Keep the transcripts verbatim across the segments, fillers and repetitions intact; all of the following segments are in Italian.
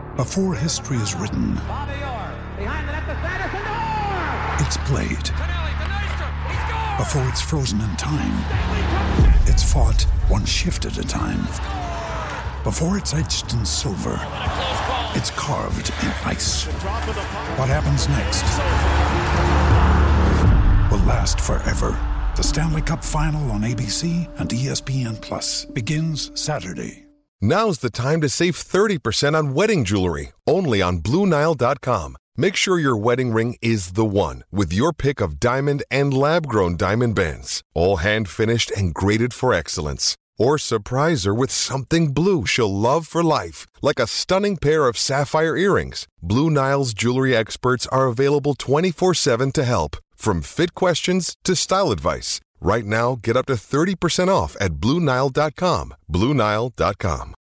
Before history is written, it's played. Before it's frozen in time, it's fought one shift at a time. Before it's etched in silver, it's carved in ice. What happens next will last forever. The Stanley Cup Final on A B C and E S P N Plus begins Saturday. Now's the time to save thirty percent on wedding jewelry, only on Blue Nile dot com. Make sure your wedding ring is the one, with your pick of diamond and lab-grown diamond bands, all hand-finished and graded for excellence. Or surprise her with something blue she'll love for life, like a stunning pair of sapphire earrings. Blue Nile's jewelry experts are available twenty-four seven to help, from fit questions to style advice. Right now, get up to thirty percent off at Blue Nile dot com. Blue Nile dot com.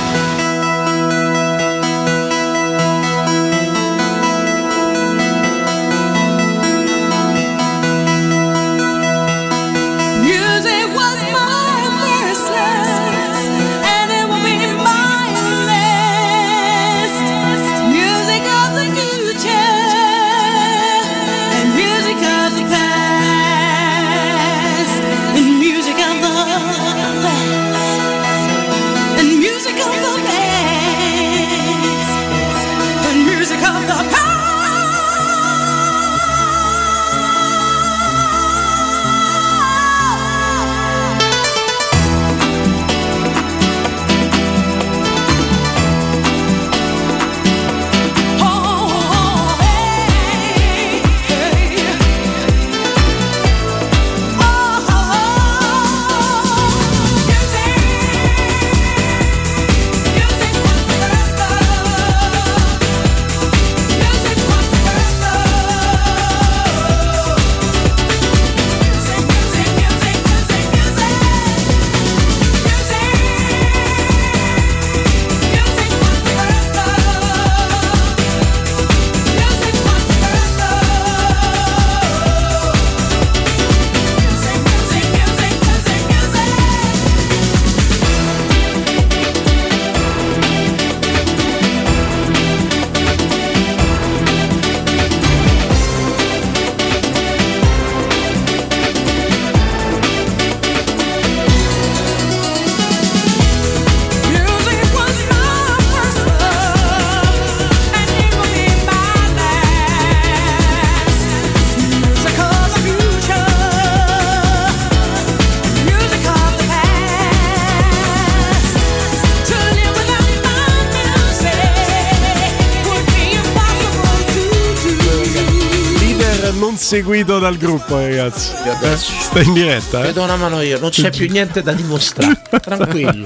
Seguito dal gruppo, ragazzi. Eh? Sta in diretta. Eh? Vedo una mano io, non c'è più niente da dimostrare. Tranquillo.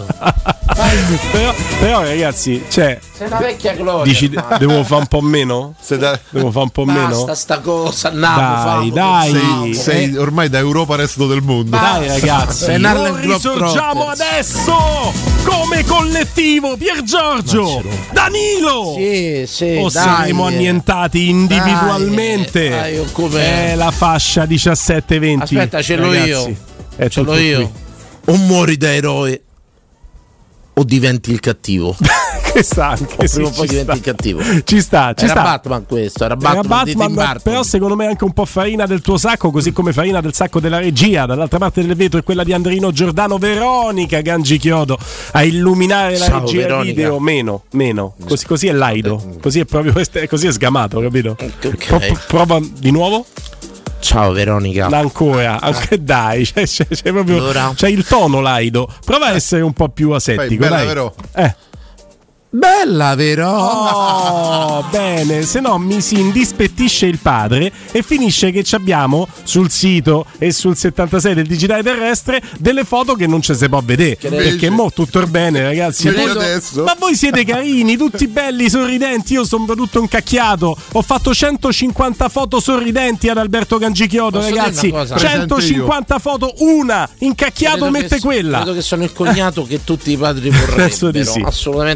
però, però, ragazzi, cioè. Sei una vecchia gloria. Dici, devo fare un po' meno? Da... Devo fare un po' Basta meno? Basta sta cosa, no, dai, famo, dai. Sei, sei ormai da Europa resto del mondo. Dai, ragazzi. Lo risorgiamo adesso come collettivo. Pier Giorgio, Danilo. Sì, sì. O dai, saremo annientati individualmente. Dai, dai, come... È la fascia diciassette venti. Aspetta, ce l'ho io. È ce l'ho io. O muori da eroe o diventi il cattivo. Che sta anche o sì, prima o poi diventi sta. il cattivo. Ci sta, ci era sta. Batman questo, era Batman, era Batman, Batman però secondo me anche un po' farina del tuo sacco, così come farina del sacco della regia. Dall'altra parte del vetro è quella di Andrino Giordano. Veronica Gangichiodo a illuminare la Ciao, regia Veronica. video. Meno, meno. Così, così è laido. Così è proprio così è sgamato, capito? Okay. Pro, prova di nuovo. Ciao Veronica. Ancora, anche dai, c'è, c'è, c'è proprio allora. C'è il tono laido. Prova a essere un po' più asettico. Bella, dai. vero? Eh. Bella, vero? Oh, bene, se no mi si indispettisce il padre e finisce che ci abbiamo sul sito e sul settantasei del digitale terrestre delle foto che non ci si può vedere. Che perché mo tutto bene, ragazzi. Voi, adesso. Ma voi siete carini, tutti belli, sorridenti. Io sono tutto incacchiato. Ho fatto centocinquanta foto sorridenti ad Alberto Gangichiodo, Posso ragazzi. centocinquanta foto, una incacchiato, credo mette che, quella. Credo che sono il cognato che tutti i padri vorrebbero. Penso di sì. Assolutamente. Penso di sì.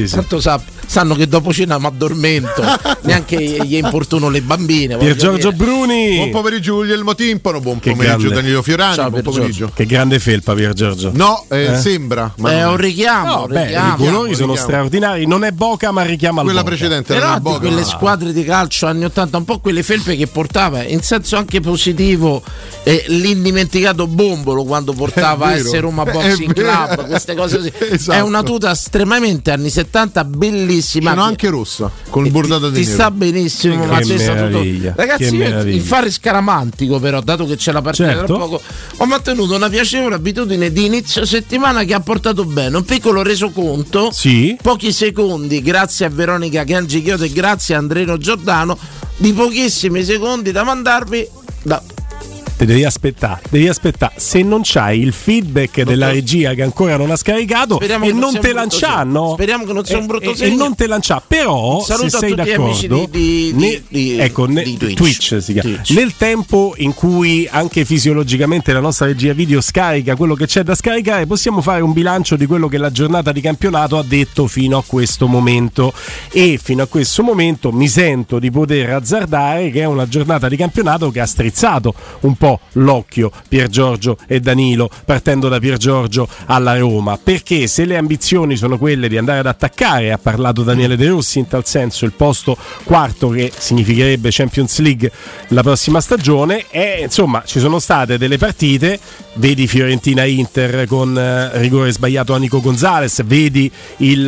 sì. Tanto sa, sanno che dopo cena mi addormento, neanche gli importuno le bambine. Pier Giorgio Bruni. Buon pomeriggio Guglielmo Timpano, buon Che pomeriggio grande. Danilo Fiorani, Ciao, buon Pier pomeriggio. Che grande felpa, Pier Giorgio. No, eh, Eh? sembra, ma È non un è. richiamo, No, un beh, richiamo. i colori sono richiamo. straordinari. Non è Boca, ma richiama il Quella Boca. precedente era Però una di Boca. quelle ma- squadre di calcio anni ottanta, un po' quelle felpe che portava in senso anche positivo eh, l'indimenticato Bombolo quando portava È vero. S Roma È Boxing vero. Club, queste cose così. Esatto. È una tuta estremamente anni settanta, bellissima. Sono anche rossa, con il Ti- bordato di ti nero. sta benissimo, Che ma te sta tutto- meraviglia, ragazzi, che io meraviglia. in fare scaramantico, però, dato che c'è la partita Certo. tra poco, ho mantenuto una piacevole abitudine di inizio settimana che ha portato bene. Un piccolo resoconto, Sì. pochi secondi, grazie a Veronica Gangi Chiodo e grazie a Andreno Giordano, di pochissimi secondi da mandarvi da Te devi aspettare, devi aspettare. Se non c'hai il feedback della regia che ancora non ha scaricato Speriamo e che non non sia te un brutto lanciano, segno. Speriamo che non sia un brutto e, segno. e non te lancia. Però, Un saluto se a sei tutti gli amici d'accordo, di- di- ne- di- ecco, ne- di Twitch. Twitch si chiama. Twitch. Nel tempo in cui anche fisiologicamente la nostra regia video scarica quello che c'è da scaricare, possiamo fare un bilancio di quello che la giornata di campionato ha detto fino a questo momento. E fino a questo momento mi sento di poter azzardare che è una giornata di campionato che ha strizzato un po' l'occhio Pier Giorgio e Danilo, partendo da Pier Giorgio alla Roma, perché se le ambizioni sono quelle di andare ad attaccare, ha parlato Daniele De Rossi in tal senso, il posto quarto che significherebbe Champions League la prossima stagione, e insomma ci sono state delle partite, vedi Fiorentina-Inter con eh, rigore sbagliato a Nico Gonzalez, vedi il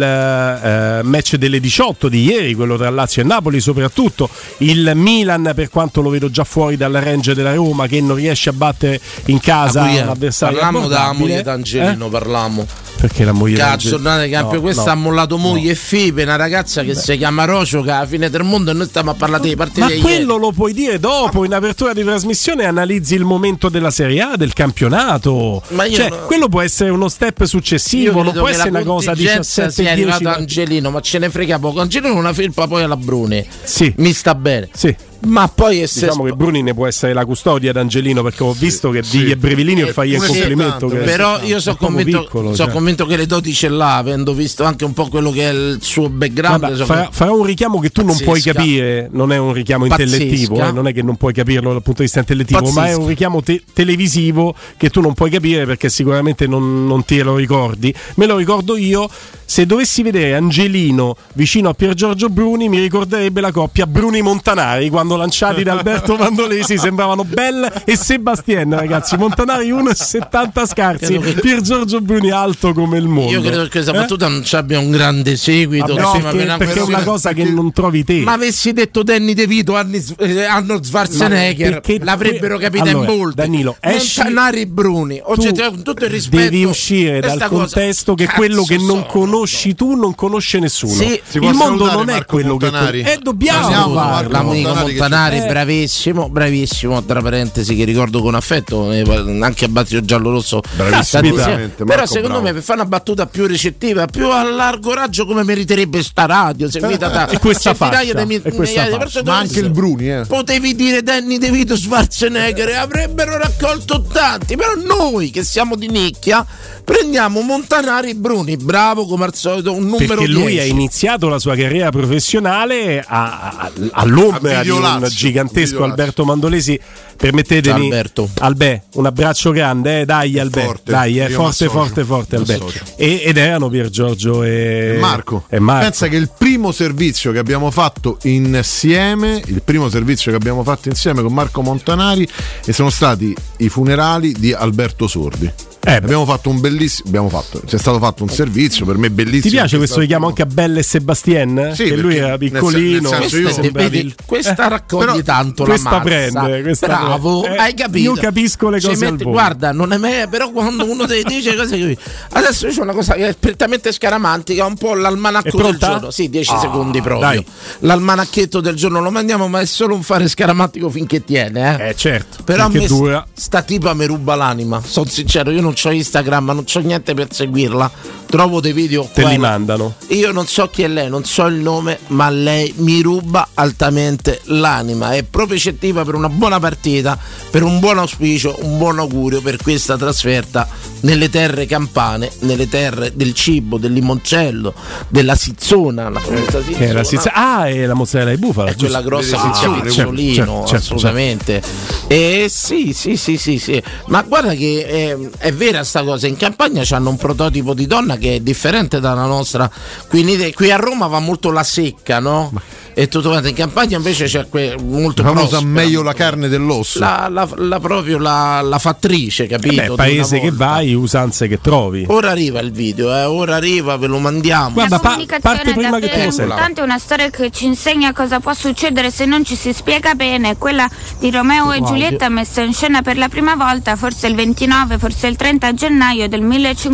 eh, match delle diciotto di ieri, quello tra Lazio e Napoli soprattutto, il Milan per quanto lo vedo già fuori dalla range della Roma che non riesce a battere in casa un avversario parlammo della abbordabile. moglie d'Angelino, Eh? parlammo Perché la moglie che a d'Angelino? giornata di campione No, questa no, ha mollato moglie no. e figli, una ragazza che si chiama Rocio, che alla fine del mondo, e noi stiamo a parlare di partite Ma di quello ieri. lo puoi dire dopo, in apertura di trasmissione analizzi il momento della Serie A, del campionato. Ma io Cioè, no- quello può essere uno step Io successivo, non credo può che essere la una cosa contingenza diciassette sia dieci. arrivato Angelino, ma ce ne frega poco. Angelino è una felpa poi alla Bruni. Sì. Mi sta bene. Sì. Ma poi è se Diciamo che Bruni ne può essere la custodia d'Angelino, perché ho visto che digli Brevilini e fai il un complimento. esatto, che però è io sono proprio convinto, piccolo, sono cioè. convinto che le doti ce l'ha, avendo visto anche un po' quello che è il suo background. Guarda, so farà, che- farà un richiamo che tu non puoi Pazzesca. capire, non è un richiamo Pazzesca. intellettivo, eh, non è che non puoi capirlo dal punto di vista intellettivo, ma è Pazzesca. un richiamo te- televisivo che tu non puoi capire perché sicuramente non, non te lo ricordi. Me lo ricordo io. Se dovessi vedere Angelino vicino a Pier Giorgio Bruni, mi ricorderebbe la coppia Bruni-Montanari quando lanciati da Alberto Mandolesi sembravano Bell e Sebastien, ragazzi. Montanari uno virgola settanta scarsi, Credo che- Pier Giorgio Bruni alto come il mondo. Io credo che questa Eh? battuta non ci abbia un grande seguito. Vabbè, sì, perché, ma appena perché è questo- una cosa che non trovi te. Ma avessi detto Danny DeVito, Arni- eh, Arnold Schwarzenegger, Ma perché- l'avrebbero capita Allora, in molti. Danilo, esci- Montanari Bruni, Tu oggettivamente, con tutto il rispetto, devi uscire questa dal cosa- contesto che Cazzo quello che non sono, conosci tu non conosce nessuno. Sì. Si può il mondo salutare non è Marco quello Montanari? che e dobbiamo Salutiamo farlo. Marco L'amico Montanari che Montanari, ci- Eh. bravissimo, bravissimo. Tra parentesi, che ricordo con affetto, eh, anche a battito giallo-rosso. Bravissimo, Tantissimo. veramente, Però, Marco, secondo bravo. me, per fare una battuta più ricettiva, più a largo raggio, come meriterebbe sta radio, seguita da E questa centinaia faccia, di mi- e questa migliaia di faccia. persone. Ma anche il Bruni, eh. Potevi dire Danny DeVito, Schwarzenegger e avrebbero raccolto tanti, però noi che siamo di nicchia prendiamo Montanari Bruni, bravo come al solito, un numero Perché lui dieci. ha iniziato la sua carriera professionale a- a- all'ombra A di un Videolazio, gigantesco Videolazio. Alberto Mandolesi. Permettetemi, Ciao, Alberto. Albè, un abbraccio grande, eh, dai Albè, forte. dai, eh, Io forte, m'associo. forte, forte, Albè. M'associo. E- ed erano Pier Giorgio e Marco. e Marco. Pensa che il primo servizio che abbiamo fatto insieme, il primo servizio che abbiamo fatto insieme con Marco Montanari, e sono stati i funerali di Alberto Sordi. Eh, beh. abbiamo fatto un bellissimo, abbiamo fatto, c'è stato fatto un servizio per me bellissimo. Ti piace questo È stato- richiamo anche a Belle e Sebastien? Sì, che lui perché era nel piccolino. sen- nel senso io- Questa, sembravi vedi, il- questa raccoglie però tanto questa la massa. prende, questa bravo, prende. Eh, hai capito? io capisco le Ci cose al metti- volo. guarda, non è me, però quando uno ti dice cose così. Adesso io c'ho una cosa che è prettamente scaramantica, un po' È l'almanacco del pronta? giorno. Sì, dieci Ah, secondi proprio. dai. L'almanacchetto del giorno lo mandiamo, ma è solo un fare scaramantico finché tiene, eh. Eh certo, Però a perché me dura. sta tipa mi ruba l'anima, sono sincero, io non non c'ho Instagram, non c'ho niente per seguirla, trovo dei video te qua, li mandano. io non so chi è lei, non so il nome, ma lei mi ruba altamente l'anima, è proprio per una buona partita, per un buon auspicio, un buon augurio per questa trasferta nelle terre campane, nelle terre del cibo, del limoncello, della sizzona, la famosa sizzona. Che è la sizza- ah, è la mozzarella di bufala, è quella grossa ah, che c'è certo, Pizzolino, certo, certo, assolutamente. E sì, sì, sì, sì, sì. Ma guarda che è, è vera sta cosa, in Campania hanno un prototipo di donna che è differente dalla nostra. Quindi qui a Roma va molto la secca, no? E tutto quanto. In Campania invece c'è que- molto la famosa prospera, meglio la carne dell'osso, la, la, la proprio la, la fattrice, capito? Beh, paese che vai, usanze che trovi. Ora arriva il video, eh, ora arriva, ve lo mandiamo. Guarda, pa- comunicazione parte prima che davvero tu importante, una storia che ci insegna cosa può succedere se non ci si spiega bene, quella di Romeo e Giulietta, messa in scena per la prima volta forse il ventinove, forse il trenta gennaio del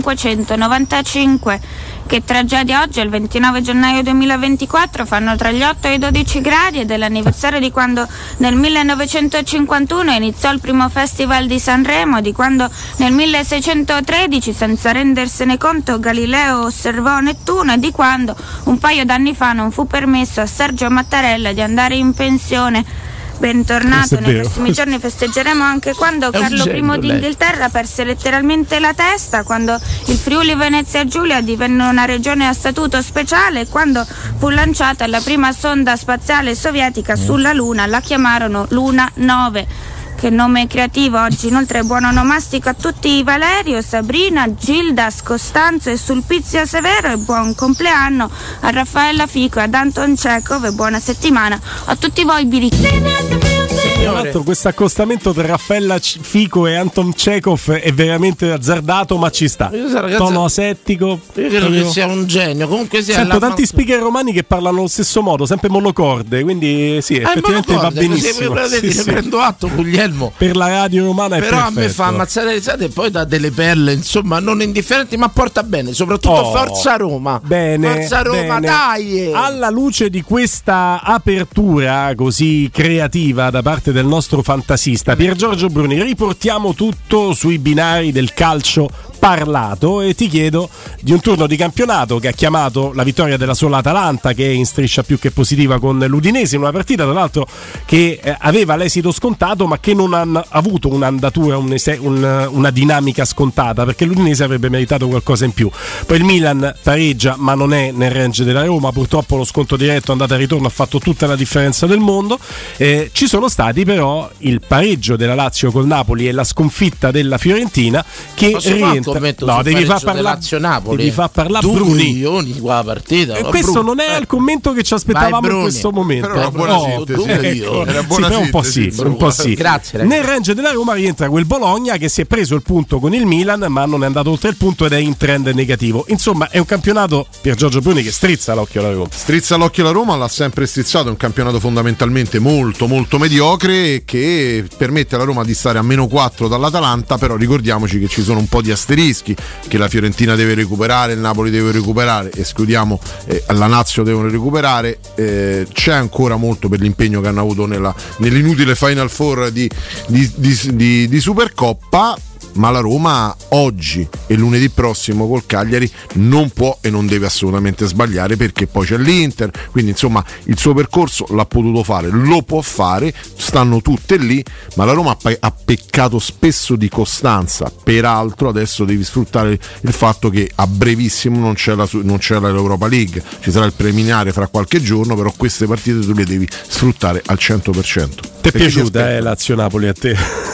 millecinquecentonovantacinque. Che tragedia oggi, il ventinove gennaio duemilaventiquattro, fanno tra gli otto e i dodici gradi ed è l'anniversario di quando nel millenovecentocinquantuno iniziò il primo festival di Sanremo, di quando nel milleseicentotredici, senza rendersene conto, Galileo osservò Nettuno e di quando un paio d'anni fa non fu permesso a Sergio Mattarella di andare in pensione. Bentornato, nei prossimi giorni festeggeremo anche quando Carlo I d'Inghilterra perse letteralmente la testa, quando il Friuli Venezia Giulia divenne una regione a statuto speciale e quando fu lanciata la prima sonda spaziale sovietica sulla Luna, la chiamarono Luna nove. Che nome creativo oggi, inoltre buon onomastico a tutti i Valerio, Sabrina, Gildas, Costanzo e Sulpizio Severo e buon compleanno a Raffaella Fico e ad Anton Chekhov e buona settimana a tutti voi birichi. Tra l'altro questo accostamento tra Raffaella Fico e Anton Chekhov è veramente azzardato, ma ci sta. Ragazzi, tono asettico. Io credo proprio... che sia un genio. Comunque sia Sento la... tanti speaker romani che parlano allo stesso modo, sempre monocorde, quindi sì, ah, effettivamente va benissimo. Se sì, sì. prendo atto, Guglielmo. Per la radio romana è però perfetto. A me fa ammazzare le risate e poi dà delle perle, insomma, non indifferenti, ma porta bene, soprattutto oh, Forza Roma. Bene. Forza Roma, bene. dai! Alla luce di questa apertura così creativa da parte del nostro fantasista Pier Giorgio Bruni, riportiamo tutto sui binari del calcio parlato e ti chiedo di un turno di campionato che ha chiamato la vittoria della sola Atalanta, che è in striscia più che positiva con l'Udinese, in una partita tra l'altro che eh, aveva l'esito scontato ma che non ha avuto un'andatura, un es- un, una dinamica scontata, perché l'Udinese avrebbe meritato qualcosa in più. Poi il Milan pareggia ma non è nel range della Roma, purtroppo lo sconto diretto andata e ritorno ha fatto tutta la differenza del mondo. Eh, ci sono stati però il pareggio della Lazio col Napoli e la sconfitta della Fiorentina che Posso rientra. No, devi far parlare devi far parlare due Bruni. milioni qua partita. E questo Bruni. Non è il commento che ci aspettavamo in questo momento. Però una buona oh, sintesi. Ecco. Era buona sì, sintesi, un po' sì, un po' sì. Grazie, ragazzi. Nel range della Roma rientra quel Bologna che si è preso il punto con il Milan, ma non è andato oltre il punto ed è in trend negativo. Insomma, è un campionato per Giorgio Bruni che strizza l'occhio alla Roma. Strizza l'occhio alla Roma, l'ha sempre strizzato, è un campionato fondamentalmente molto molto mediocre che permette alla Roma di stare a meno quattro dall'Atalanta, però ricordiamoci che ci sono un po' di asterischi, che la Fiorentina deve recuperare, il Napoli deve recuperare, escludiamo eh, la Lazio devono recuperare, eh, c'è ancora molto per l'impegno che hanno avuto nella, nell'inutile Final Four di, di, di, di, di Supercoppa. Ma la Roma oggi e lunedì prossimo col Cagliari non può e non deve assolutamente sbagliare, perché poi c'è l'Inter, quindi insomma il suo percorso l'ha potuto fare, lo può fare, stanno tutte lì, ma la Roma ha peccato spesso di costanza. Peraltro adesso devi sfruttare il fatto che a brevissimo non c'è, la, non c'è l'Europa League, ci sarà il preliminare fra qualche giorno, però queste partite tu le devi sfruttare al cento per cento. Ti è piaciuta eh, Lazio-Napoli a te?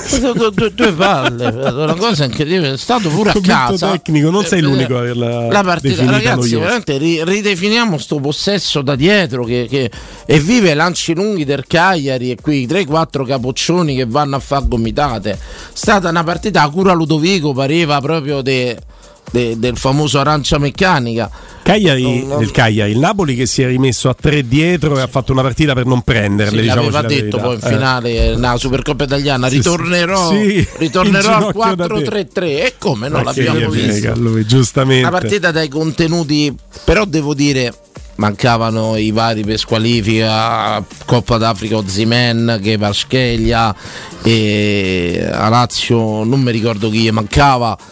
Due palle, una cosa incredibile, è stato pure a casa tecnico, non sei l'unico a averla la partita, ragazzi, noiosa. veramente ridefiniamo sto possesso da dietro che, che e vive lanci lunghi del Cagliari e qui tre quattro capoccioni che vanno a far gomitate. È stata una partita a cura Ludovico, pareva proprio de, de, del famoso arancia meccanica. Cagliari, non, non... il Cagliari, il Napoli che si è rimesso a tre dietro e ha fatto una partita per non prenderle. Sì, diciamo, l'aveva detto poi in finale eh. nella Supercoppa italiana sì, ritornerò, sì, ritornerò al quattro tre tre e come non l'abbiamo visto. Lui, giustamente. Una partita dai contenuti, però devo dire mancavano i vari per squalifica, Coppa d'Africa Osimhen, che Vaschelia e a Lazio non mi ricordo chi mancava.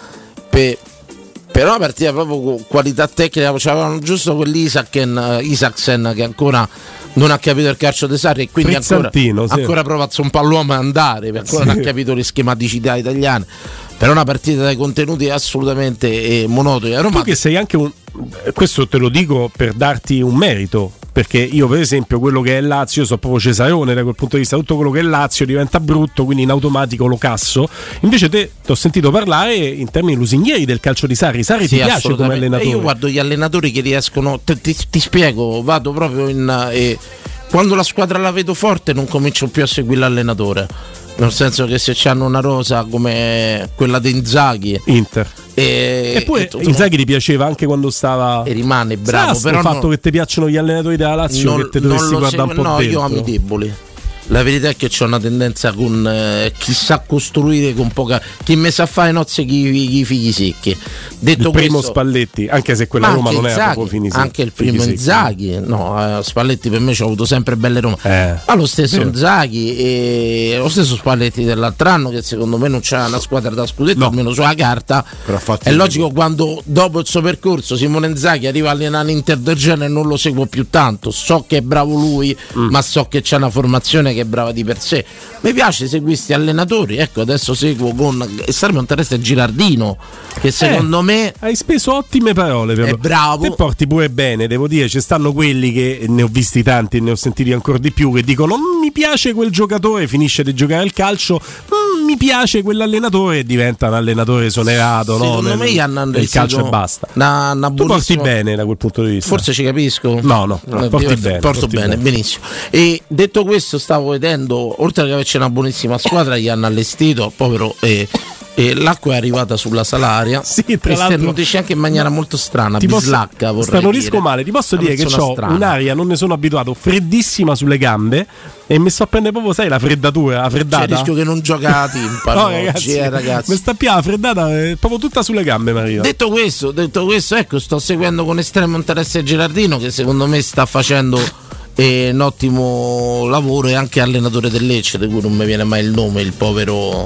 per, per una partita proprio con qualità tecnica, c'avevano giusto quell'Isaksen Isaksen che ancora non ha capito il calcio di Sarri e quindi ancora, sì. ancora prova a un pallone a andare, ancora sì. non ha capito le schematicità italiane. Per una partita dai contenuti assolutamente eh, monotoni. Roma... Tu che sei anche un, questo te lo dico per darti un merito, perché io per esempio quello che è Lazio, so proprio Cesarone da quel punto di vista, tutto quello che è Lazio diventa brutto, quindi in automatico lo casso. Invece te ti ho sentito parlare in termini lusinghieri del calcio di Sarri. Sarri sì, ti piace come allenatore? Io guardo gli allenatori che riescono, ti, ti, ti spiego, vado proprio in... Eh, quando la squadra la vedo forte non comincio più a seguire l'allenatore, nel senso che se c'hanno una rosa come quella di Inzaghi Inter e, eppure e Inzaghi ti piaceva anche quando stava e rimane bravo, però il fatto non, che ti piacciono gli allenatori della Lazio non, che te dovresti guardare un po' no, dentro. Io amo i deboli. La verità è che c'ho una tendenza con eh, chi sa costruire con poca, chi mi sa fare nozze chi i figli secchi. Detto il primo questo, Spalletti, anche se quella Roma non era proprio finita. Anche il primo Inzaghi, no, eh, Spalletti per me ci ha avuto sempre belle Roma. Eh, Ma lo stesso vero. Inzaghi e lo stesso Spalletti dell'altro anno, che secondo me non c'era una squadra da scudetto, no. almeno sulla carta. È logico quando dopo il suo percorso Simone Inzaghi arriva a allenare l'Inter del genere, non lo seguo più tanto. So che è bravo lui, mm. ma so che c'è una formazione che è brava di per sé. Mi piace seguire questi allenatori, ecco adesso seguo con e sarebbe un interesse Girardino che secondo eh, me hai speso ottime parole però. È bravo, te porti pure bene, devo dire, ci stanno quelli che ne ho visti tanti e ne ho sentiti ancora di più che dicono mi piace quel giocatore, finisce di giocare al calcio, mi piace quell'allenatore e diventa un allenatore esonerato, secondo no? me hanno il calcio e basta. Una, una tu porti bene da quel punto di vista, forse ci capisco, no no, no porti io, bene, porto porti bene, bene benissimo. E detto questo stavo vedendo, oltre che averci una buonissima squadra, gli hanno allestito povero e e l'acqua è arrivata sulla Salaria, sì, tra e l'altro sternutisce anche in maniera molto strana, ti bislacca posso, vorrei starnutisco dire. male, ti posso Una dire che ho un'aria, non ne sono abituato, freddissima sulle gambe e mi sto a prendere proprio, sai, la freddatura, la freddata. C'è il rischio che non gioca a timpano. No ragazzi, oggi, eh, ragazzi. mi sta più la freddata eh, proprio tutta sulle gambe, Maria. Detto questo, detto questo, ecco, sto seguendo con estremo interesse Girardino, che secondo me sta facendo eh, un ottimo lavoro, e anche allenatore del Lecce, di cui non mi viene mai il nome, il povero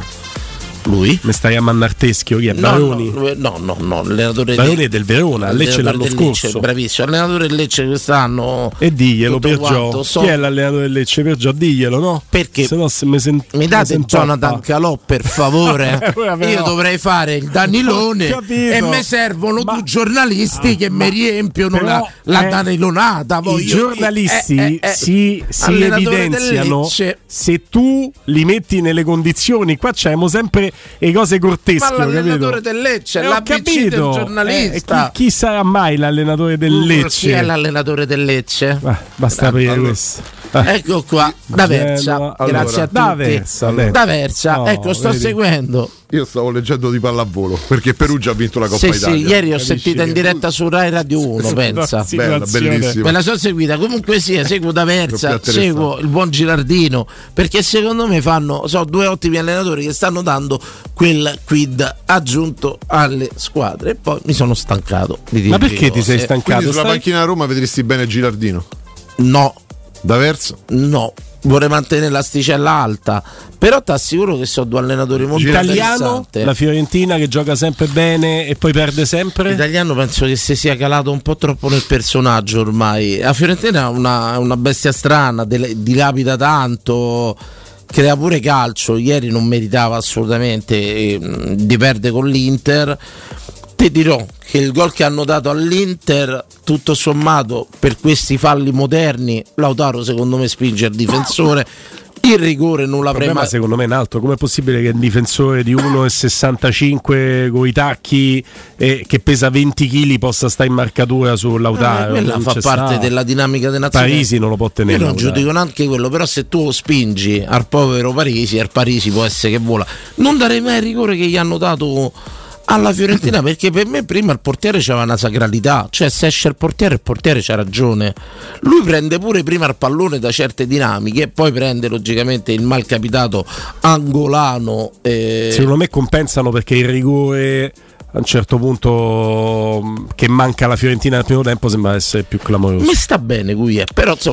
lui. Mi stai a Mannarteschio, chi è? No, Baroni? No, no, no, l'allenatore Baroni è del Verona, Lecce l'anno del scorso. Lecce, bravissimo, allenatore del Lecce quest'anno. E diglielo per Gio. So... Chi è l'allenatore del Lecce per Gio? Diglielo, no? Perché se no, se mi, sent... mi date mi Jonathan Calò, per favore. Io dovrei fare il Danilone e mi servono Ma... due giornalisti ah, che mi riempiono però, la, la eh, Danilonata. I giornalisti eh, eh, si, si evidenziano se tu li metti nelle condizioni. Qua c'è sempre e cose grottesche. Ma l'allenatore del Lecce, eh, l'A B C del giornalista. Eh, chi, chi sarà mai l'allenatore del Lecce? Chi è l'allenatore del Lecce? Ah, basta aprire allora. questo. Ah. Ecco qua, da Versa. Allora, grazie a tutti. Da Versa, da Versa. No, ecco, sto vedi. seguendo. Io stavo leggendo di pallavolo perché Perugia ha vinto la Coppa sì, Italia. Sì, ieri ho sentito in diretta su Rai Radio uno, pensa. Bella, bellissima. Me la sono seguita. Comunque sia, seguo da Versa, seguo il buon Girardino, perché secondo me fanno, so, due ottimi allenatori che stanno dando quel quid aggiunto alle squadre. E poi mi sono stancato di Ma perché ti sei stancato? Quindi sulla Stai... panchina a Roma vedresti bene Girardino? No. Da Versa? No. Vorrei mantenere l'asticella alta, però ti assicuro che sono due allenatori molto italiano, la Fiorentina che gioca sempre bene e poi perde sempre. L'italiano penso che si sia calato un po' troppo nel personaggio ormai. La Fiorentina è una, una bestia strana, dilapida tanto, crea pure calcio. Ieri non meritava assolutamente eh, di perdere con l'Inter. Ti dirò che il gol che hanno dato all'Inter, tutto sommato, per questi falli moderni, Lautaro secondo me spinge il difensore. Il rigore non l'avrei mai. Ma secondo me è un altro. Com'è possibile che un difensore di uno virgola sessantacinque con i tacchi e che pesa venti chili possa stare in marcatura su Lautaro? Eh, quella fa parte sta. della dinamica della nazione. Parisi non lo può tenere. Io non giudico neanche quello, però se tu spingi al povero Parisi, al Parisi può essere che vola. Non darei mai il rigore che gli hanno dato alla Fiorentina, perché per me prima il portiere c'aveva una sacralità, cioè se esce il portiere, il portiere c'ha ragione, lui prende pure prima il pallone da certe dinamiche e poi prende logicamente il malcapitato angolano eh... secondo me compensano, perché il rigore a un certo punto che manca la Fiorentina nel primo tempo sembra essere più clamoroso. Mi sta bene qui, eh. Però insomma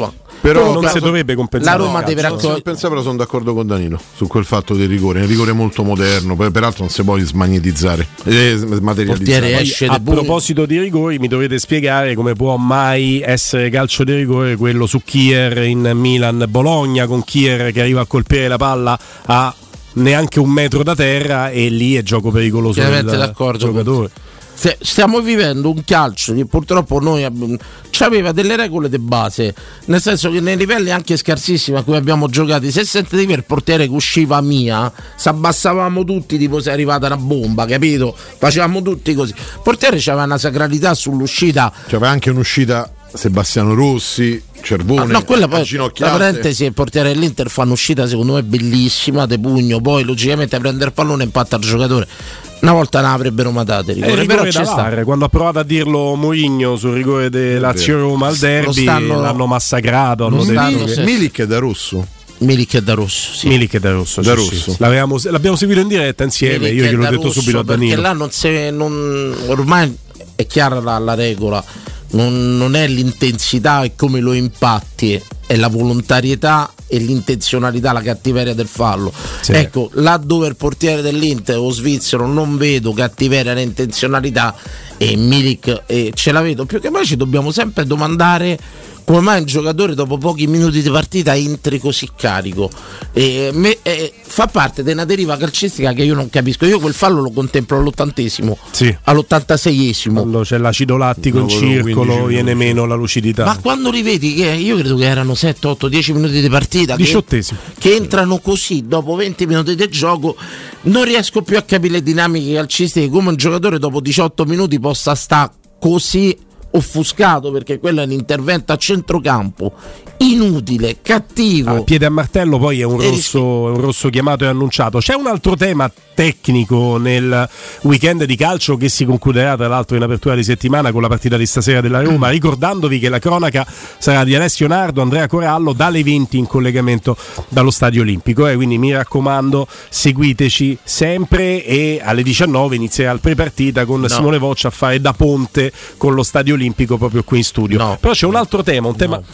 Però non si dovrebbe compensare. La Roma il deve calcio. raccogliere. Non pensa, però sono d'accordo con Danilo su quel fatto del rigore, è un rigore molto moderno, per- peraltro non si può smagnetizzare, eh, materializzare. Portiere esce A de buio. proposito di rigori, mi dovete spiegare come può mai essere calcio di rigore quello su Kier in Milan-Bologna, con Kier che arriva a colpire la palla a neanche un metro da terra, e lì è gioco pericoloso del Chiaramente d'accordo con giocatore. Se- Stiamo vivendo un calcio che purtroppo noi ab- aveva delle regole di base, nel senso che nei livelli anche scarsissimi a cui abbiamo giocato, se sentivi il portiere che usciva mia, s'abbassavamo tutti tipo se è arrivata una bomba, capito? Facevamo tutti così. Il portiere c'aveva una sacralità sull'uscita. C'aveva anche un'uscita Sebastiano Rossi, Cervone, Ah, no, quella poi, la ginocchiate. parentesi, il portiere dell'Inter fa un'uscita secondo me bellissima de pugno, poi logicamente prende il pallone e impatta il giocatore. Una volta ne avrebbero matate E il rigore, però rigore ci da sta. V A R, quando ha provato a dirlo Mourinho sul rigore di Lazio-Roma al derby, stanno- l'hanno massacrato, hanno lo detto stanno- che- sì. Milik è da rosso. Milik e da Rosso, sì. Milik e da Rosso, Da sì, Rosso. sì. L'avevamo- l'abbiamo seguito in diretta insieme, Milik io e gliel'ho da detto Rosso, subito a perché Danilo. là non si, non, ormai è chiara la, la regola, non, non è l'intensità e come lo impatti, è la volontarietà e l'intenzionalità, la cattiveria del fallo. Sì. Ecco, là dove il portiere dell'Inter o svizzero non vedo cattiveria né intenzionalità, e Milik eh, ce la vedo, più che mai ci dobbiamo sempre domandare come mai un giocatore dopo pochi minuti di partita entri così carico. E me, eh, fa parte di una deriva calcistica che io non capisco. Io quel fallo lo contemplo all'ottantesimo, Sì. all'ottantaseiesimo. Quando c'è l'acido lattico in No, volevo circolo, quindici viene minuti. meno la lucidità. Ma quando rivedi che io credo che erano sette, otto, dieci minuti di partita, che, Diciottesimo. che entrano così dopo venti minuti di gioco, non riesco più a capire le dinamiche calcistiche, come un giocatore dopo diciotto minuti possa stare così offuscato, perché quello è un intervento a centrocampo inutile, cattivo. A piede a martello poi è un E rosso, è un rosso chiamato e annunciato. C'è un altro tema tecnico nel weekend di calcio che si concluderà tra l'altro in apertura di settimana con la partita di stasera della Roma, ricordandovi che la cronaca sarà di Alessio Nardo, Andrea Corallo dalle venti in collegamento dallo Stadio Olimpico, eh, quindi mi raccomando seguiteci sempre, e alle diciannove inizierà il prepartita con No. Simone Voccia a fare da ponte con lo Stadio Olimpico proprio qui in studio. No. Però c'è un altro tema, un tema...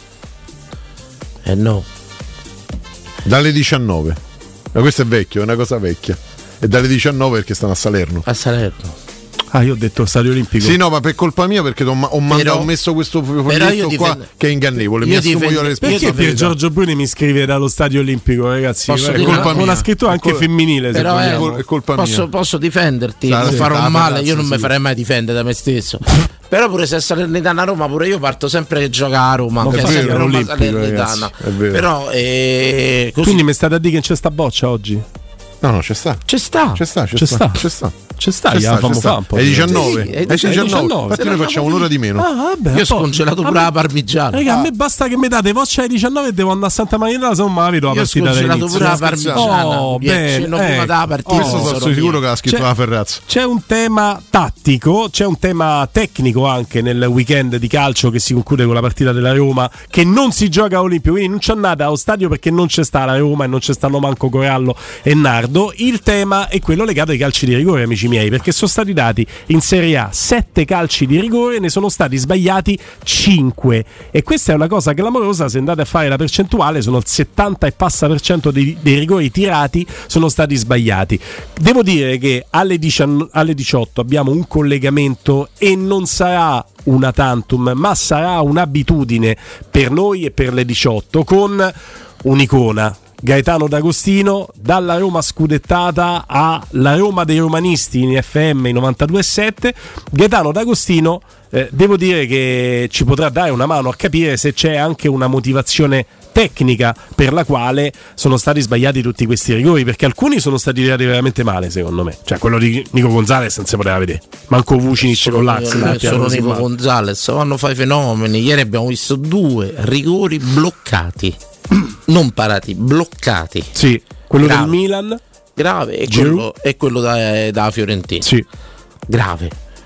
Eh no. Dalle diciannove. Ma questo è vecchio, è una cosa vecchia. E dalle diciannove perché stanno a Salerno. A Salerno. Ah, io ho detto Stadio Olimpico. Sì, no, ma per colpa mia, perché ho, ho, mandato, Però- ho messo questo però foglietto io qua difendo- che è ingannevole. io Mi assumo difendo- io le io Perché responsabilità. Pier Giorgio Bruni mi scrive dallo Stadio Olimpico, ragazzi? Posso Guarda, dire con, una- con la scrittura anche È col- femminile, se Però è, vogliamo. È colpa posso, mia. posso difenderti, Sì, non sì, farò sì, male, ragazzi, io non sì. mi farei mai difendere da me stesso. Però pure se è Salernitana a Roma, pure io parto sempre che gioca a Roma, Non che è fa sempre vero, Roma Olimpico, Salernitana. ragazzi, è vero. Però eh, così Quindi mi state a dire che non c'è sta boccia oggi? No, no, c'è sta. ci sta. C'è sta, c'è, C'è sta. sta. C'è sta. C'è sta, C'è gliela sta, famo c'è sta. fa un po'. È di- diciannove. Sì, È è diciannove. diciannove. Infatti noi Se la facciamo famo un'ora di meno. Ah, vabbè, Io ho a po'. scongelato pure la parmigiana. Raga, a me basta che mi date voccia alle diciannove e devo andare a Santa Maria, se non me la vedo la Io ho partita scongelato dall'inizio. pure la Stiamo scherzando. parmigiana. Oh, Dieci, bene, non prima ecco. della partita. Questo Oh, sono sono sicuro via. che l'ha scritto C'è- la Ferrazzo. C'è un tema tattico, c'è un tema tecnico anche nel weekend di calcio che si conclude con la partita della Roma, che non si gioca a Olimpio, quindi non c'è andata allo stadio perché non c'è sta la Roma e non c'è stanno manco Corallo e Nardo. Il tema è quello legato ai calci di rigore, amici miei, perché sono stati dati in Serie A sette calci di rigore, ne sono stati sbagliati cinque, e questa è una cosa clamorosa. Se andate a fare la percentuale, sono il settanta e passa per cento dei, dei rigori tirati sono stati sbagliati. Devo dire che alle, diciannove, alle diciotto abbiamo un collegamento, e non sarà una tantum ma sarà un'abitudine per noi e per le diciotto, con un'icona, Gaetano D'Agostino, dalla Roma scudettata alla Roma dei romanisti in F M in novantadue virgola sette. Gaetano D'Agostino, eh, devo dire che ci potrà dare una mano a capire se c'è anche una motivazione tecnica per la quale sono stati sbagliati tutti questi rigori, perché alcuni sono stati tirati veramente male, secondo me. Cioè quello di Nico Gonzalez non si poteva vedere, manco Vucinic con l'Ax. Sono Nico Gonzalez, vanno a fare fenomeni. Ieri abbiamo visto due rigori bloccati, non parati, bloccati. Sì, quello Grave. del Milan. Grave, e Giroud. quello, e quello da, da Fiorentina. Sì. Grave.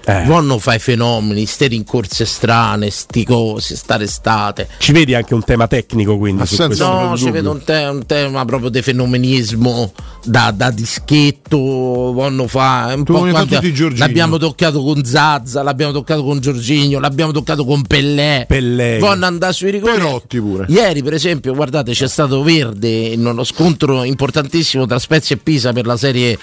Eh. Vanno fai fenomeni, ste rincorse strane, sti cose, sta l'estate. Ci vedi anche un tema tecnico, quindi? Su questo no, ci vedo un, te- un tema proprio di fenomenismo da, da dischetto. Vanno fa un tu po' quanto, l'abbiamo toccato con Zazza, l'abbiamo toccato con Jorginho, l'abbiamo toccato con Pellè. Pellè. Vanno andare sui rigori. Perotti pure. Ieri, per esempio, guardate, c'è stato Verde in uno scontro importantissimo tra Spezia e Pisa per la Serie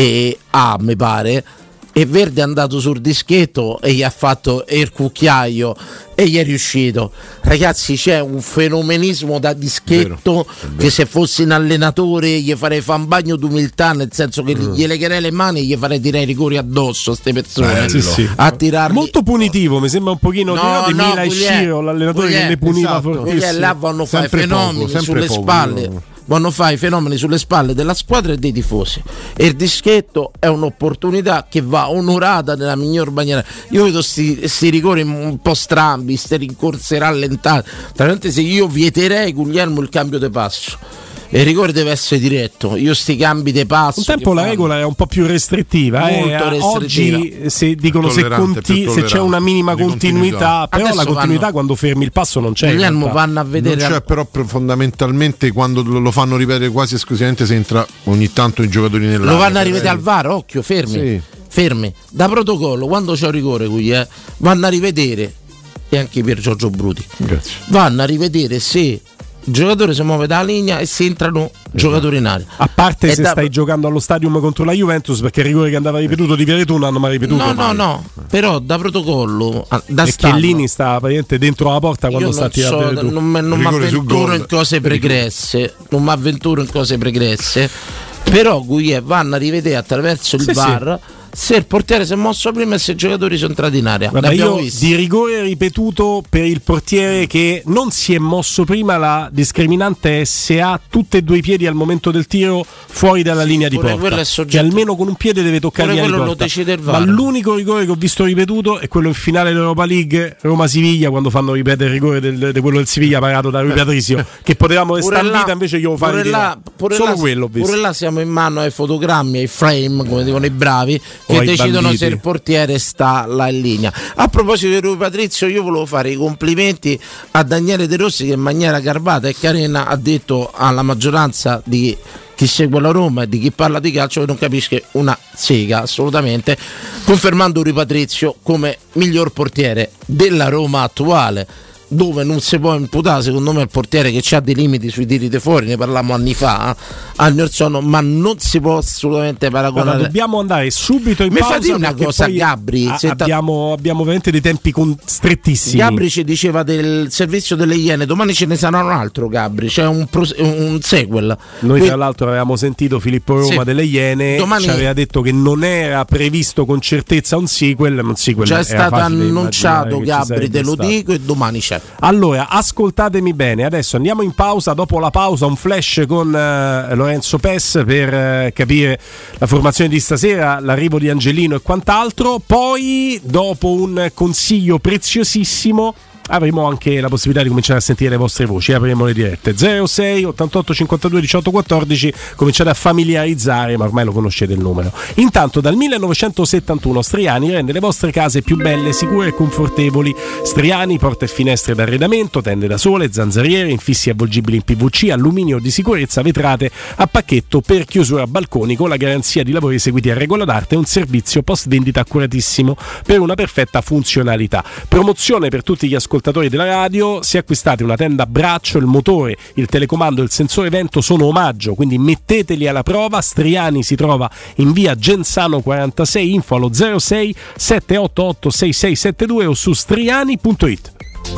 A, mi pare. E Verde è andato sul dischetto e gli ha fatto il cucchiaio e gli è riuscito. Ragazzi, c'è un fenomenismo da dischetto vero, che se fossi un allenatore gli farei fare un bagno d'umiltà, nel senso che mm. gli legherei le mani e gli farei tirare i rigori addosso a queste persone. Eh, sì, sì. A tirarli. Molto punitivo, mi sembra un pochino no, di no, Mila Sciro, l'allenatore che le puniva esatto. fortissimo. Là vanno a fare fenomeni poco, sulle poco, spalle. io... vanno a fare i fenomeni sulle spalle della squadra e dei tifosi, e il dischetto è un'opportunità che va onorata nella miglior maniera. Io vedo questi rigori un po' strambi, queste rincorse rallentate. Tra l'altro, se io vieterei Guglielmo il cambio di passo, e il rigore deve essere diretto. Io sti cambi di passo. Un tempo la fanno, regola era un po' più restrittiva. Molto eh. restrittiva. Oggi se dicono se, conti, se c'è una minima continuità, continuità. Però Adesso la continuità vanno, quando fermi il passo non c'è. Guglielmo vanno a vedere. Non c'è, però fondamentalmente quando lo fanno ripetere quasi esclusivamente se entra ogni tanto i giocatori nell'area. Lo vanno a rivedere al V A R, occhio, fermi. Sì. Fermi. Da protocollo, quando c'è un rigore qui, eh, vanno a rivedere, e anche per Giorgio Bruti. Grazie. Vanno a rivedere se il giocatore si muove dalla linea e se entrano giocatori in area. A parte e se da... stai giocando allo stadium contro la Juventus, perché il rigore che andava ripetuto di Viaretù non hanno mai ripetuto. No, mai. no, no. Però da protocollo, da e Chiellini sta praticamente dentro la porta quando io sta tirando. So, non mi avventuro in cose pregresse. Non mi avventuro in cose pregresse. Però Guglielmo vanno a rivedere attraverso il sì, V A R. Sì. Se il portiere si è mosso prima e se i giocatori sono entrati in area. Guarda, io visto. Di rigore ripetuto per il portiere che non si è mosso prima, la discriminante è se ha tutti e due i piedi al momento del tiro fuori dalla sì, linea di porta, che almeno con un piede deve toccare la linea di porta. Ma l'unico rigore che ho visto ripetuto è quello in finale dell'Europa League Roma-Siviglia, quando fanno ripetere il rigore del, di quello del Siviglia parato da Rui Patricio, che potevamo restare in vita, invece io lo fare là, solo là, quello ho visto. Pure là siamo in mano ai fotogrammi, ai frame, come dicono i bravi, che decidono banditi. Se il portiere sta là in linea. A proposito di Rui Patrizio, io volevo fare i complimenti a Daniele De Rossi, che in maniera garbata e carina ha detto alla maggioranza di chi segue la Roma e di chi parla di calcio che non capisce una sega assolutamente, confermando Rui Patrizio come miglior portiere della Roma attuale, dove non si può imputare secondo me il portiere che ha dei limiti sui tiri di fuori, ne parlavamo anni fa, al Nersono, ma non si può assolutamente paragonare. Allora, dobbiamo andare subito in Mi pausa. Mi fate una cosa, Gabri? A, abbiamo, abbiamo veramente dei tempi con, strettissimi. Gabri ci diceva del servizio delle Iene, domani ce ne sarà un altro, Gabri, c'è un, pro, un sequel. Noi tra l'altro avevamo sentito Filippo Roma sì. delle Iene, domani ci aveva detto che non era previsto con certezza un sequel, un sequel già è stato annunciato, Gabri, te lo stato. dico, e domani c'è. Allora, ascoltatemi bene, adesso andiamo in pausa, dopo la pausa un flash con uh, Lorenzo Pes per uh, capire la formazione di stasera, l'arrivo di Angelino e quant'altro, poi dopo un consiglio preziosissimo avremo anche la possibilità di cominciare a sentire le vostre voci, avremo le dirette zero sei ottantotto cinquantadue diciotto quattordici, cominciate a familiarizzare, ma ormai lo conoscete il numero. Intanto dal millenovecentosettantuno Striani rende le vostre case più belle, sicure e confortevoli. Striani, porte e finestre d'arredamento, tende da sole, zanzariere, infissi avvolgibili in P V C, alluminio di sicurezza, vetrate a pacchetto per chiusura balconi, con la garanzia di lavori eseguiti a regola d'arte e un servizio post vendita accuratissimo per una perfetta funzionalità. Promozione per tutti gli ascoltatori della radio: se acquistate una tenda a braccio, il motore, il telecomando e il sensore vento sono omaggio, quindi metteteli alla prova. Striani si trova in via Genzano quarantasei, info allo zero sei sette otto otto sei sei sette due o su striani punto it.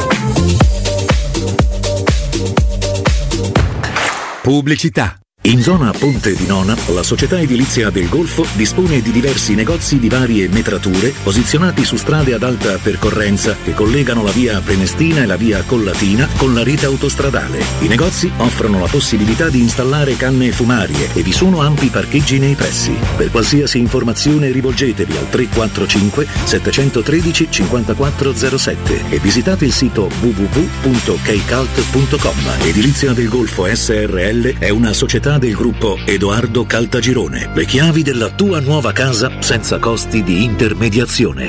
Pubblicità. In zona Ponte di Nona, la società edilizia del Golfo dispone di diversi negozi di varie metrature posizionati su strade ad alta percorrenza che collegano la via Prenestina e la via Collatina con la rete autostradale. I negozi offrono la possibilità di installare canne fumarie e vi sono ampi parcheggi nei pressi. Per qualsiasi informazione rivolgetevi al tre quattro cinque sette uno tre cinque quattro zero sette e visitate il sito w w w punto keicalt punto com. Edilizia del Golfo S R L è una società del gruppo Edoardo Caltagirone. Le chiavi della tua nuova casa senza costi di intermediazione.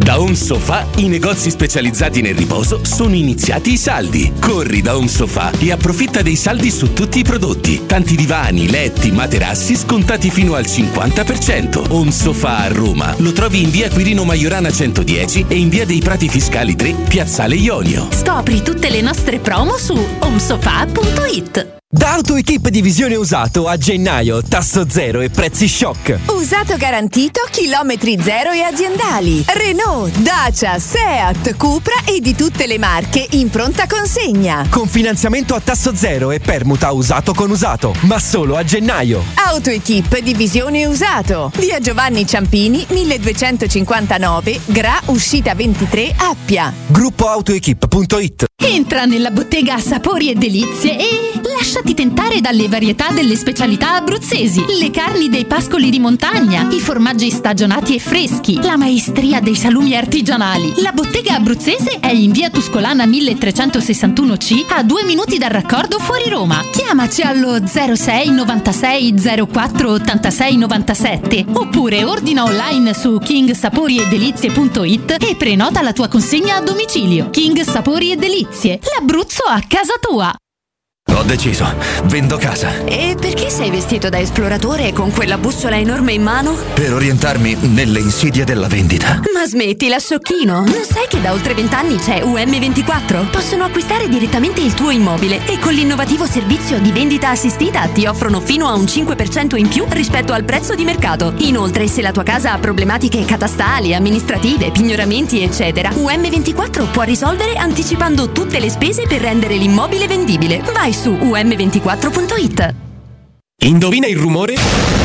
Da Home Sofa i negozi specializzati nel riposo sono iniziati i saldi. Corri da Home Sofa e approfitta dei saldi su tutti i prodotti. Tanti divani, letti, materassi scontati fino al cinquanta per cento. Home Sofa a Roma lo trovi in via Quirino Maiorana centodieci e in via dei Prati Fiscali tre, Piazzale Ionio. Scopri tutte le nostre promo su homesofa punto it. Da AutoEquip Divisione Usato a gennaio, tasso zero e prezzi shock. Usato garantito, chilometri zero e aziendali. Renault, Dacia, Seat, Cupra e di tutte le marche in pronta consegna. Con finanziamento a tasso zero e permuta usato con usato, ma solo a gennaio. AutoEquip Divisione Usato. Via Giovanni Ciampini, milleduecentocinquantanove, Gra, uscita ventitré, Appia. Gruppo autoequip punto it. Entra nella bottega Sapori e Delizie e lasciati tentare dalle varietà delle specialità abruzzesi, le carni dei pascoli di montagna, i formaggi stagionati e freschi, la maestria dei salumi artigianali. La bottega abruzzese è in via Tuscolana milletrecentosessantuno C, a due minuti dal raccordo fuori Roma. Chiamaci allo zero sei novantasei zero quattro ottantasei novantasette oppure ordina online su king sapori e delizie punto it e prenota la tua consegna a domicilio. King Sapori e Delizie, l'Abruzzo a casa tua. Ho deciso, vendo casa. E perché sei vestito da esploratore con quella bussola enorme in mano? Per orientarmi nelle insidie della vendita. Ma smettila, sciocchino! Non sai che da oltre vent'anni c'è U M ventiquattro? Possono acquistare direttamente il tuo immobile e con l'innovativo servizio di vendita assistita ti offrono fino a un cinque per cento in più rispetto al prezzo di mercato. Inoltre, se la tua casa ha problematiche catastali, amministrative, pignoramenti, eccetera, U M ventiquattro può risolvere anticipando tutte le spese per rendere l'immobile vendibile. Vai su u m ventiquattro punto it. Indovina il rumore?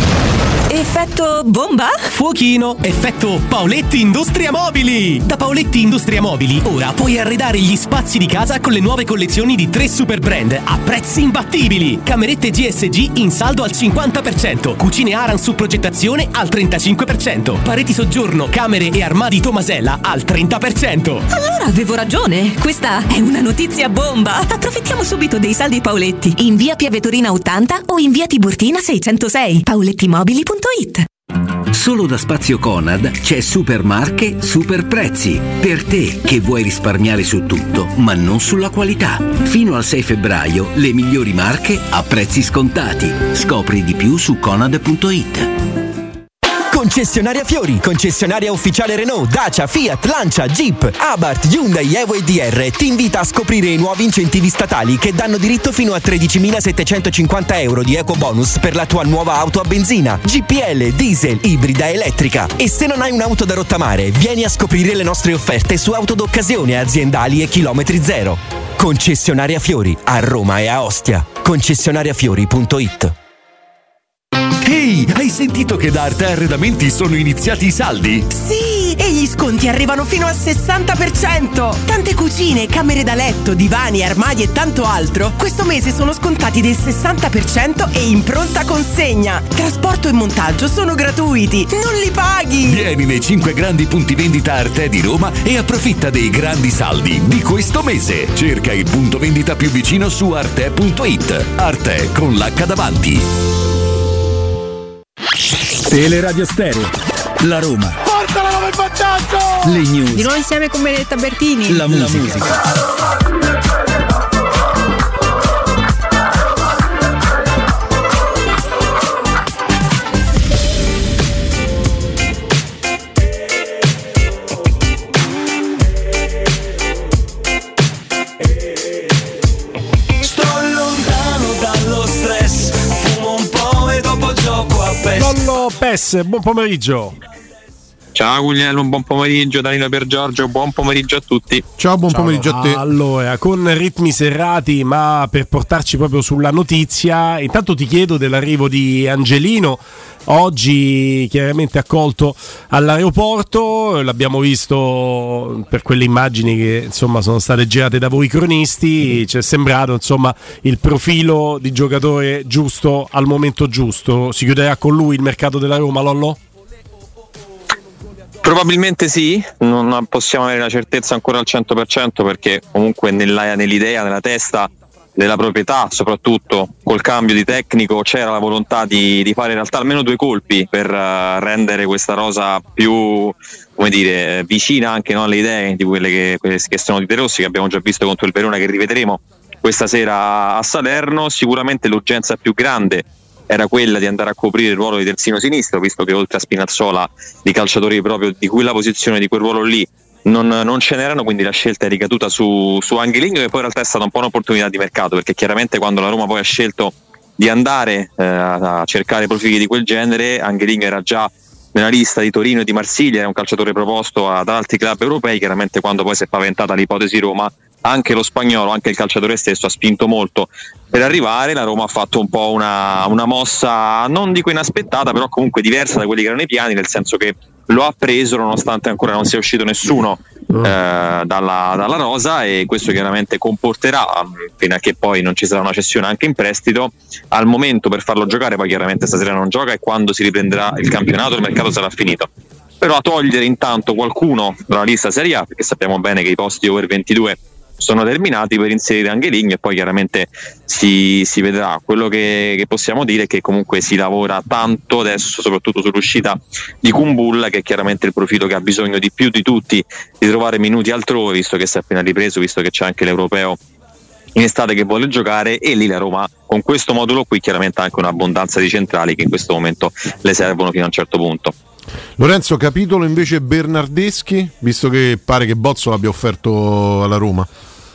Effetto bomba? Fuochino, effetto Paoletti Industria Mobili. Da Paoletti Industria Mobili ora puoi arredare gli spazi di casa con le nuove collezioni di tre super brand a prezzi imbattibili. Camerette G S G in saldo al cinquanta per cento, cucine Aran su progettazione al trentacinque per cento, pareti soggiorno, camere e armadi Tomasella al trenta per cento. Allora avevo ragione, questa è una notizia bomba. Approfittiamo subito dei saldi Paoletti in via Piavetorina ottanta o in via Tiburtina seicentosei. paolettimobili punto it. Solo da Spazio Conad c'è super marche, super prezzi. Per te che vuoi risparmiare su tutto, ma non sulla qualità. Fino al sei febbraio le migliori marche a prezzi scontati. Scopri di più su conad punto it. Concessionaria Fiori, concessionaria ufficiale Renault, Dacia, Fiat, Lancia, Jeep, Abarth, Hyundai, Evo e D R ti invita a scoprire i nuovi incentivi statali che danno diritto fino a tredicimilasettecentocinquanta euro di eco bonus per la tua nuova auto a benzina, G P L, diesel, ibrida elettrica. E se non hai un'auto da rottamare, vieni a scoprire le nostre offerte su auto d'occasione, aziendali e chilometri zero. Concessionaria Fiori a Roma e a Ostia. concessionariafiori punto it. Ehi, hai sentito che da Arte Arredamenti sono iniziati i saldi? Sì, e gli sconti arrivano fino al sessanta per cento. Tante cucine, camere da letto, divani, armadi e tanto altro questo mese sono scontati del sessanta per cento e in pronta consegna. Trasporto e montaggio sono gratuiti, non li paghi. Vieni nei cinque grandi punti vendita Arte di Roma e approfitta dei grandi saldi di questo mese. Cerca il punto vendita più vicino su arte punto it. Arte con l'H davanti. Teleradio Stereo, la Roma. Portala come vantaggio! Le news. Di nuovo insieme con Benedetta Bertini. La musica. La musica. Lollo Pes, buon pomeriggio. Ciao Guglielmo, buon pomeriggio. Danilo per Giorgio, buon pomeriggio a tutti. Ciao, buon Ciao, pomeriggio a te. Allora, con ritmi serrati, ma per portarci proprio sulla notizia, intanto ti chiedo dell'arrivo di Angelino, oggi chiaramente accolto all'aeroporto, l'abbiamo visto per quelle immagini che insomma sono state girate da voi cronisti, ci è sembrato insomma il profilo di giocatore giusto al momento giusto. Si chiuderà con lui il mercato della Roma, Lollo? Probabilmente sì, non possiamo avere la certezza ancora al cento per cento perché comunque nella, nell'idea, nella testa della proprietà, soprattutto col cambio di tecnico, c'era la volontà di, di fare in realtà almeno due colpi per uh, rendere questa rosa più come dire, vicina anche, no, alle idee di quelle che, che sono di De Rossi, che abbiamo già visto contro il Verona, che rivedremo questa sera a Salerno. Sicuramente l'urgenza più grande era quella di andare a coprire il ruolo di terzino sinistro, visto che oltre a Spinazzola di calciatori proprio di quella posizione, di quel ruolo lì, non, non ce n'erano, quindi la scelta è ricaduta su, su Angeligno, che poi in realtà è stata un po' un'opportunità di mercato, perché chiaramente quando la Roma poi ha scelto di andare eh, a cercare profili di quel genere, Angeligno era già nella lista di Torino e di Marsiglia, era un calciatore proposto ad altri club europei. Chiaramente quando poi si è paventata l'ipotesi Roma, anche lo spagnolo, anche il calciatore stesso ha spinto molto per arrivare. La Roma ha fatto un po' una, una mossa, non dico inaspettata, però comunque diversa da quelli che erano i piani, nel senso che lo ha preso nonostante ancora non sia uscito nessuno eh, dalla, dalla rosa, e questo chiaramente comporterà, fino a che poi non ci sarà una cessione anche in prestito, al momento per farlo giocare, poi chiaramente stasera non gioca, e quando si riprenderà il campionato il mercato sarà finito. Però a togliere intanto qualcuno dalla lista Serie A, perché sappiamo bene che i posti over ventidue sono terminati, per inserire Angeligno, e poi chiaramente si, si vedrà. Quello che, che possiamo dire è che comunque si lavora tanto adesso, soprattutto sull'uscita di Kumbulla, che è chiaramente il profilo che ha bisogno di più di tutti di trovare minuti altrove, visto che si è appena ripreso, visto che c'è anche l'Europeo in estate che vuole giocare, e lì la Roma con questo modulo qui chiaramente ha anche un'abbondanza di centrali che in questo momento le servono fino a un certo punto. Lorenzo, capitolo invece Bernardeschi, visto che pare che Bozzo l'abbia offerto alla Roma.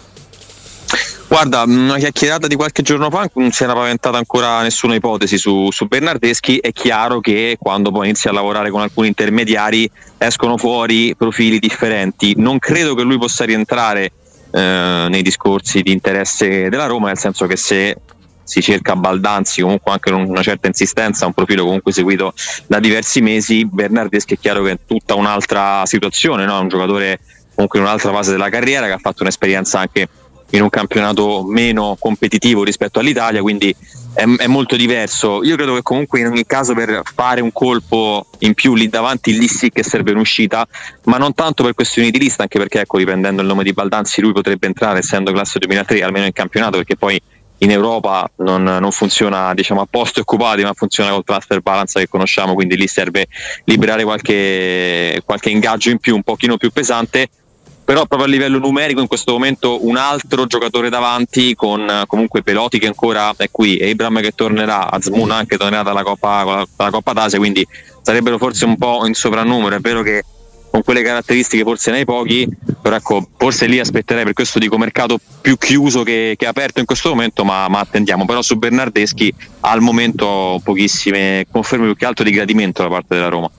Guarda, una chiacchierata di qualche giorno fa, non si era paventata ancora nessuna ipotesi su, su Bernardeschi. È chiaro che quando poi inizi a lavorare con alcuni intermediari escono fuori profili differenti. Non credo che lui possa rientrare eh, nei discorsi di interesse della Roma, nel senso che se si cerca Baldanzi, comunque anche con una certa insistenza, un profilo comunque seguito da diversi mesi, Bernardeschi è chiaro che è tutta un'altra situazione, no? È un giocatore comunque in un'altra fase della carriera, che ha fatto un'esperienza anche in un campionato meno competitivo rispetto all'Italia, quindi è, è molto diverso. Io credo che comunque in ogni caso per fare un colpo in più lì davanti, lì sì che serve un'uscita, ma non tanto per questioni di lista, anche perché ecco, riprendendo il nome di Baldanzi, lui potrebbe entrare essendo classe duemilatré almeno in campionato, perché poi in Europa non, non funziona, diciamo, a posti occupati, ma funziona col transfer balance che conosciamo, quindi lì serve liberare qualche, qualche ingaggio in più, un pochino più pesante. Però proprio a livello numerico in questo momento un altro giocatore davanti, con comunque Pelotti che ancora è qui, Abraham che tornerà, Azmoun anche tornerà dalla Coppa, dalla Coppa d'Asia, quindi sarebbero forse un po' in sovrannumero. È vero che con quelle caratteristiche forse ne hai pochi, però ecco, forse lì aspetterei, per questo dico mercato più chiuso che, che aperto in questo momento, ma, ma attendiamo. Però su Bernardeschi al momento pochissime conferme, più che altro di gradimento da parte della Roma.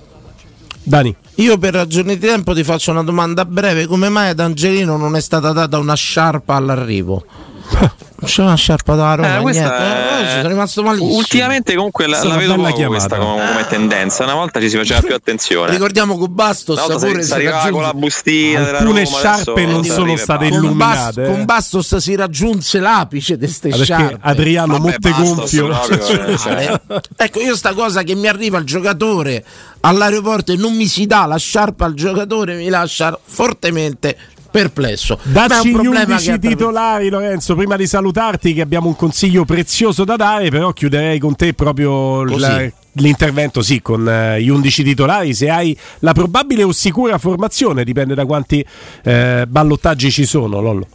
Dani. Io per ragioni di tempo ti faccio una domanda breve: come mai ad Angelino non è stata data una sciarpa all'arrivo? Non c'è una sciarpa da Roma, eh, niente. È... Eh, sono rimasto malissimo. Ultimamente comunque la, la vedo poco questa come, come tendenza. Una volta ci si faceva più attenzione. Ricordiamo che Bastos pure si arrivava con la bustina della alcune Roma, sciarpe non sono state illuminate. Con, con Bastos si raggiunse l'apice di ste sciarpe. Adriano Montegonfio. eh, ecco, io sta cosa che mi arriva il giocatore all'aeroporto e non mi si dà la sciarpa al giocatore mi lascia fortemente perplesso. Dacci gli undici titolari, Lorenzo, prima di salutarti, che abbiamo un consiglio prezioso da dare, però chiuderei con te proprio la, l'intervento, sì, con uh, gli undici titolari. Se hai la probabile o sicura formazione, dipende da quanti eh, ballottaggi ci sono, Lollo.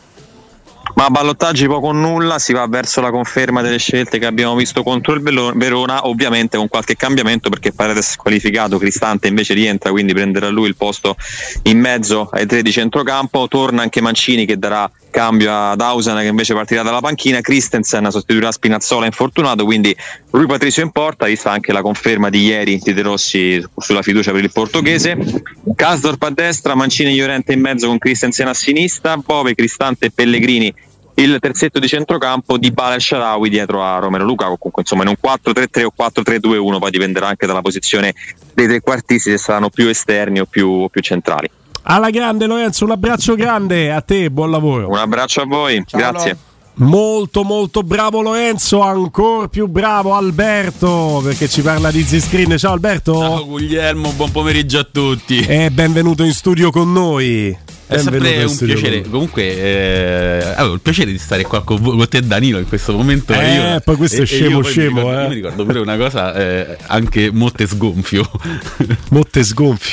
Ma ballottaggi poco o nulla, si va verso la conferma delle scelte che abbiamo visto contro il Verona, ovviamente con qualche cambiamento, perché Paredes squalificato, Cristante invece rientra, quindi prenderà lui il posto in mezzo ai tre di centrocampo. Torna anche Mancini che darà cambio ad Ausen, che invece partirà dalla panchina. Christensen sostituirà Spinazzola infortunato, quindi Rui Patricio in porta, vista anche la conferma di ieri di De Rossi sulla fiducia per il portoghese. Karsdorp a destra, Mancini e Llorente in mezzo con Christensen a sinistra, Bove, Cristante e Pellegrini il terzetto di centrocampo, Dybala e Shaarawy dietro a Romelu Lukaku. Comunque insomma in un quattro tre tre o quattro tre due uno, poi dipenderà anche dalla posizione dei trequartisti, se saranno più esterni o più, o più centrali. Alla grande Lorenzo, un abbraccio grande a te, buon lavoro. Un abbraccio a voi. Ciao, grazie. No. Molto molto bravo Lorenzo, ancora più bravo Alberto, perché ci parla di Z-Screen. Ciao Alberto. Ciao Guglielmo, buon pomeriggio a tutti. E benvenuto in studio con noi. È sempre un piacere. Comunque eh, avevo il piacere di stare qua con, con te, Danilo, in questo momento. Eh, io, poi questo e, è scemo io scemo. Mi ricordo, eh. io mi ricordo pure una cosa, eh, anche motte sgonfio. Motte sgonfio.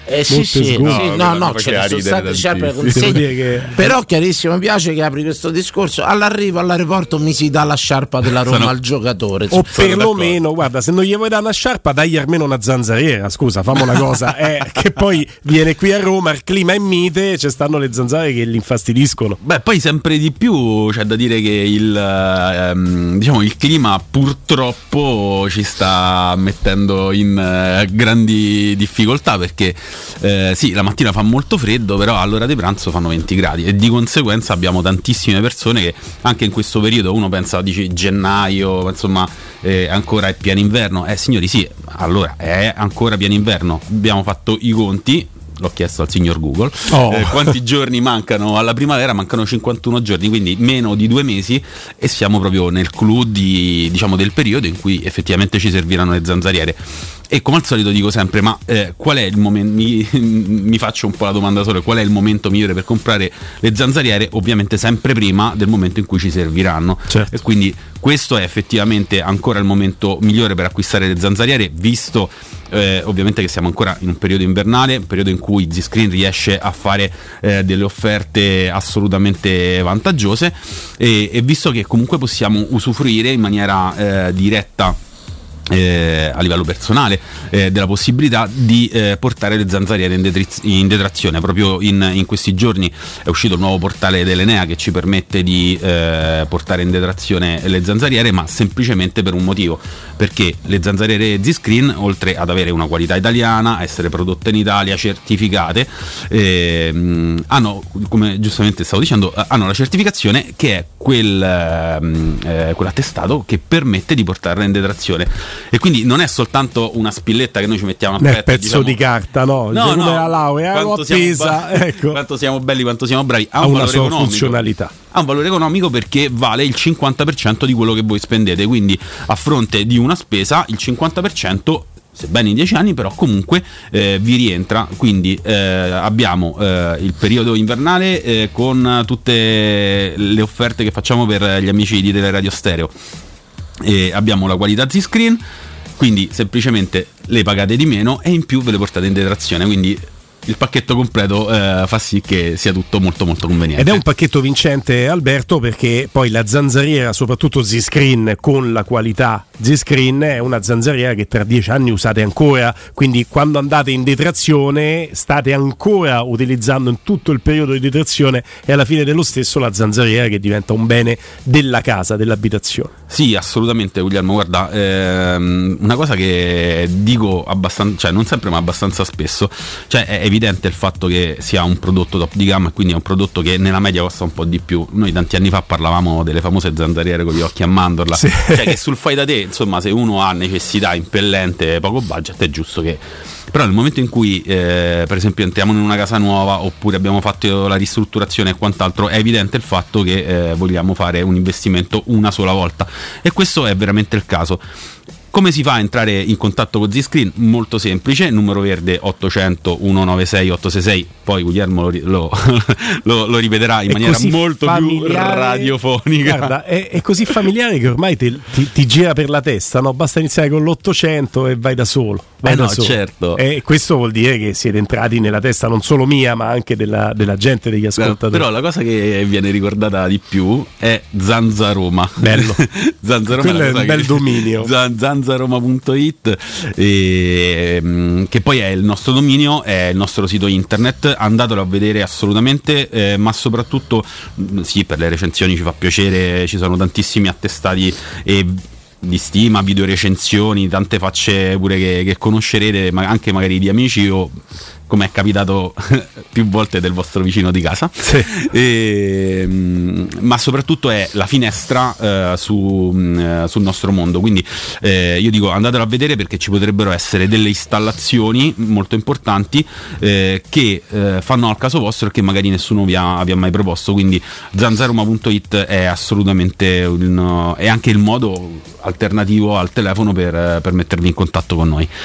Eh sì, sì, sì, no, no, no, ce ne sono state sciarpe consegna. Che... Però chiarissimo, mi piace che apri questo discorso. All'arrivo all'aeroporto mi si dà la sciarpa della Roma sono... al giocatore. O perlomeno, guarda, se non gli vuoi dare una sciarpa, dagli almeno una zanzariera. Scusa, fammi una cosa, è che poi viene qui a Roma, il clima è mite, ci stanno le zanzare che gli infastidiscono. Beh, poi sempre di più c'è da dire che il ehm, diciamo il clima purtroppo ci sta mettendo in eh, grandi difficoltà, perché Eh, sì, la mattina fa molto freddo, però all'ora di pranzo fanno venti gradi e di conseguenza abbiamo tantissime persone che anche in questo periodo uno pensa, dice gennaio, insomma eh, ancora è pieno inverno. Eh signori sì, allora è ancora pieno inverno. Abbiamo fatto i conti, l'ho chiesto al signor Google, oh. eh, quanti giorni mancano alla primavera? Mancano cinquantuno giorni, quindi meno di due mesi, e siamo proprio nel clou di, diciamo, del periodo in cui effettivamente ci serviranno le zanzariere. E come al solito dico sempre, ma eh, qual è il momento, mi, mi faccio un po' la domanda solo, qual è il momento migliore per comprare le zanzariere? Ovviamente sempre prima del momento in cui ci serviranno, certo. E quindi questo è effettivamente ancora il momento migliore per acquistare le zanzariere, visto eh, ovviamente che siamo ancora in un periodo invernale, un periodo in cui Ziscreen riesce a fare eh, delle offerte assolutamente vantaggiose, e, e visto che comunque possiamo usufruire in maniera eh, diretta Eh, a livello personale eh, della possibilità di eh, portare le zanzariere in, detriz- in detrazione. Proprio in, in questi giorni è uscito il nuovo portale dell'Enea che ci permette di eh, portare in detrazione le zanzariere, ma semplicemente per un motivo, perché le zanzariere Ziscreen, oltre ad avere una qualità italiana, essere prodotte in Italia, certificate, eh, hanno, come giustamente stavo dicendo, hanno la certificazione che è quel, eh, quell'attestato che permette di portarla in detrazione. E quindi non è soltanto una spilletta che noi ci mettiamo a petto, petto, pezzo diciamo, di carta, no, no, no, la laurea l'ho appesa, siamo, ecco. Quanto siamo belli, quanto siamo bravi, ha, ha un una valore sua economico, funzionalità, ha un valore economico perché vale il cinquanta per cento di quello che voi spendete, quindi a fronte di una spesa il cinquanta per cento, sebbene in dieci anni, però comunque eh, vi rientra. Quindi eh, abbiamo eh, il periodo invernale eh, con tutte le offerte che facciamo per gli amici di Teleradio Stereo, e abbiamo la qualità Ziscreen, quindi semplicemente le pagate di meno e in più ve le portate in detrazione, quindi il pacchetto completo eh, fa sì che sia tutto molto molto conveniente. Ed è un pacchetto vincente, Alberto, perché poi la zanzariera, soprattutto Ziscreen con la qualità Ziscreen, è una zanzariera che tra dieci anni usate ancora, quindi quando andate in detrazione state ancora utilizzando in tutto il periodo di detrazione, e alla fine dello stesso la zanzariera che diventa un bene della casa, dell'abitazione. Sì, assolutamente, Guglielmo. Guarda, ehm, una cosa che dico abbastanza, cioè non sempre ma abbastanza spesso, cioè è evidente il fatto che sia un prodotto top di gamma, e quindi è un prodotto che nella media costa un po' di più. Noi tanti anni fa parlavamo delle famose zanzariere con gli occhi a mandorla, sì. Cioè che sul fai da te, insomma, se uno ha necessità impellente, poco budget, è giusto che... Però nel momento in cui eh, per esempio entriamo in una casa nuova, oppure abbiamo fatto la ristrutturazione e quant'altro, è evidente il fatto che eh, vogliamo fare un investimento una sola volta, e questo è veramente il caso. Come si fa a entrare in contatto con Ziscreen? Molto semplice, numero verde ottocento centonovantasei ottocentosessantasei, poi Guglielmo lo, lo, lo, lo ripeterà in è maniera molto più radiofonica. Guarda, è, è così familiare che ormai ti, ti, ti gira per la testa, no? Basta iniziare con l'ottocento e vai da solo. Vai eh da no, solo. Certo. E questo vuol dire che siete entrati nella testa non solo mia, ma anche della, della gente, degli ascoltatori. Però la cosa che viene ricordata di più è Zanzaroma. Bello. Zanzaroma quello è un bel dominio. Zan, zanzaroma punto it, e, che poi è il nostro dominio, è il nostro sito internet. Andatelo a vedere assolutamente, eh, ma soprattutto sì, per le recensioni ci fa piacere, ci sono tantissimi attestati e di stima, video recensioni, tante facce pure che, che conoscerete, ma anche magari di amici o, come è capitato più volte, del vostro vicino di casa, sì. e, ma soprattutto è la finestra eh, su, eh, sul nostro mondo. Quindi eh, io dico, andatelo a vedere, perché ci potrebbero essere delle installazioni molto importanti eh, che eh, fanno al caso vostro e che magari nessuno vi ha, vi ha mai proposto. Quindi zanzaroma punto it è assolutamente un, è anche il modo alternativo al telefono per, per mettervi in contatto con noi.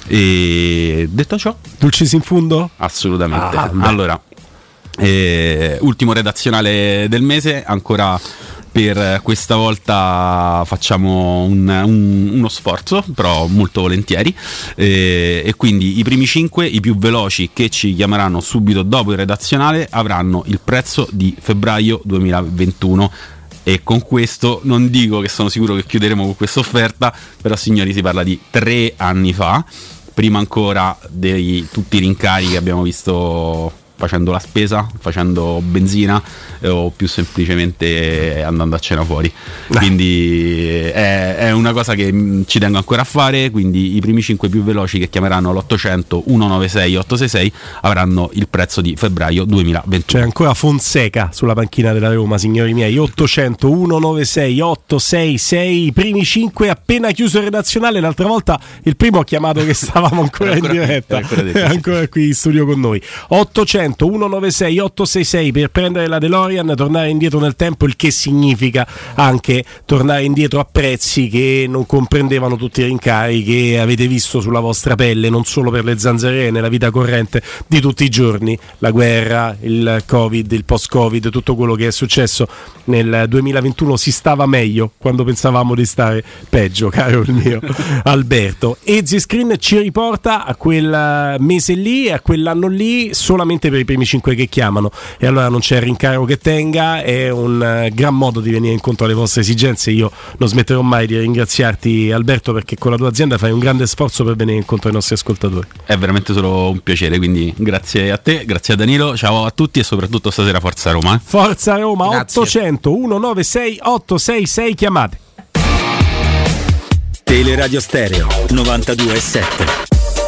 E detto ciò, Dulcis in fundo? Assolutamente. Ah, allora, eh, ultimo redazionale del mese, ancora per questa volta facciamo un, un, uno sforzo, però molto volentieri, eh, e quindi i primi cinque, i più veloci che ci chiameranno subito dopo il redazionale, avranno il prezzo di febbraio duemilaventuno. E con questo non dico che sono sicuro che chiuderemo con questa offerta, però signori si parla di tre anni fa, prima ancora di tutti i rincari che abbiamo visto facendo la spesa, facendo benzina eh, o più semplicemente andando a cena fuori. Quindi è, è una cosa che mh, ci tengo ancora a fare, quindi i primi cinque più veloci che chiameranno l'ottocento centonovantasei ottocentosessantasei avranno il prezzo di febbraio duemilaventuno. C'è ancora Fonseca sulla panchina della Roma, signori miei. Ottocento centonovantasei ottocentosessantasei, i primi cinque appena chiuso il redazionale. L'altra volta il primo ha chiamato che stavamo ancora, ancora in diretta, è ancora, detto, è ancora qui in studio con noi. Ottocento centonovantasei ottocentosessantasei per prendere la DeLorean, tornare indietro nel tempo, il che significa anche tornare indietro a prezzi che non comprendevano tutti i rincari che avete visto sulla vostra pelle, non solo per le zanzare, nella vita corrente di tutti i giorni, la guerra, il Covid, il post-Covid, tutto quello che è successo nel duemilaventuno. Si stava meglio quando pensavamo di stare peggio, caro il mio Alberto. E Z-Screen ci riporta a quel mese lì, a quell'anno lì, solamente per i primi cinque che chiamano, e allora non c'è rincaro che tenga. È un uh, gran modo di venire incontro alle vostre esigenze. Io non smetterò mai di ringraziarti, Alberto, perché con la tua azienda fai un grande sforzo per venire incontro ai nostri ascoltatori. È veramente solo un piacere, quindi grazie a te, grazie a Danilo, ciao a tutti e soprattutto stasera Forza Roma. eh. Forza Roma. Grazie. Ottocento centonovantasei ottocentosessantasei, chiamate. Teleradio Stereo novantadue e sette.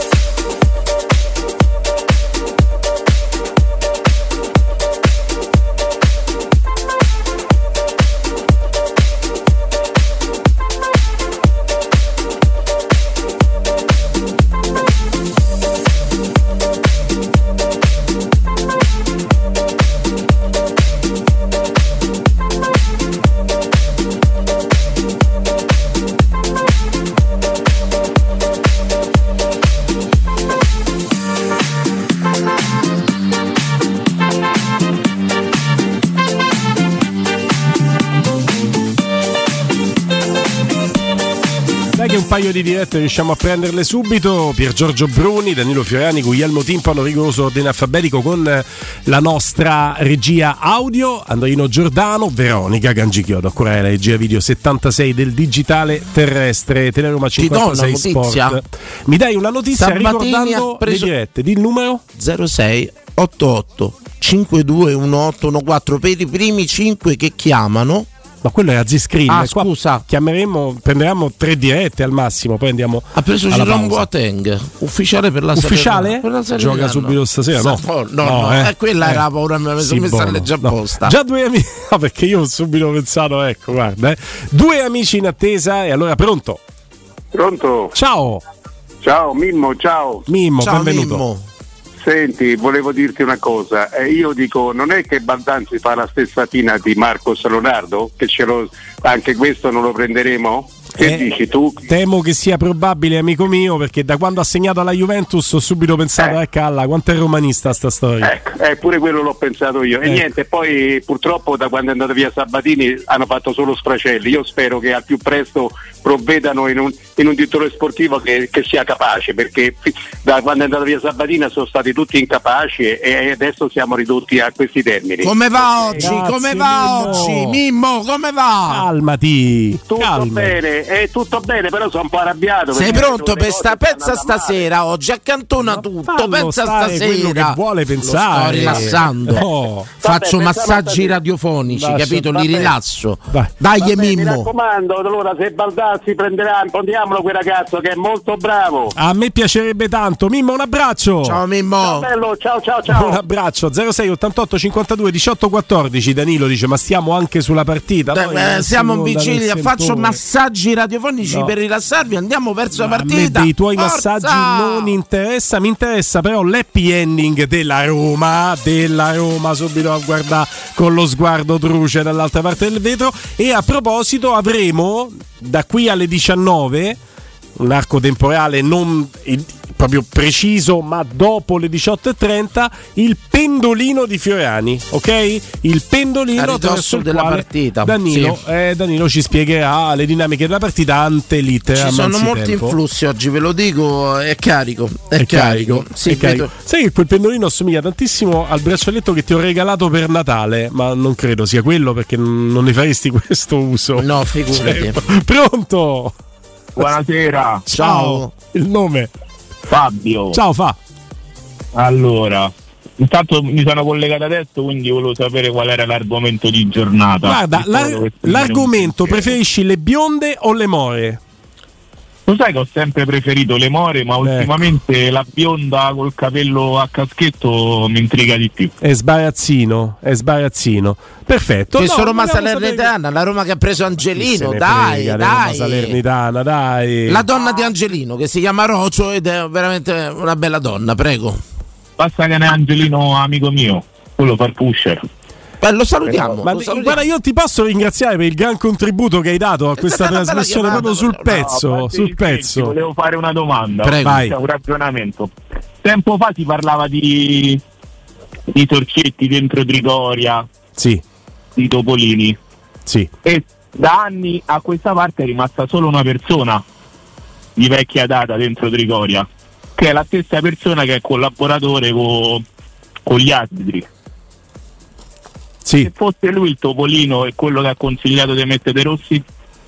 Un paio di dirette riusciamo a prenderle subito. Pier Giorgio Bruni, Danilo Fiorani, Guglielmo Timpano, rigoroso ordine alfabetico con la nostra regia audio, Andrino Giordano, Veronica Gangichiodo, ancora la regia video settantasei del digitale terrestre, Teleroma cinquantasei Sport. Mi dai una notizia Sabatini ricordando preso... le dirette, di il numero zero sei ottantotto cinquantadue diciotto quattordici per i primi cinque che chiamano. Ma quello era Z-Screen. Ah, qua scusa. Chiameremo, prenderemo tre dirette al massimo, poi andiamo. Ha preso Jerome Boateng, ufficiale per la Ufficiale? Per la Gioca subito stasera, no? No, no, no, no. Eh. Eh, quella eh. era paura, mi aveva messo a leggere apposta. Già due amici, no, perché io ho subito pensato, ecco, guarda, eh. due amici in attesa, e allora pronto? Pronto? Ciao. Ciao Mimmo, ciao. Mimmo, ciao, benvenuto. Mimmo. Senti, volevo dirti una cosa, eh, io dico, non è che Baldanzi fa la stessa fine di Marcos Leonardo? Che ce lo, anche questo non lo prenderemo? Che eh, dici tu? Temo che sia probabile, amico mio, perché da quando ha segnato alla Juventus ho subito pensato, eh, calla, quanto è romanista sta storia. Ecco, eh, pure quello l'ho pensato io. E eh. niente, poi purtroppo da quando è andato via Sabatini hanno fatto solo sfracelli. Io spero che al più presto provvedano in un, in un direttore sportivo che, che sia capace, perché da quando è andato via Sabatini sono stati tutti incapaci e, e adesso siamo ridotti a questi termini. Come va oggi? Grazie, come va Mimmo. oggi? Mimmo, come va? Calmati. Tutto calma. bene, è tutto bene, però sono un po' arrabbiato. Sei pronto per sta? Pensa stasera oggi, accantona tutto, pensa stasera. Che vuole pensare. Lo sto rilassando. No. Faccio Vabbè, massaggi radiofonici, Lascia, capito? vabbè. Li rilasso. Vai. Dai, Vabbè, mi Mimmo. raccomando, allora se Baldazzi prenderà, prendiamolo quel ragazzo che è molto bravo. A me piacerebbe tanto. Mimmo, un abbraccio. Ciao Mimmo. Ciao bello, ciao ciao ciao. Un abbraccio. zero sei ottantotto cinquantadue diciotto quattordici. Danilo dice, ma stiamo anche sulla partita. Eh, eh, siamo in vigilia, faccio massaggi radiofonici no. per rilassarvi, andiamo verso ma la partita. A me dei tuoi Forza! massaggi non interessa, mi interessa però l'happy ending della Roma, della Roma, subito a guardare con lo sguardo truce dall'altra parte del vetro. E a proposito avremo da qui alle diciannove un arco temporale non il, proprio preciso, ma dopo le diciotto e trenta, il pendolino di Fiorani, ok? Il pendolino attraverso il della quale partita. Danilo, Sì. eh, Danilo ci spiegherà le dinamiche della partita ante litteram. Ci sono molti tempo. influssi oggi, ve lo dico, è carico, è, È carico. carico, Sì, è carico. vedo- Sai che quel pendolino assomiglia tantissimo al braccialetto che ti ho regalato per Natale, ma non credo sia quello, perché non ne faresti questo uso. No, figurati. Cioè, pronto? Buonasera. Ciao. Il nome? Fabio. Ciao Fa. Allora, intanto mi sono collegato adesso, quindi volevo sapere qual era l'argomento di giornata. Guarda, E poi l'ar- volevo esprimere un l'argomento, pensiero. preferisci le bionde o le more? Lo sai che ho sempre preferito le more, ma ultimamente la bionda col capello a caschetto mi intriga di più. È sbarazzino, è sbarazzino. Perfetto. Questo no, Roma vogliamo Salernitana, la Roma che ha preso sapere- Chi se Angelino, ne dai, frega di Roma dai. Salernitana, dai. La donna di Angelino che si chiama Rocio ed è veramente una bella donna, prego. Basta che ne è Angelino amico mio, quello far pusher. Beh, lo salutiamo. Ma lo di- salutiamo. guarda, io ti posso ringraziare per il gran contributo che hai dato a questa stata una bella trasmissione, chiamata, proprio sul però. pezzo, No, a parte sul gli scherzi, pezzo. volevo fare una domanda, Prego. Vai. un ragionamento. Tempo fa si parlava di, di Torcetti dentro Trigoria, Sì. di Topolini. Sì. E da anni a questa parte è rimasta solo una persona di vecchia data dentro Trigoria, che è la stessa persona che è collaboratore co- con gli arbitri. Sì. Se fosse lui il Topolino e quello che ha consigliato di mettere De Rossi,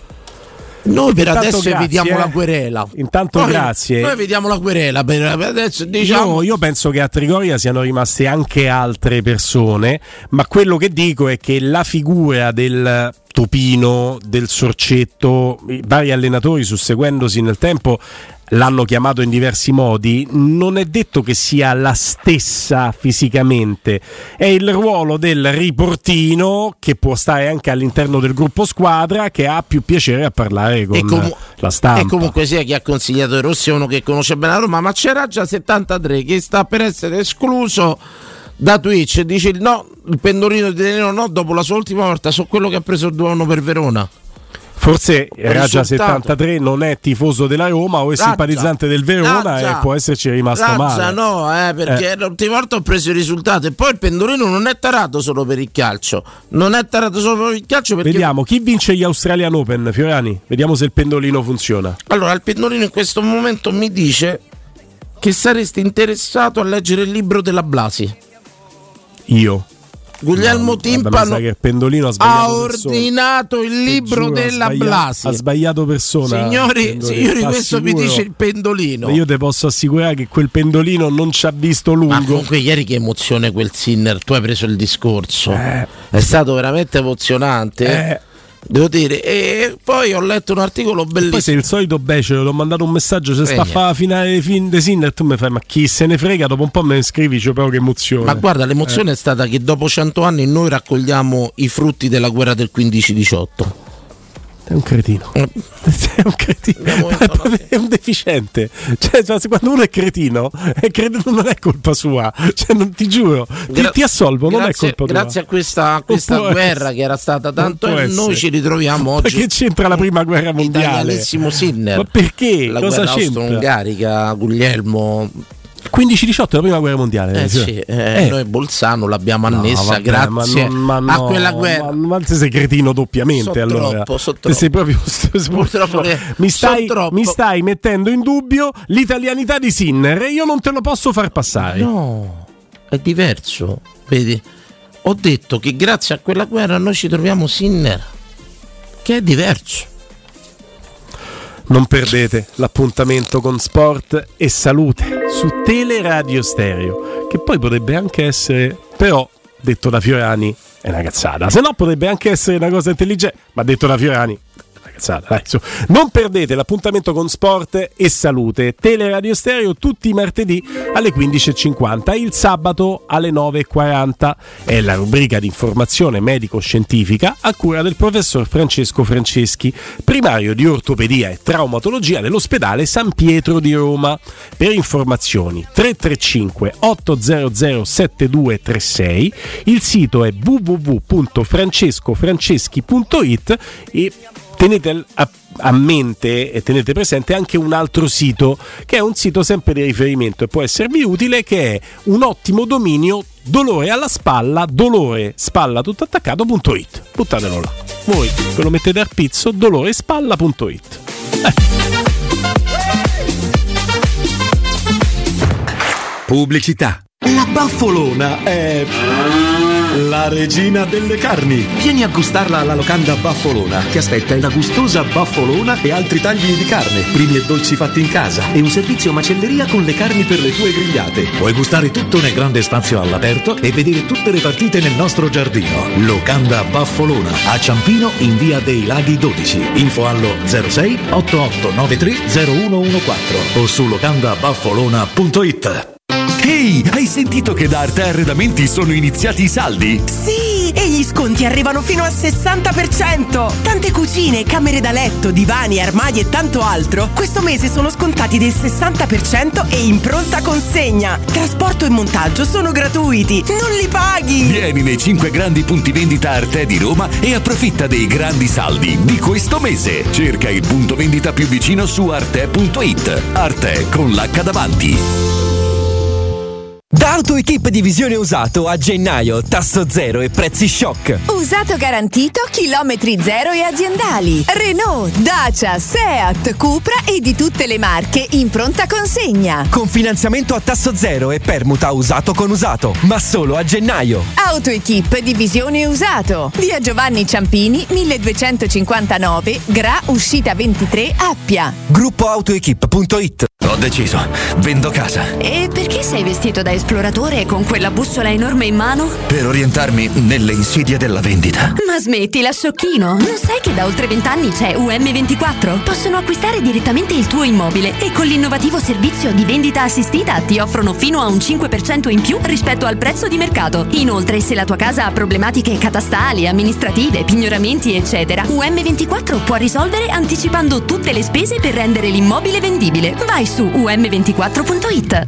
Noi per Intanto adesso grazie, evitiamo eh. la querela. Intanto Noi- grazie. Noi vediamo la querela per per adesso, diciamo. Io, io penso che a Trigoria siano rimaste anche altre persone, ma quello che dico è che la figura del Topino, del Sorcetto, i vari allenatori susseguendosi nel tempo l'hanno chiamato in diversi modi, non è detto che sia la stessa fisicamente, è il ruolo del riportino che può stare anche all'interno del gruppo squadra, che ha più piacere a parlare con E comu- la stampa. E comunque sia chi ha consigliato De Rossi è uno che conosce bene la Roma, ma c'era già settantatré che sta per essere escluso da Twitch e dice no, il pendolino di Danilo no, dopo la sua ultima volta, so quello che ha preso il due a uno per Verona. Forse Raja Risultato. settantatré non è tifoso della Roma o è Raja. simpatizzante del Verona Raja. e può esserci rimasto Razza male. no, eh, perché Eh. l'ultima volta ho preso il risultato e poi il pendolino non è tarato solo per il calcio, non è tarato solo per il calcio perché Vediamo chi vince gli Australian Open, Fiorani. Vediamo se il pendolino funziona. allora il pendolino in questo momento mi dice che saresti interessato a leggere il libro della Blasi. Io. Guglielmo Vabbè, mi Timpano sa che il pendolino ha ha sbagliato persona. ordinato il Ti libro giuro, ha della sbagliato- Blasi. Ha sbagliato persona. Signori, Pendolino. signori, Ti questo mi assicuro. dice il pendolino. Io ti posso assicurare che quel pendolino non ci ha visto lungo. Ma comunque ieri che emozione quel Sinner, tu hai preso il discorso. Eh. È stato veramente emozionante. Eh. Devo dire, e poi ho letto un articolo Poi sei bellissimo. il solito becero, ti ho mandato un messaggio, se sta a Segna. fare la finale fin de Sinner, tu mi fai ma chi se ne frega, dopo un po' me ne scrivi, cioè però che emozione. Ma guarda, l'emozione Eh. è stata che dopo cento anni noi raccogliamo i frutti della guerra del quindici diciotto. È un cretino. Mm. È un cretino. È un deficiente. Cioè, cioè, se quando uno è cretino, è cretino non è colpa sua. Cioè, non, ti giuro, ti, Gra- ti assolvo, non è grazie, colpa tua. grazie a questa, a questa Non può guerra essere. che era stata tanto Non può e noi essere. ci ritroviamo oggi. Ma che c'entra la prima guerra mondiale? Italianissimo Sinner. Ma perché? La Cosa guerra c'entra? austro-ungarica, Guglielmo. quindici diciotto è la prima guerra mondiale. Eh cioè. sì, eh, Eh. noi Bolzano l'abbiamo annessa No, vabbè, grazie ma non- ma a no, quella guerra. Ma, ma te sei cretino doppiamente. So allora troppo, so Te troppo. sei proprio Purtroppo che- mi, so stai, troppo. mi stai mettendo in dubbio l'italianità di Sinner e io non te lo posso far passare. No, è diverso. Vedi, ho detto che grazie a quella guerra noi ci troviamo Sinner, che è diverso. Non perdete l'appuntamento con Sport e Salute su Teleradio Stereo, che poi potrebbe anche essere, però, detto da Fiorani, è una cazzata. Se no potrebbe anche essere una cosa intelligente, ma detto da Fiorani, è una cazzata. Dai, su. Non perdete l'appuntamento con Sport e Salute, Teleradio Stereo tutti i martedì alle quindici e cinquanta, il sabato alle nove e quaranta. È la rubrica di informazione medico-scientifica a cura del professor Francesco Franceschi, primario di ortopedia e traumatologia dell'ospedale San Pietro di Roma. Per informazioni tre tre cinque otto zero zero sette due tre sei, il sito è w w w punto francescofranceschi punto it e tenete a, a mente e tenete presente anche un altro sito, che è un sito sempre di riferimento e può esservi utile, che è un ottimo dominio: dolore alla spalla, dolore spalla tutto attaccato punto it. Buttatelo là, voi ve lo mettete al pizzo, dolorespalla punto it. eh. Pubblicità. La Baffolona è la regina delle carni. Vieni a gustarla alla locanda Baffolona. Ti aspetta una gustosa baffolona e altri tagli di carne, primi e dolci fatti in casa e un servizio macelleria con le carni per le tue grigliate. Puoi gustare tutto nel grande spazio all'aperto e vedere tutte le partite nel nostro giardino. Locanda Baffolona a Ciampino in via dei Laghi dodici. Info allo zero sei otto otto nove tre zero uno uno quattro o su locanda baffolona punto it. Ehi, hai sentito che da Arte Arredamenti sono iniziati i saldi? Sì, e gli sconti arrivano fino al sessanta per cento. Tante cucine, camere da letto, divani, armadi e tanto altro questo mese sono scontati del sessanta per cento e in pronta consegna. Trasporto e montaggio sono gratuiti, non li paghi. Vieni nei cinque grandi punti vendita Arte di Roma e approfitta dei grandi saldi di questo mese. Cerca il punto vendita più vicino su arte punto it. Arte con l'H davanti. Da AutoEquip Divisione Usato a gennaio, tasso zero e prezzi shock. Usato garantito, chilometri zero e aziendali. Renault, Dacia, Seat, Cupra e di tutte le marche in pronta consegna. Con finanziamento a tasso zero e permuta usato con usato, ma solo a gennaio. AutoEquip Divisione Usato. Via Giovanni Ciampini, milleduecentocinquantanove, Gra, uscita ventitré, Appia. Gruppo autoequip punto it. Ho deciso, vendo casa. E perché sei vestito da esploratore con quella bussola enorme in mano? Per orientarmi nelle insidie della vendita. Ma smettila, sciocchino! Non sai che da oltre vent'anni c'è U M ventiquattro? Possono acquistare direttamente il tuo immobile e con l'innovativo servizio di vendita assistita ti offrono fino a un cinque per cento in più rispetto al prezzo di mercato. Inoltre, se la tua casa ha problematiche catastali, amministrative, pignoramenti, eccetera, U M ventiquattro può risolvere anticipando tutte le spese per rendere l'immobile vendibile. Vai su U M ventiquattro punto it.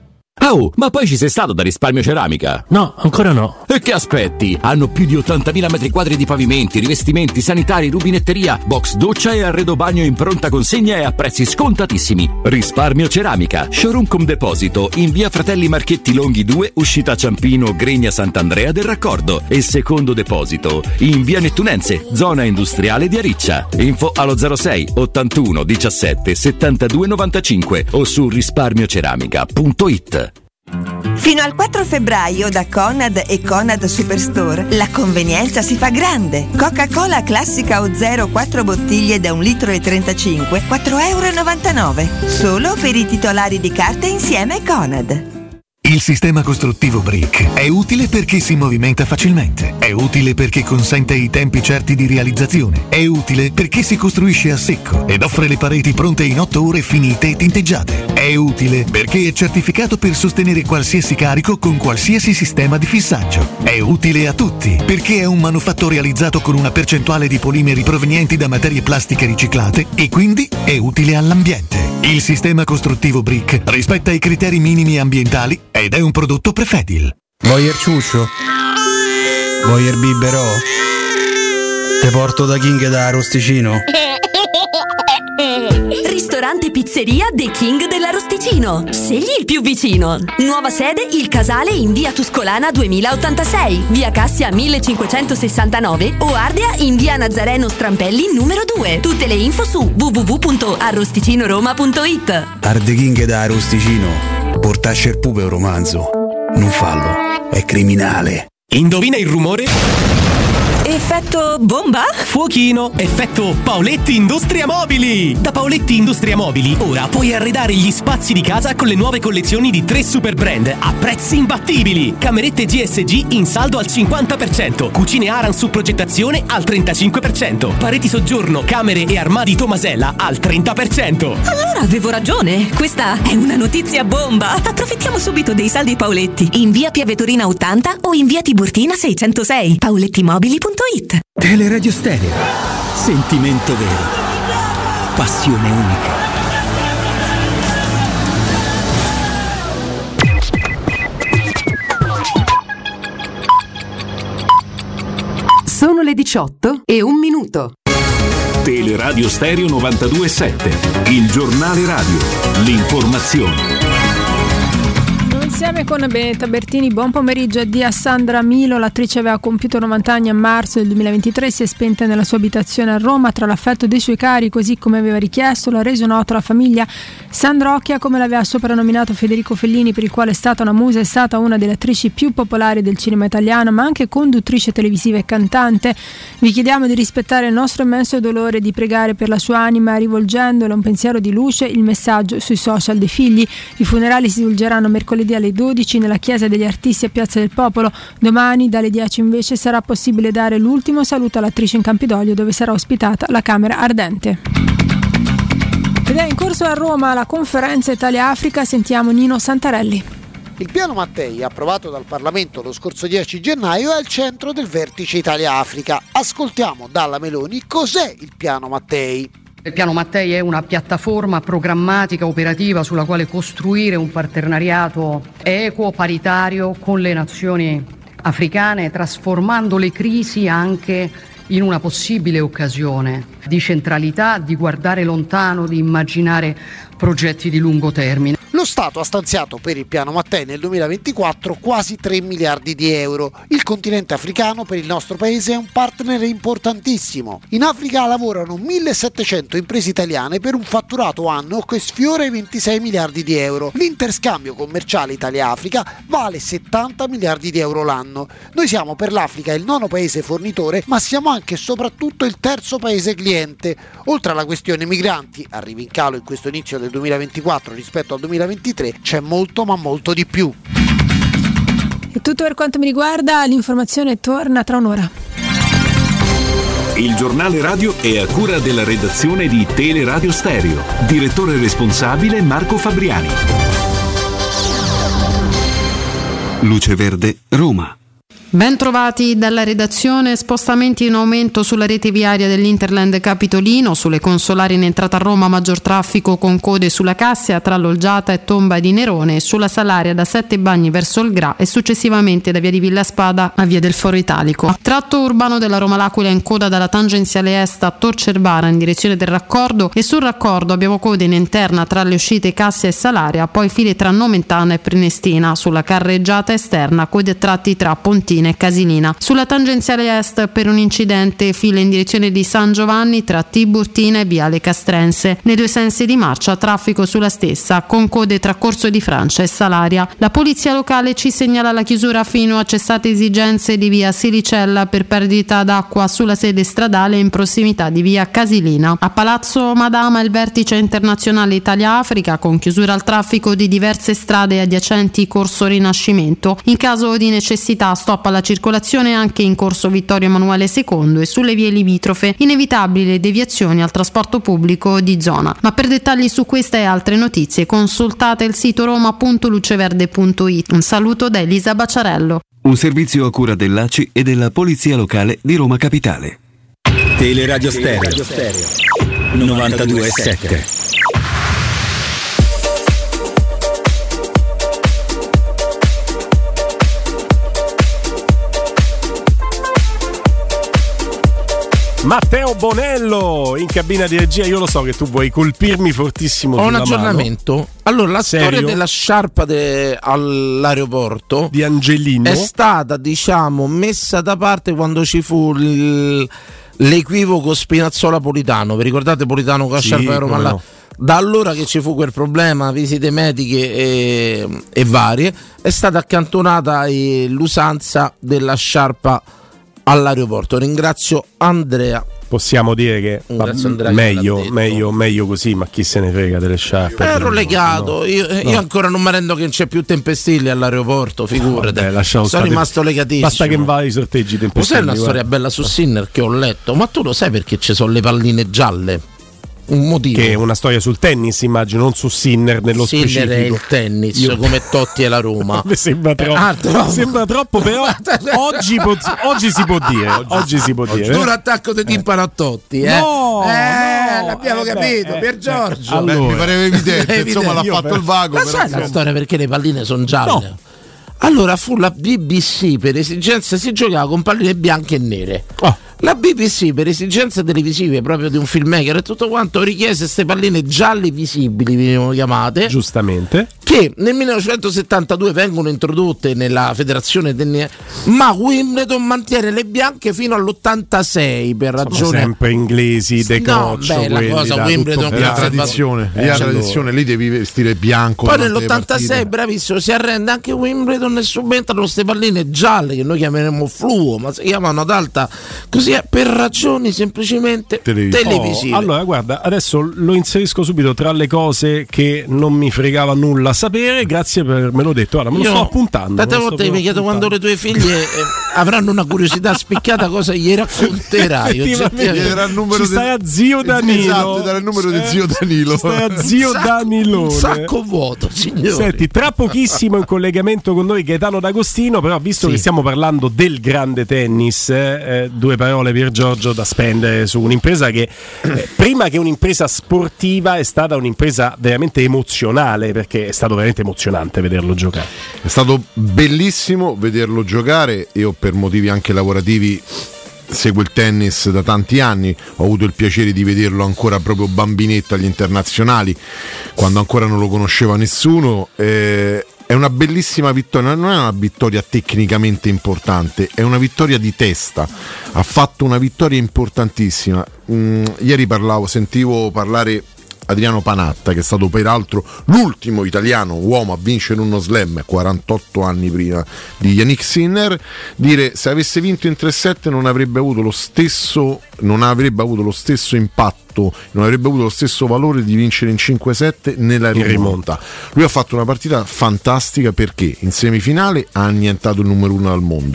Oh, ma poi ci sei stato da Risparmio Ceramica? No, ancora no. E che aspetti? Hanno più di ottantamila metri quadri di pavimenti, rivestimenti, sanitari, rubinetteria, box doccia e arredo bagno in pronta consegna e a prezzi scontatissimi. Risparmio Ceramica, showroom con deposito in via Fratelli Marchetti Longhi due, uscita Ciampino, Gregna Sant'Andrea del Raccordo, e secondo deposito in via Nettunense, zona industriale di Ariccia. Info allo zero sei ottantuno diciassette settantadue novantacinque o su risparmioceramica punto it. Fino al quattro febbraio da Conad e Conad Superstore la convenienza si fa grande. Coca-Cola classica o zero quattro bottiglie da un litro e trentacinque, quattro virgola novantanove euro. Solo per i titolari di carte Insieme Conad. Il sistema costruttivo Brick è utile perché si movimenta facilmente, è utile perché consente i tempi certi di realizzazione, è utile perché si costruisce a secco ed offre le pareti pronte in otto ore finite e tinteggiate, è utile perché è certificato per sostenere qualsiasi carico con qualsiasi sistema di fissaggio, è utile a tutti perché è un manufatto realizzato con una percentuale di polimeri provenienti da materie plastiche riciclate e quindi è utile all'ambiente. Il sistema costruttivo Brick rispetta i criteri minimi ambientali ed è un prodotto Prefedil. Voyer ciuscio? Voyer biberò? Te porto da King da Arosticino? Ristorante Pizzeria The King dell'Arosticino. Scegli il più vicino. Nuova sede Il Casale in via Tuscolana duemilaottantasei, via Cassia millecinquecentosessantanove o Ardea in via Nazareno Strampelli numero due. Tutte le info su w w w punto arrosticinoroma punto it. Arde King da Arosticino. Portasce il pupe un romanzo. Non fallo, è criminale. Indovina il rumore? Effetto bomba? Fuochino. Effetto Paoletti Industria Mobili. Da Paoletti Industria Mobili ora puoi arredare gli spazi di casa con le nuove collezioni di tre super brand a prezzi imbattibili. Camerette G S G in saldo al cinquanta per cento. Cucine Aran su progettazione al trentacinque per cento. Pareti soggiorno, camere e armadi Tomasella al trenta per cento. Allora avevo ragione. Questa è una notizia bomba. Approfittiamo subito dei saldi Paoletti. In via Piavetorina ottanta o in via Tiburtina seicentosei. paolettimobili punto it. Teleradio Stereo. Sentimento vero. Passione unica. Sono le diciotto e un minuto. Teleradio Stereo novantadue e sette, il giornale radio, l'informazione. Insieme con Benedetta Bertini, buon pomeriggio di a Sandra Milo. L'attrice aveva compiuto novanta anni a marzo del duemilaventitré, si è spenta nella sua abitazione a Roma. Tra l'affetto dei suoi cari, così come aveva richiesto, l'ha reso noto la famiglia. Sandra Occhia, come l'aveva soprannominato Federico Fellini, per il quale è stata una musa, è stata una delle attrici più popolari del cinema italiano, ma anche conduttrice televisiva e cantante. Vi chiediamo di rispettare il nostro immenso dolore e di pregare per la sua anima, rivolgendole un pensiero di luce. Il messaggio sui social dei figli. I funerali si svolgeranno mercoledì alle dodici nella Chiesa degli Artisti a Piazza del Popolo. Domani dalle dieci invece sarà possibile dare l'ultimo saluto all'attrice in Campidoglio, dove sarà ospitata la Camera Ardente. Ed è in corso a Roma la conferenza Italia-Africa. Sentiamo Nino Santarelli. Il piano Mattei, approvato dal Parlamento lo scorso dieci gennaio, è al centro del vertice Italia-Africa. Ascoltiamo dalla Meloni cos'è il piano Mattei. Il piano Mattei è una piattaforma programmatica operativa sulla quale costruire un partenariato equo, paritario con le nazioni africane, trasformando le crisi anche in una possibile occasione di centralità, di guardare lontano, di immaginare progetti di lungo termine. Lo Stato ha stanziato per il piano Mattei nel duemilaventiquattro quasi tre miliardi di euro. Il continente africano per il nostro paese è un partner importantissimo. In Africa lavorano millesettecento imprese italiane per un fatturato annuo che sfiora i ventisei miliardi di euro. L'interscambio commerciale Italia-Africa vale settanta miliardi di euro l'anno. Noi siamo per l'Africa il nono paese fornitore, ma siamo anche e soprattutto il terzo paese cliente. Oltre alla questione migranti, arrivi in calo in questo inizio del duemilaventiquattro rispetto al duemilaventitré, c'è molto ma molto di più. È tutto per quanto mi riguarda, l'informazione torna tra un'ora. Il giornale radio è a cura della redazione di Teleradio Stereo. Direttore responsabile Marco Fabriani. Luce Verde, Roma. Ben trovati dalla redazione. Spostamenti in aumento sulla rete viaria dell'Interland Capitolino, sulle consolari in entrata a Roma maggior traffico con code sulla Cassia tra Lolgiata e Tomba di Nerone, e sulla Salaria da Sette Bagni verso il Gra e successivamente da via di Villa Spada a via del Foro Italico. Tratto urbano della Roma L'Aquila in coda dalla tangenziale est a Tor Cerbara in direzione del raccordo, e sul raccordo abbiamo code in interna tra le uscite Cassia e Salaria, poi file tra Nomentana e Prenestina. Sulla carreggiata esterna code a tratti tra Pontina e Casilina. Sulla tangenziale est per un incidente file in direzione di San Giovanni tra Tiburtina e Viale Castrense. Nei due sensi di marcia traffico sulla stessa con code tra Corso di Francia e Salaria. La polizia locale ci segnala la chiusura fino a cessate esigenze di via Silicella per perdita d'acqua sulla sede stradale in prossimità di via Casilina. A Palazzo Madama il vertice internazionale Italia-Africa con chiusura al traffico di diverse strade adiacenti Corso Rinascimento. In caso di necessità stop alla circolazione anche in Corso Vittorio Emanuele secondo e sulle vie limitrofe, inevitabili deviazioni al trasporto pubblico di zona. Ma per dettagli su questa e altre notizie consultate il sito roma punto luceverde punto it. Un saluto da Elisa Bacciarello. Un servizio a cura dell'A C I e della Polizia Locale di Roma Capitale. Teleradio Stereo novantadue e sette. Matteo Bonello in cabina di regia. Io lo so che tu vuoi colpirmi fortissimo. Ho un aggiornamento. Mano. Allora, la Serio? storia della sciarpa de- all'aeroporto di Angelino è stata, diciamo, messa da parte quando ci fu il, l'equivoco Spinazzola-Politano. Vi ricordate Politano con la sì, sciarpa a Roma? No. Da allora che ci fu quel problema, visite mediche e, e varie, è stata accantonata eh, l'usanza della sciarpa all'aeroporto. Ringrazio Andrea. Possiamo dire che va, meglio, meglio, meglio così, ma chi se ne frega delle sciarpe? Ero legato, no, io, no. io ancora non mi rendo che non c'è più Tempestilli all'aeroporto, figurati. No, vabbè, sono stare. rimasto legatissimo. Basta che vai i sorteggi Tempestilli. Sai una storia bella su Sinner che ho letto, ma tu lo sai perché ci sono le palline gialle? Un motivo. Che è una storia sul tennis, immagino, non su Sinner nello Sinner specifico. Sinner è il tennis, Io... come Totti è la Roma. Mi sembra troppo, ah, troppo. sembra troppo, però oggi, po- oggi si può dire. Oggi si può dire. Un attacco di timpano a Totti, eh? No, eh, no, l'abbiamo eh, capito, beh, Pier Giorgio. Allora, beh, mi pareva evidente, evidente. Insomma, l'ha Io fatto per... il vago. Ma però, sai insomma. la storia perché le palline sono gialle? No. Allora fu la B B C, per esigenza si giocava con palline bianche e nere. Oh. La B B C, per esigenze televisive proprio di un filmmaker e tutto quanto, richiese queste palline gialle visibili, venivano chiamate, giustamente, che nel millenovecentosettantadue vengono introdotte nella federazione del... ma Wimbledon mantiene le bianche fino all'ottantasei per sono ragione sempre inglesi de no, coccio, beh, la quelli, cosa da Wimbledon tutto È la bianco. tradizione, Eh, lì la allora. tradizione, lì devi vestire bianco. Poi durante le nell'ottantasei, partite. bravissimo, si arrende anche Wimbledon e subentrano queste palline gialle che noi chiameremo fluo, ma si chiamano ad alta, così è, per ragioni semplicemente Televisive. televisive. Oh, allora guarda, adesso lo inserisco subito tra le cose che non mi fregava nulla sapere, grazie per avermelo detto. Allora, me lo Io sto appuntando. Tante me lo sto volte mi proprio chiedo quando le tue figlie eh, avranno una curiosità spiccata, cosa gli racconterai. Effettivamente, Era il numero ci del- sarà zio Danilo. Esatto, era il numero di Eh, zio Danilo. ci sarà zio Un sacco- Danilone. un sacco vuoto, signori. Senti, tra pochissimo in collegamento con noi Gaetano D'Agostino, però visto Sì. che stiamo parlando del grande tennis, eh, eh, due parole per Giorgio da spendere su un'impresa che eh, prima che un'impresa sportiva è stata un'impresa veramente emozionale, perché è stato veramente emozionante vederlo giocare. È stato bellissimo vederlo giocare. Io per motivi anche lavorativi seguo il tennis da tanti anni, ho avuto il piacere di vederlo ancora proprio bambinetto agli internazionali, quando ancora non lo conosceva nessuno. Eh, è una bellissima vittoria, non è una vittoria tecnicamente importante, è una vittoria di testa. Ha fatto una vittoria importantissima. Mm, ieri parlavo, sentivo parlare Adriano Panatta, che è stato peraltro l'ultimo italiano uomo a vincere uno slam quarantotto anni prima di Yannick Sinner, dire se avesse vinto in tre sette non avrebbe avuto lo stesso non avrebbe avuto lo stesso impatto, non avrebbe avuto lo stesso valore di vincere in cinque sette nella rimonta. Lui ha fatto una partita fantastica perché in semifinale ha annientato il numero uno al mondo,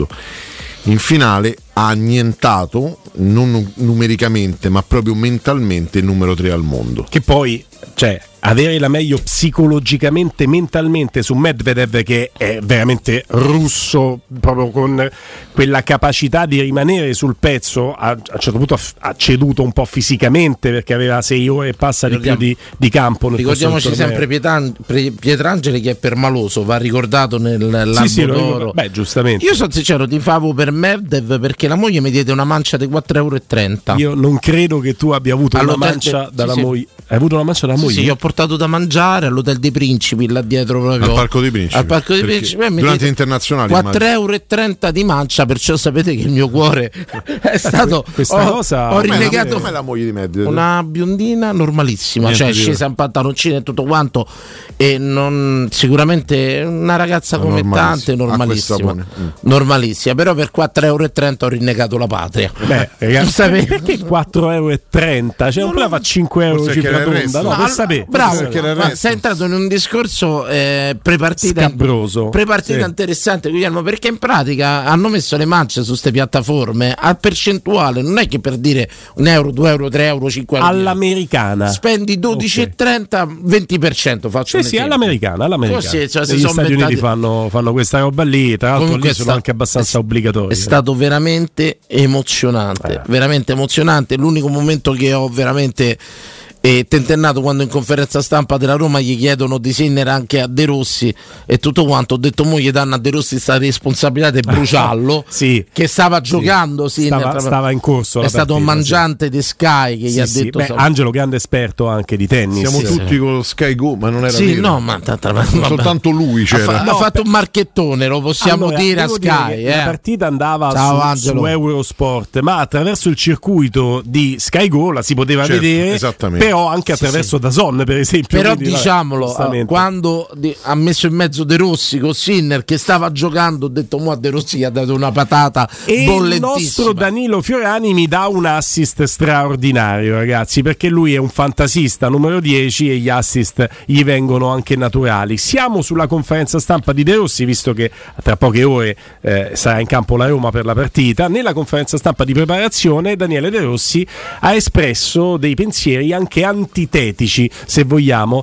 in finale ha annientato non numericamente ma proprio mentalmente il numero tre al mondo, Che poi, cioè, avere la meglio psicologicamente, mentalmente su Medvedev, che è veramente russo, proprio con quella capacità di rimanere sul pezzo, a, a un certo punto ha, ha ceduto un po' fisicamente perché aveva sei ore e passa di più di, di campo. Nel Ricordiamoci sempre Pietan- Pre- Pietrangeli, che è permaloso, va ricordato nell'albo sì, sì, lo d'oro. ricordo. Beh, giustamente. Io sono sincero, ti favo per Medvedev perché la moglie mi diede una mancia di quattro euro e trenta. Io non credo che tu abbia avuto una All'hotel mancia de- dalla sì, sì. moglie. Hai avuto una mancia dalla Sì, moglie? sì, gli ho portato da mangiare all'Hotel dei Principi, là dietro proprio. al Parco dei Principi, Al Parco dei perché Principi. Eh, mi durante diede gli internazionali quattro euro e trenta di mancia, perciò sapete che il mio cuore è stato. Questa ho, cosa- ho Com'è la- rinnegato. com'è la moglie di Medvedev? Una biondina normalissima, Niente cioè di- scesa in pantaloncini e tutto quanto, e non, sicuramente una ragazza come tante, Normalissima. normalissima, Acqua e sapone. Mm. normalissima, però per quattro euro e trenta ho rinnegato la patria. Beh, ragazzi, Sapevi? perché quattro euro e trenta? Cioè, non poteva fare cinque euro Forse cifra che era il tonda, resto. no, No, per allora, sapere. bravo, perché era il ma resto. sei entrato in un discorso eh, prepartita, Scabroso. prepartita Sì. interessante, Guglielmo, perché in pratica hanno messo le mance su queste piattaforme a percentuale, non è che per dire un euro, due euro, tre euro, cinque euro. All'americana. Spendi dodici e trenta, venti per cento, faccio Sì, un sì, esempio. all'americana, all'americana. Così, cioè, si Negli sono Stati inventati- Uniti fanno, fanno questa roba lì, tra l'altro Comunque lì è sono sta- anche abbastanza è- obbligatori. È stato veramente emozionante, Eh. veramente emozionante. L'unico momento che ho veramente eh, tentennato, quando in conferenza stampa della Roma gli chiedono di Sinner anche a De Rossi e tutto quanto, ho detto mo gli danno a De Rossi sta responsabilità di bruciarlo, Sì. che stava giocando Sinner, Stava, tra- stava in corso è la stato un partita, mangiante di Sky che sì. gli ha Sì, sì. detto Beh, so- Angelo, grande esperto anche di tennis. Siamo Sì, tutti con lo Sky Go, ma non era sì, vero. no, ma t- tra- soltanto lui ha, c'era. fa- ha No, fatto un marchettone, lo possiamo Allora, dire a devo dire Sky. che eh. La partita andava Ciao, su, Angelo. su Eurosport, ma attraverso il circuito di Sky Go la si poteva Certo, vedere, esattamente. però anche attraverso DAZN, per esempio. Però quindi, vabbè, diciamolo, giustamente. quando di- ha messo in mezzo De Rossi con Sinner che stava giocando, ho detto mo a De Rossi gli ha dato una patata E il bollentissima. nostro Danilo Fiorani mi dà un assist straordinario, ragazzi, perché lui è un fantasista numero dieci e gli assist gli vengono anche naturali. Siamo sulla conferenza stampa di De Rossi, visto che tra poche ore eh, sarà in campo la Roma per la partita. Nella conferenza stampa di preparazione Daniele De Rossi ha espresso dei pensieri anche antitetici, se vogliamo,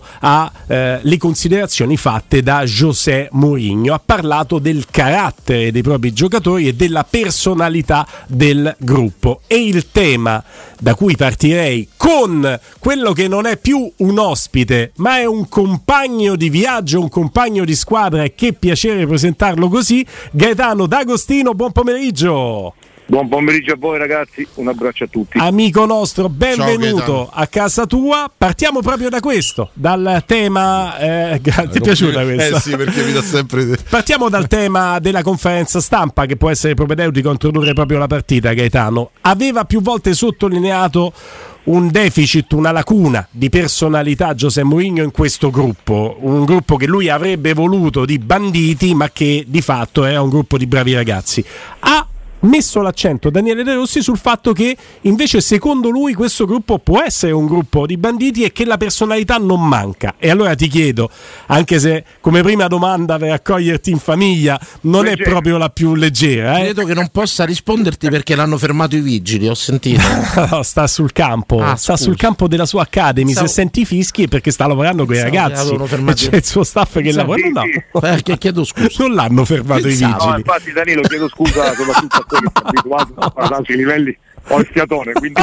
alle considerazioni fatte da José Mourinho. Ha parlato del carattere dei propri giocatori e della personalità del gruppo, e il tema da cui partirei con quello che non è più un ospite ma è un compagno di viaggio, un compagno di squadra, e che piacere presentarlo così, Gaetano D'Agostino. Buon pomeriggio. Buon pomeriggio a voi ragazzi, un abbraccio a tutti. Amico nostro, benvenuto a casa tua. Partiamo proprio da questo, dal tema eh, ti è piaciuta questa? Eh sì, perché mi dà sempre Partiamo dal tema della conferenza stampa, che può essere propedeutico a introdurre proprio la partita. Gaetano aveva più volte sottolineato un deficit, una lacuna di personalità José Mourinho in questo gruppo, un gruppo che lui avrebbe voluto di banditi, ma che di fatto è un gruppo di bravi ragazzi. Ha messo l'accento Daniele De Rossi sul fatto che invece secondo lui questo gruppo può essere un gruppo di banditi e che la personalità non manca. E allora ti chiedo, anche se come prima domanda per accoglierti in famiglia non leggera. È proprio la più leggera, eh? Credo che non possa risponderti perché l'hanno fermato i vigili, ho sentito. No, sta sul campo, ah, sta sul campo della sua Academy. Stavo... Se senti i fischi è perché sta lavorando con i ragazzi e c'è il suo staff che lavora. No, perché chiedo scusa. Non l'hanno fermato Pensavo. i vigili. No, infatti Danilo, chiedo scusa soprattutto a te che sei abituato a parlare sui livelli, ho il fiatone, quindi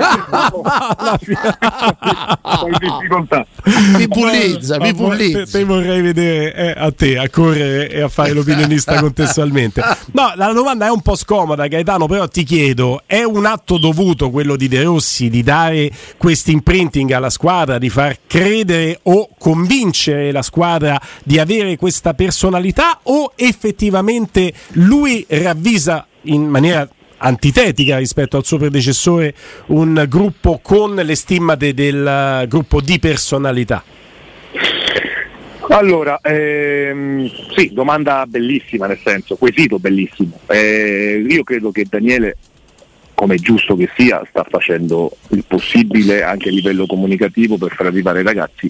ho in difficoltà. Mi pullizza, mi pullizza. Te, te vorrei vedere eh, a te a correre e a fare l'opinionista contestualmente. No, la domanda è un po' scomoda, Gaetano, però ti chiedo, è un atto dovuto quello di De Rossi di dare questo imprinting alla squadra, di far credere o convincere la squadra di avere questa personalità, o effettivamente lui ravvisa in maniera antitetica rispetto al suo predecessore un gruppo con le stimmate del gruppo di personalità? Allora, ehm, sì, domanda bellissima, nel senso, quesito bellissimo. Eh, io credo che Daniele, come è giusto che sia, sta facendo il possibile anche a livello comunicativo per far arrivare ai ragazzi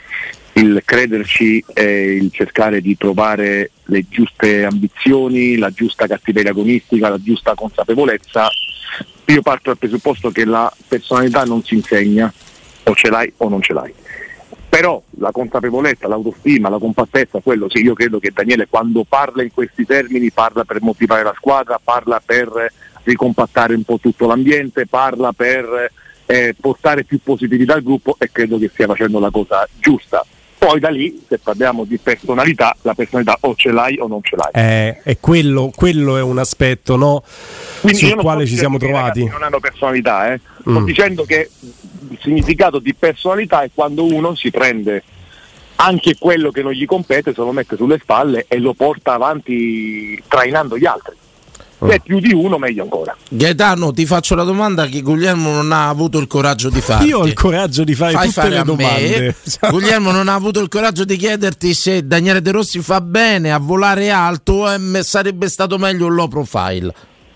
il crederci e il cercare di trovare le giuste ambizioni, la giusta cattiveria agonistica, la giusta consapevolezza. Io parto dal presupposto che la personalità non si insegna, o ce l'hai o non ce l'hai. Però la consapevolezza, l'autostima, la compattezza, quello sì, io credo che Daniele quando parla in questi termini parla per motivare la squadra, parla per ricompattare un po' tutto l'ambiente, parla per eh, portare più positività al gruppo, e credo che stia facendo la cosa giusta. Poi da lì, se parliamo di personalità, la personalità o ce l'hai o non ce l'hai. Eh, e quello, quello è un aspetto, no, sul quale ci siamo trovati. Non hanno personalità, eh. Sto mm. dicendo che il significato di personalità è quando uno si prende anche quello che non gli compete, se lo mette sulle spalle e lo porta avanti trainando gli altri. Se è più di uno, meglio ancora. Gaetano, ti faccio la domanda che Guglielmo non ha avuto il coraggio di fare. Io ho il coraggio di fare Fai tutte fare le domande. Guglielmo non ha avuto il coraggio di chiederti se Daniele De Rossi fa bene a volare alto o eh, sarebbe stato meglio un low profile.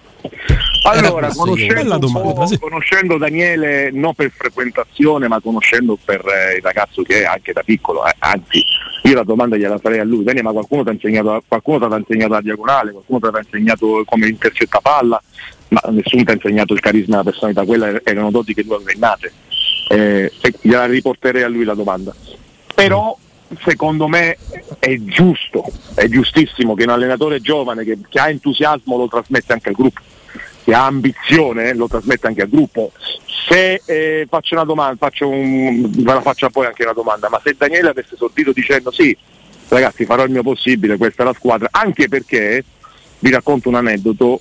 Allora, conoscendo, domanda, sì. conoscendo Daniele non per frequentazione, ma conoscendo per eh, il ragazzo che è anche da piccolo, eh, anzi io la domanda gliela farei a lui: Daniele, ma qualcuno ti ha insegnato, qualcuno ti ha insegnato la diagonale, qualcuno ti ha insegnato come intercetta palla, ma nessuno ti ha insegnato il carisma e la personalità, quelle erano doti che tu avevi nate, eh, e gliela riporterei a lui la domanda. Però secondo me è giusto, è giustissimo che un allenatore giovane che, che ha entusiasmo lo trasmette anche al gruppo, che ha ambizione lo trasmette anche al gruppo. Se eh, faccio una domanda, faccio un, ve la faccio poi anche una domanda, ma se Daniele avesse sortito dicendo sì ragazzi farò il mio possibile, questa è la squadra, anche perché vi racconto un aneddoto,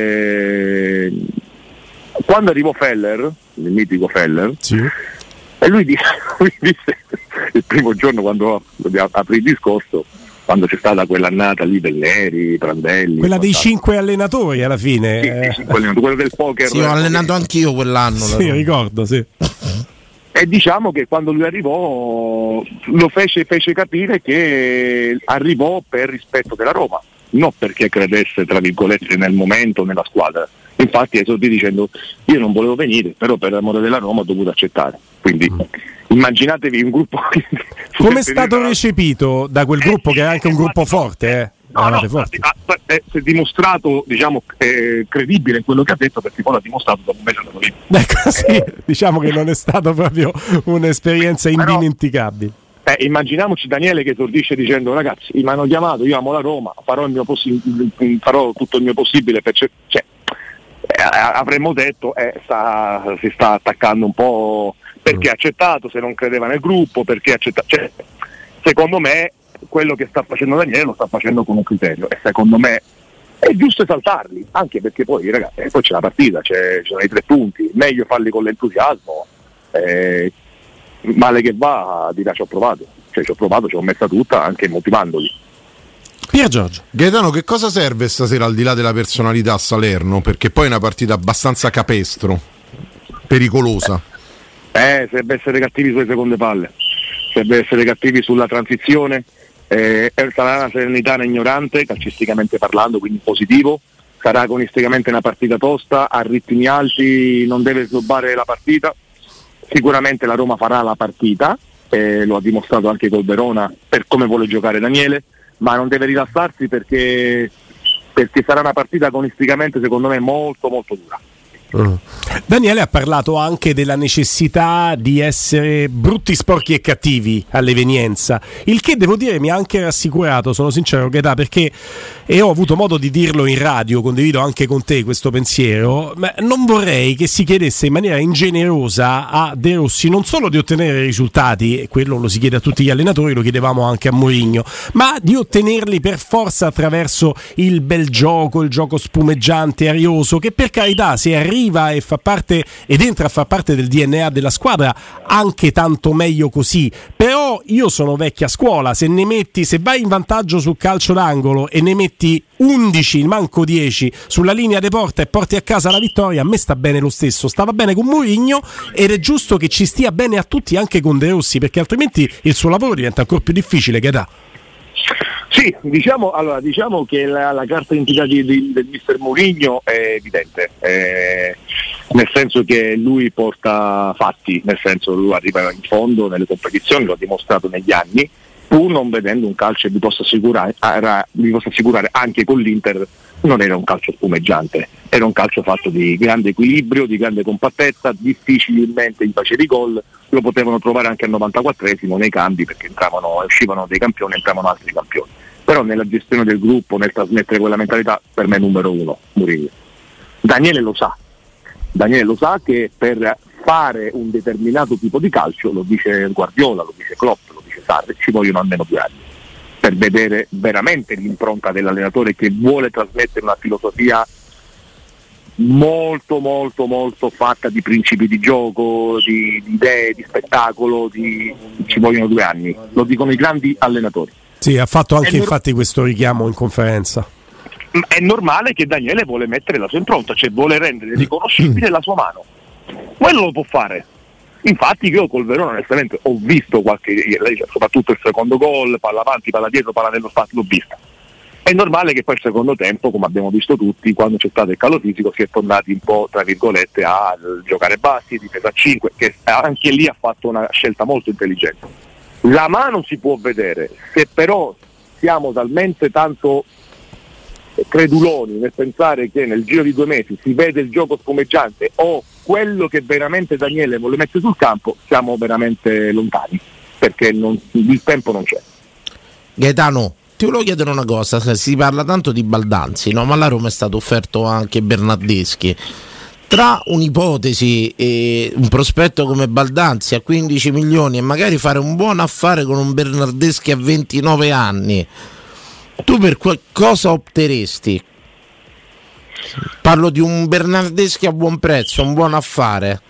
eh, quando arrivò Feller, il mitico Feller, sì. e lui disse, lui disse il primo giorno quando aprì il discorso, quando c'è stata quell'annata lì del Neri, Prandelli, quella dei cinque allenatori alla fine, sì, eh. cinque allenatori, quello del poker. Sì, ho allenato anch'io quell'anno. Sì, ricordo, sì. E diciamo che quando lui arrivò lo fece, fece capire che arrivò per rispetto della Roma, non perché credesse tra virgolette nel momento, nella squadra. Infatti esordì dicendo io non volevo venire, però per l'amore della Roma ho dovuto accettare. Quindi mm. immaginatevi un gruppo che come è stato recepito da quel gruppo, che è anche un gruppo forte, eh? No, no, forte. È, è dimostrato, diciamo, eh, credibile in quello che ha detto, perché poi l'ha dimostrato dopo un mese da lì. Ecco, sì, diciamo che non è stato proprio un'esperienza indimenticabile. Eh, immaginiamoci Daniele che esordisce dicendo ragazzi mi hanno chiamato, io amo la Roma, farò il mio possi- farò tutto il mio possibile per ce- cioè, eh, avremmo detto eh, sta, si sta attaccando un po' perché ha accettato, se non credeva nel gruppo, perché ha accettato, cioè, secondo me quello che sta facendo Daniele lo sta facendo con un criterio, e secondo me è giusto esaltarli, anche perché poi ragazzi, poi c'è la partita, c'è, ci sono i tre punti, meglio farli con l'entusiasmo, eh, male che va, dirà ci ho provato, cioè ci ho provato, ci ho messa tutta anche motivandoli. Pier Giorgio. Gaetano, che cosa serve stasera al di là della personalità a Salerno? Perché poi è una partita abbastanza capestro, pericolosa. Eh, serve essere cattivi sulle seconde palle, serve essere cattivi sulla transizione, eh, sarà una serenità ignorante, calcisticamente parlando, quindi positivo, sarà agonisticamente una partita tosta, a ritmi alti, non deve snobbare la partita, sicuramente la Roma farà la partita, eh, lo ha dimostrato anche col Verona per come vuole giocare Daniele, ma non deve rilassarsi perché, perché sarà una partita agonisticamente secondo me molto molto dura. Mm. Daniele ha parlato anche della necessità di essere brutti, sporchi e cattivi all'evenienza, il che devo dire mi ha anche rassicurato, sono sincero Gaetà, perché e ho avuto modo di dirlo in radio, condivido anche con te questo pensiero, ma non vorrei che si chiedesse in maniera ingenerosa a De Rossi non solo di ottenere risultati, e quello lo si chiede a tutti gli allenatori, lo chiedevamo anche a Mourinho, ma di ottenerli per forza attraverso il bel gioco, il gioco spumeggiante, arioso, che per carità se arriva e fa parte ed entra a far parte del D N A della squadra, anche tanto meglio così. Però io sono vecchia scuola, se ne metti, se vai in vantaggio sul calcio d'angolo e ne metti undici, manco dieci sulla linea di porta e porti a casa la vittoria, a me sta bene lo stesso, stava bene con Mourinho ed è giusto che ci stia bene a tutti anche con De Rossi, perché altrimenti il suo lavoro diventa ancora più difficile. Che dà? Sì, diciamo, allora, diciamo che la, la carta d'identità di, di, del mister Mourinho è evidente, eh, nel senso che lui porta fatti, nel senso lui arriva in fondo nelle competizioni, lo ha dimostrato negli anni, pur non vedendo un calcio, vi posso assicurare, era, vi posso assicurare anche con l'Inter non era un calcio spumeggiante, era un calcio fatto di grande equilibrio, di grande compattezza, difficilmente gli facevi gol, lo potevano trovare anche al novantaquattresimo nei cambi perché entravano, uscivano dei campioni, entravano altri campioni, però nella gestione del gruppo, nel trasmettere quella mentalità, per me è numero uno Mourinho. Daniele lo sa, Daniele lo sa che per fare un determinato tipo di calcio, lo dice Guardiola, lo dice Klopp, lo dice Sarri, ci vogliono almeno due anni per vedere veramente l'impronta dell'allenatore che vuole trasmettere una filosofia molto molto molto fatta di principi di gioco, di, di idee, di spettacolo, di... ci vogliono due anni, lo dicono i grandi allenatori. Sì, ha fatto anche nor- infatti questo richiamo in conferenza. È normale che Daniele vuole mettere la sua impronta, cioè vuole rendere riconoscibile la sua mano, quello lo può fare. Infatti io col Verona onestamente ho visto qualche, soprattutto il secondo gol, palla avanti, palla dietro, palla nello spazio, l'ho vista. È normale che poi il secondo tempo, come abbiamo visto tutti, quando c'è stato il calo fisico si è tornati un po' tra virgolette a giocare bassi, difesa a cinque, che anche lì ha fatto una scelta molto intelligente. La mano si può vedere, se però siamo talmente tanto creduloni nel pensare che nel giro di due mesi si vede il gioco spumeggiante o quello che veramente Daniele vuole mettere sul campo, siamo veramente lontani, perché non, il tempo non c'è. Gaetano, ti volevo chiedere una cosa, si parla tanto di Baldanzi, no? Ma alla Roma è stato offerto anche Bernardeschi. Tra un'ipotesi e un prospetto come Baldanzi a quindici milioni e magari fare un buon affare con un Bernardeschi a ventinove anni, tu per cosa opteresti? Parlo di un Bernardeschi a buon prezzo, un buon affare.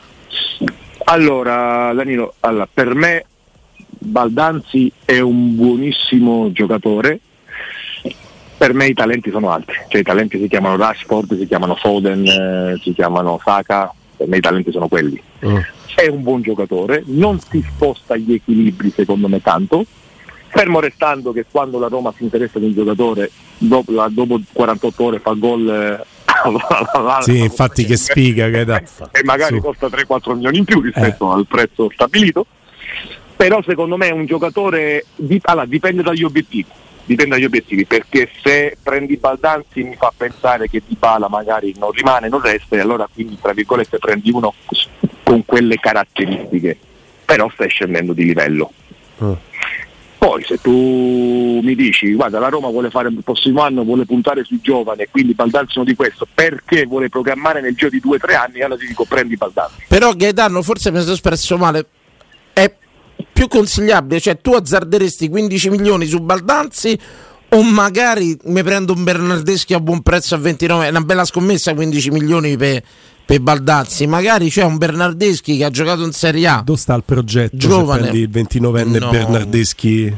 Allora Danilo, allora, per me Baldanzi è un buonissimo giocatore, per me i talenti sono altri, cioè i talenti si chiamano Rashford, si chiamano Foden, eh, si chiamano Saka, per me i talenti sono quelli. Mm. È un buon giocatore, non si sposta gli equilibri secondo me tanto, fermo restando che quando la Roma si interessa di un giocatore dopo, dopo quarantotto ore fa gol eh, sì, infatti che sfiga che dà. E magari Su. costa tre quattro milioni in più rispetto eh. al prezzo stabilito, però secondo me è un giocatore di, allora, dipende dagli obiettivi dipende dagli obiettivi perché se prendi Baldanzi mi fa pensare che Dybala magari non rimane, non resta, e allora quindi tra virgolette prendi uno con quelle caratteristiche, però stai scendendo di livello. Mm. Poi se tu mi dici guarda la Roma vuole fare il prossimo anno, vuole puntare sui giovani e quindi Baldanzi uno di questo, perché vuole programmare nel giro di due o tre anni, allora ti dico prendi Baldanzi. Però Gaetano, forse mi sono espresso male, è più consigliabile, cioè tu azzarderesti quindici milioni su Baldanzi O magari mi prendo un Bernardeschi a buon prezzo a ventinove, una bella scommessa, quindici milioni per per Baldazzi, magari c'è un Bernardeschi che ha giocato in Serie A. Dove sta il progetto? Giovane. Se prendi il ventinovenne No. Bernardeschi.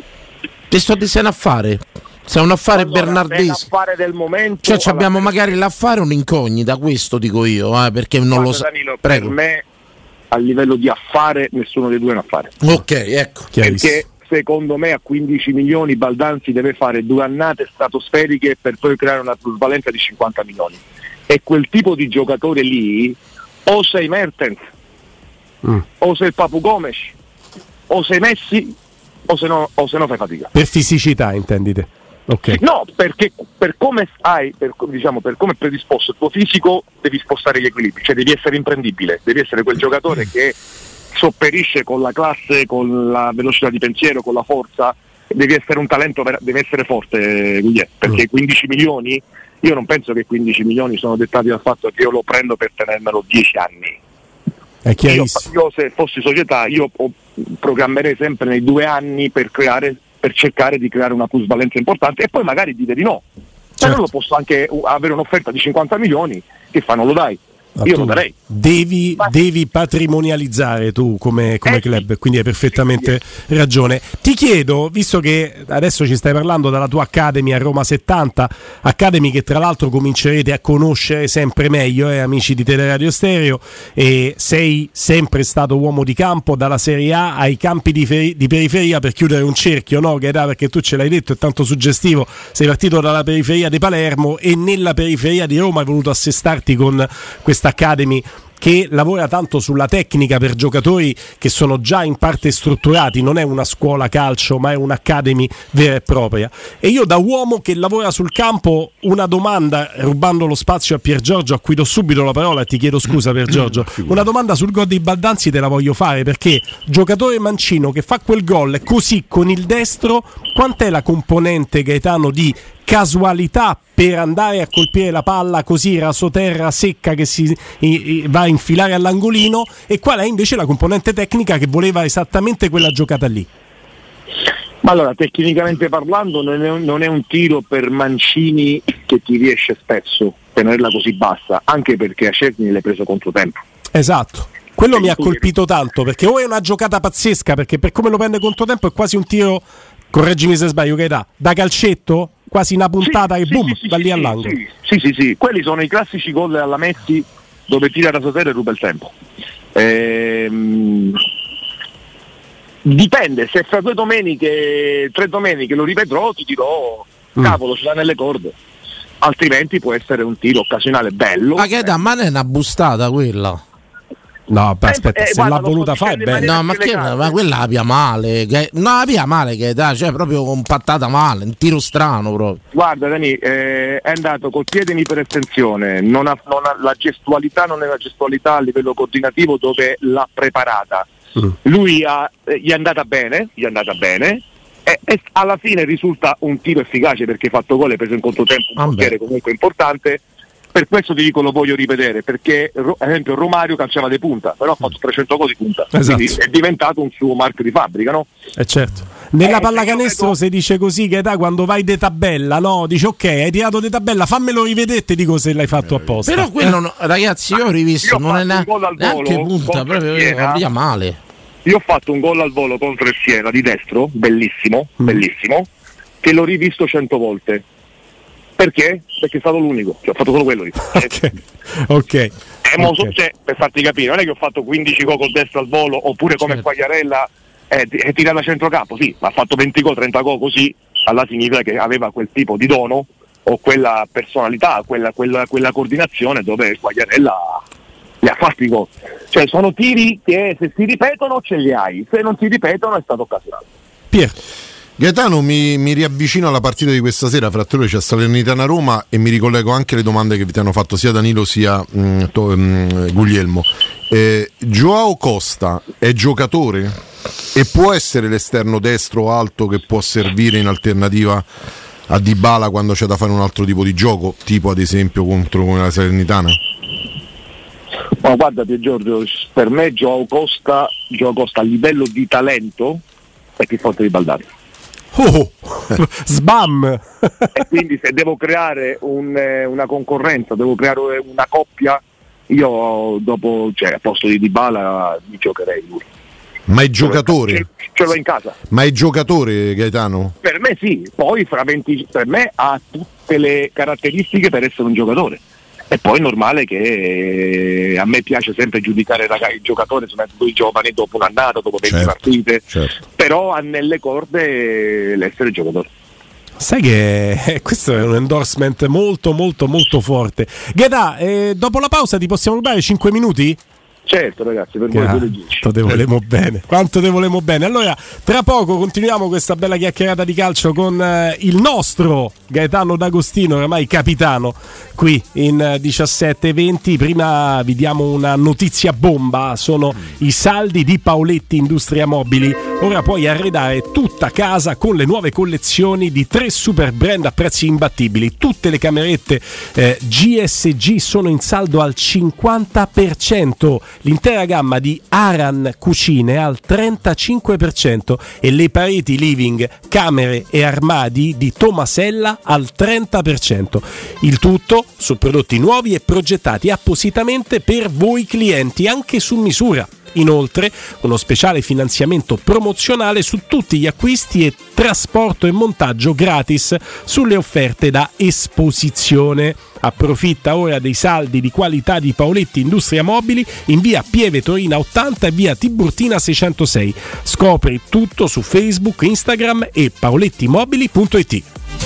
Ti sto di se un affare. Se è un affare Allora, Bernardeschi. l'affare del momento. Cioè ci abbiamo allora, magari l'affare un'incognita, questo dico io, eh, perché non lo so. guarda, Danilo, Prego. per me a livello di affare nessuno dei due è un affare. Ok, ecco. Perché secondo me a quindici milioni Baldanzi deve fare due annate stratosferiche per poi creare una plusvalenza di cinquanta milioni. E quel tipo di giocatore lì o sei Mertens, Mm. o sei Papu Gomes, o sei Messi, o se no, o se no fai fatica. Per fisicità intendite? Ok. No, perché per come hai, per, diciamo, per come è predisposto il tuo fisico, devi spostare gli equilibri, cioè devi essere imprendibile, devi essere quel giocatore che sopperisce con la classe, con la velocità di pensiero, con la forza, devi essere un talento, ver- devi essere forte, Guglielmo, perché quindici milioni, io non penso che quindici milioni sono dettati dal fatto che io lo prendo per tenermelo dieci anni. È Io, chiarissimo. io se fossi società, io ho- programmerei sempre nei due anni per creare, per cercare di creare una plusvalenza importante e poi magari dire di no. Se no lo posso anche uh, avere un'offerta di cinquanta milioni, che fa, non lo dai. Ma Io tu lo darei. Devi, devi patrimonializzare tu come, come club, quindi hai perfettamente ragione. Ti chiedo, visto che adesso ci stai parlando della tua Academy a Roma settanta, Academy che tra l'altro comincerete a conoscere sempre meglio, eh, amici di Teleradio Stereo, e sei sempre stato uomo di campo dalla Serie A ai campi di, feri- di periferia, per chiudere un cerchio, no? Gaetà, perché tu ce l'hai detto, è tanto suggestivo, sei partito dalla periferia di Palermo e nella periferia di Roma hai voluto assestarti con questa Academy che lavora tanto sulla tecnica per giocatori che sono già in parte strutturati, non è una scuola calcio ma è un'academy vera e propria. E io, da uomo che lavora sul campo, una domanda, rubando lo spazio a Pier Giorgio, a cui do subito la parola e ti chiedo scusa Pier Giorgio, una domanda sul gol di Baldanzi te la voglio fare, perché giocatore mancino che fa quel gol così con il destro, quant'è la componente, Gaetano, di casualità per andare a colpire la palla così rasoterra secca che si i, i, va a infilare all'angolino, e qual è invece la componente tecnica che voleva esattamente quella giocata lì? Ma allora, tecnicamente parlando, non è, un, non è un tiro per Mancini che ti riesce spesso tenerla così bassa, anche perché a Szczęsny l'hai preso controtempo. Esatto. Quello mi ha colpito tanto, perché o è una giocata pazzesca, perché per come lo prende controtempo è quasi un tiro, correggimi se sbaglio Gaetà, da calcetto, quasi una puntata sì, che sì, boom, sì, va sì, lì sì, all'angolo. Sì, sì, sì, sì, quelli sono i classici gol alla Messi dove tira da sotterra e ruba il tempo. Ehm, dipende, se fra due domeniche, tre domeniche lo rivedrò, ti dirò, Mm. cavolo, ce l'ha nelle corde. Altrimenti può essere un tiro occasionale bello. Ma che da, ma non è una bustata quella. No, beh, aspetta, eh, se guarda, l'ha lo voluta sto fare dicendo in bene. No, ma, che, ma quella la pia male. Che, no, la pia male che dà, cioè proprio compattata male, un tiro strano proprio. Guarda Dani, eh, è andato col piede in iperestensione, non ha, non ha, la gestualità non è una gestualità a livello coordinativo dove l'ha preparata. Mm. Lui ha, eh, gli è andata bene, gli è andata bene e, e alla fine risulta un tiro efficace perché ha fatto gol e preso in controtempo un Ah, portiere comunque importante. Per questo ti dico lo voglio rivedere, perché ad esempio Romario calciava di punta, però ha fatto trecento gol di punta, Esatto. quindi è diventato un suo marchio di fabbrica, no? Eh certo. Nella Eh, pallacanestro si dice così, Gaetà, quando vai de tabella, no? Dici ok, hai tirato de tabella, fammelo rivedere, ti dico se l'hai fatto apposta. Però quello, no, ragazzi, io ho rivisto, Io ho non è fatto na- un gol al neanche volo punta, contro proprio il Siena. la pia male. Io ho fatto un gol al volo contro il Siena di destro, bellissimo, Mm. bellissimo, che l'ho rivisto cento volte. Perché? Perché è stato l'unico, cioè ho fatto solo quello lì. Ok, ok. E mo so- Ok. cioè, per farti capire, non è che ho fatto quindici gol col destro al volo, oppure come Certo. Quagliarella è, è tirata a centrocampo, sì, ma ha fatto venti gol, trenta gol così, allora significa che aveva quel tipo di dono o quella personalità, quella, quella, quella coordinazione dove Quagliarella li ha fatti i gol. Cioè sono tiri che se si ripetono ce li hai, se non si ripetono è stato occasionale. Pier. Gaetano, mi, mi riavvicino alla partita di questa sera fra Torino e Salernitana Roma e mi ricollego anche alle domande che ti hanno fatto sia Danilo sia mh, to, mh, Guglielmo. Eh, Joao Costa è giocatore e può essere l'esterno destro alto che può servire in alternativa a Dybala quando c'è da fare un altro tipo di gioco, tipo ad esempio contro la Salernitana? Ma guarda Pier Giorgio, per me Joao Costa, Joao Costa a livello di talento è più forte di Baldani. Oh, Sbam! E quindi se devo creare un, una concorrenza, devo creare una coppia, io dopo, cioè a posto di Dybala mi giocherei lui. Ma è giocatore? Ce l'ho in casa. Ma è giocatore Gaetano? Per me sì, poi fra venti, per me ha tutte le caratteristiche per essere un giocatore. E poi è normale che a me piace sempre giudicare il giocatore, soprattutto i giovani, dopo un'annata, dopo venti certo, partite, certo. Però ha nelle corde l'essere giocatore. Sai che questo è un endorsement molto molto molto forte. Gaetà, eh, dopo la pausa ti possiamo rubare cinque minuti? Certo ragazzi, per voi ah, dieci. Quanto te volemo bene, quanto te volemo bene. Allora, tra poco continuiamo questa bella chiacchierata di calcio con eh, il nostro Gaetano D'Agostino, oramai capitano, qui in diciassette venti. Prima vi diamo una notizia bomba, sono i saldi di Paoletti Industria Mobili. Ora puoi arredare tutta casa con le nuove collezioni di tre super brand a prezzi imbattibili. Tutte le camerette eh, G S G sono in saldo al cinquanta per cento. L'intera gamma di Aran cucine al trentacinque per cento e le pareti living, camere e armadi di Tomasella al trenta per cento. Il tutto su prodotti nuovi e progettati appositamente per voi clienti, anche su misura. Inoltre, uno speciale finanziamento promozionale su tutti gli acquisti e trasporto e montaggio gratis sulle offerte da esposizione. Approfitta ora dei saldi di qualità di Paoletti Industria Mobili in via Pieve Torina ottanta e via Tiburtina seicentosei. Scopri tutto su Facebook, Instagram e paolettimobili punto it.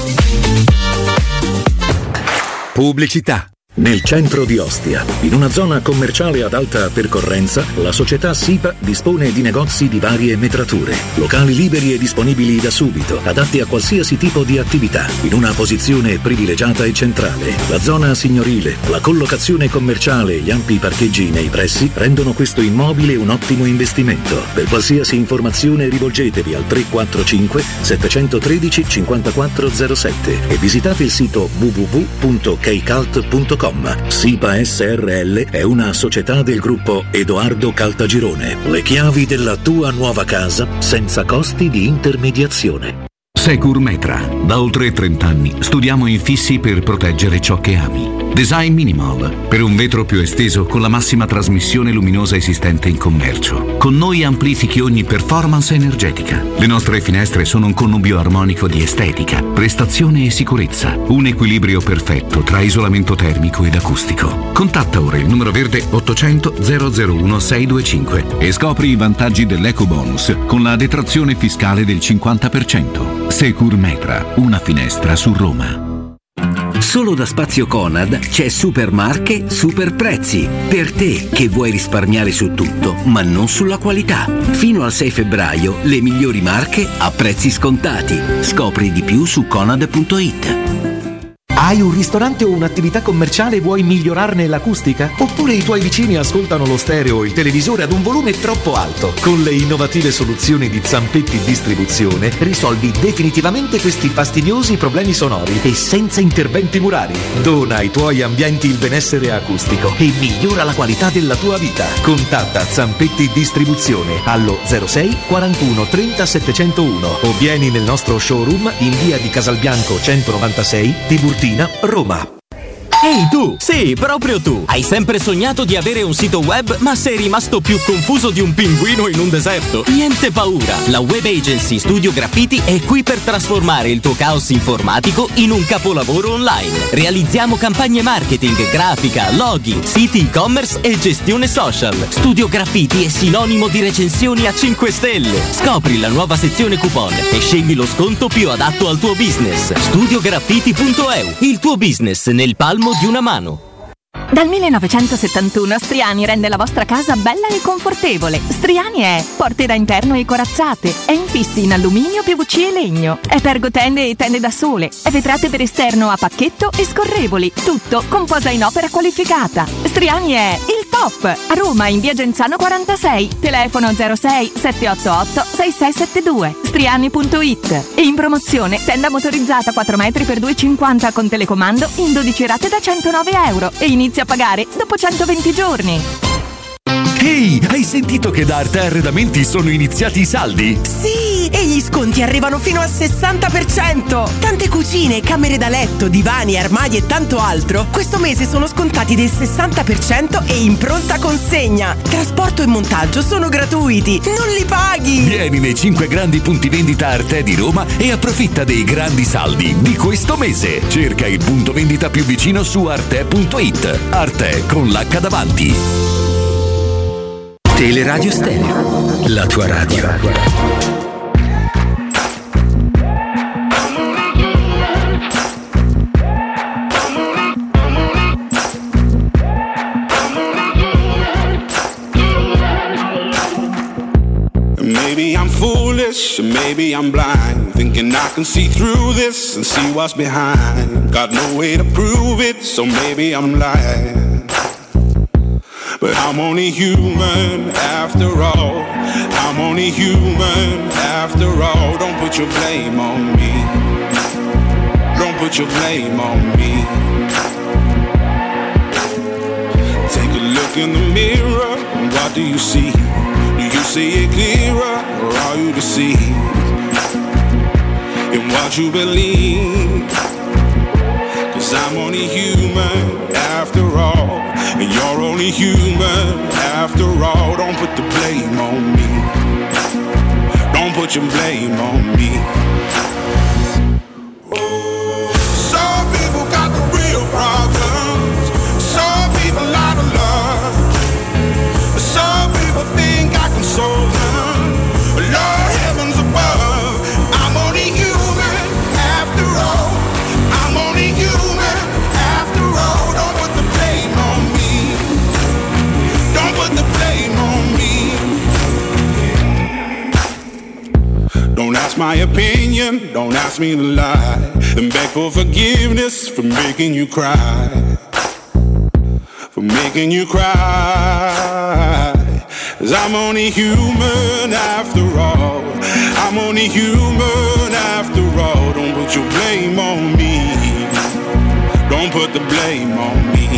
Pubblicità. Nel centro di Ostia, in una zona commerciale ad alta percorrenza, la società SIPA dispone di negozi di varie metrature, locali liberi e disponibili da subito, adatti a qualsiasi tipo di attività, in una posizione privilegiata e centrale. La zona signorile, la collocazione commerciale e gli ampi parcheggi nei pressi rendono questo immobile un ottimo investimento. Per qualsiasi informazione rivolgetevi al tre quattro cinque sette uno tre cinque zero sette e visitate il sito w w w punto keycult punto com. SIPA S R L è una società del gruppo Edoardo Caltagirone. Le chiavi della tua nuova casa senza costi di intermediazione. Securmetra. Da oltre trenta anni studiamo infissi per proteggere ciò che ami. Design minimal, per un vetro più esteso con la massima trasmissione luminosa esistente in commercio. Con noi amplifichi ogni performance energetica. Le nostre finestre sono un connubio armonico di estetica, prestazione e sicurezza. Un equilibrio perfetto tra isolamento termico ed acustico. Contatta ora il numero verde ottocento zero zero uno sei due cinque e scopri i vantaggi dell'eco bonus con la detrazione fiscale del cinquanta per cento. Securmetra, una finestra su Roma. Solo da Spazio Conad c'è Supermarche Super Prezzi. Per te che vuoi risparmiare su tutto, ma non sulla qualità. Fino al sei febbraio le migliori marche a prezzi scontati. Scopri di più su conad punto it. Hai un ristorante o un'attività commerciale e vuoi migliorarne l'acustica? Oppure i tuoi vicini ascoltano lo stereo o il televisore ad un volume troppo alto? Con le innovative soluzioni di Zampetti Distribuzione risolvi definitivamente questi fastidiosi problemi sonori e senza interventi murari. Dona ai tuoi ambienti il benessere acustico e migliora la qualità della tua vita. Contatta Zampetti Distribuzione allo zero sei quarantuno trenta settecentouno o vieni nel nostro showroom in via di Casalbianco centonovantasei, Tiburtina, Roma. Ehi tu! Sì, proprio tu! Hai sempre sognato di avere un sito web, ma sei rimasto più confuso di un pinguino in un deserto? Niente paura! La web agency Studio Graffiti è qui per trasformare il tuo caos informatico in un capolavoro online. Realizziamo campagne marketing, grafica, login, siti e-commerce e gestione social. Studio Graffiti è sinonimo di recensioni a cinque stelle. Scopri la nuova sezione coupon e scegli lo sconto più adatto al tuo business. studio graffiti punto e u, il tuo business nel palmo di una mano. Dal millenovecentosettantuno Striani rende la vostra casa bella e confortevole. Striani è porte da interno e corazzate, è infissi in alluminio, P V C e legno, è pergotende e tende da sole, è vetrate per esterno a pacchetto e scorrevoli, tutto con posa in opera qualificata. Striani è il top! A Roma in via Genzano quarantasei, telefono zero sei sette otto otto sei sei sette due, striani punto it. E in promozione tenda motorizzata quattro metri per due e cinquanta con telecomando in dodici rate da centonove euro e inizia a pagare dopo centoventi giorni. Ehi, hai sentito che da Arte Arredamenti sono iniziati i saldi? Sì! Sì, e gli sconti arrivano fino al sessanta per cento. Tante cucine, camere da letto, divani, armadi e tanto altro questo mese sono scontati del sessanta per cento e in pronta consegna. Trasporto e montaggio sono gratuiti, non li paghi. Vieni nei cinque grandi punti vendita Arte di Roma e approfitta dei grandi saldi di questo mese. Cerca il punto vendita più vicino su arte punto it. Arte con l'H davanti. Teleradio Stereo, la tua radio. Maybe I'm foolish, maybe I'm blind, thinking I can see through this and see what's behind. Got no way to prove it, so maybe I'm lying. But I'm only human after all. I'm only human after all. Don't put your blame on me. Don't put your blame on me. Take a look in the mirror, what do you see? Do you see it clearer, or are you deceived in what you believe? 'Cause I'm only human after all, and you're only human after all. Don't put the blame on me. Don't put your blame on me. Some people got the real problems. Some people out of love. Some people think I can solve them. Lord heavens above, I'm only human after all. I'm only human after all. Don't put the blame on me. Don't put the blame on me. Don't ask my opinion, don't ask me to lie, and beg for forgiveness for making you cry, for making you cry. 'Cause I'm only human after all. I'm only human after all. Don't put your blame on me. Don't put the blame on me.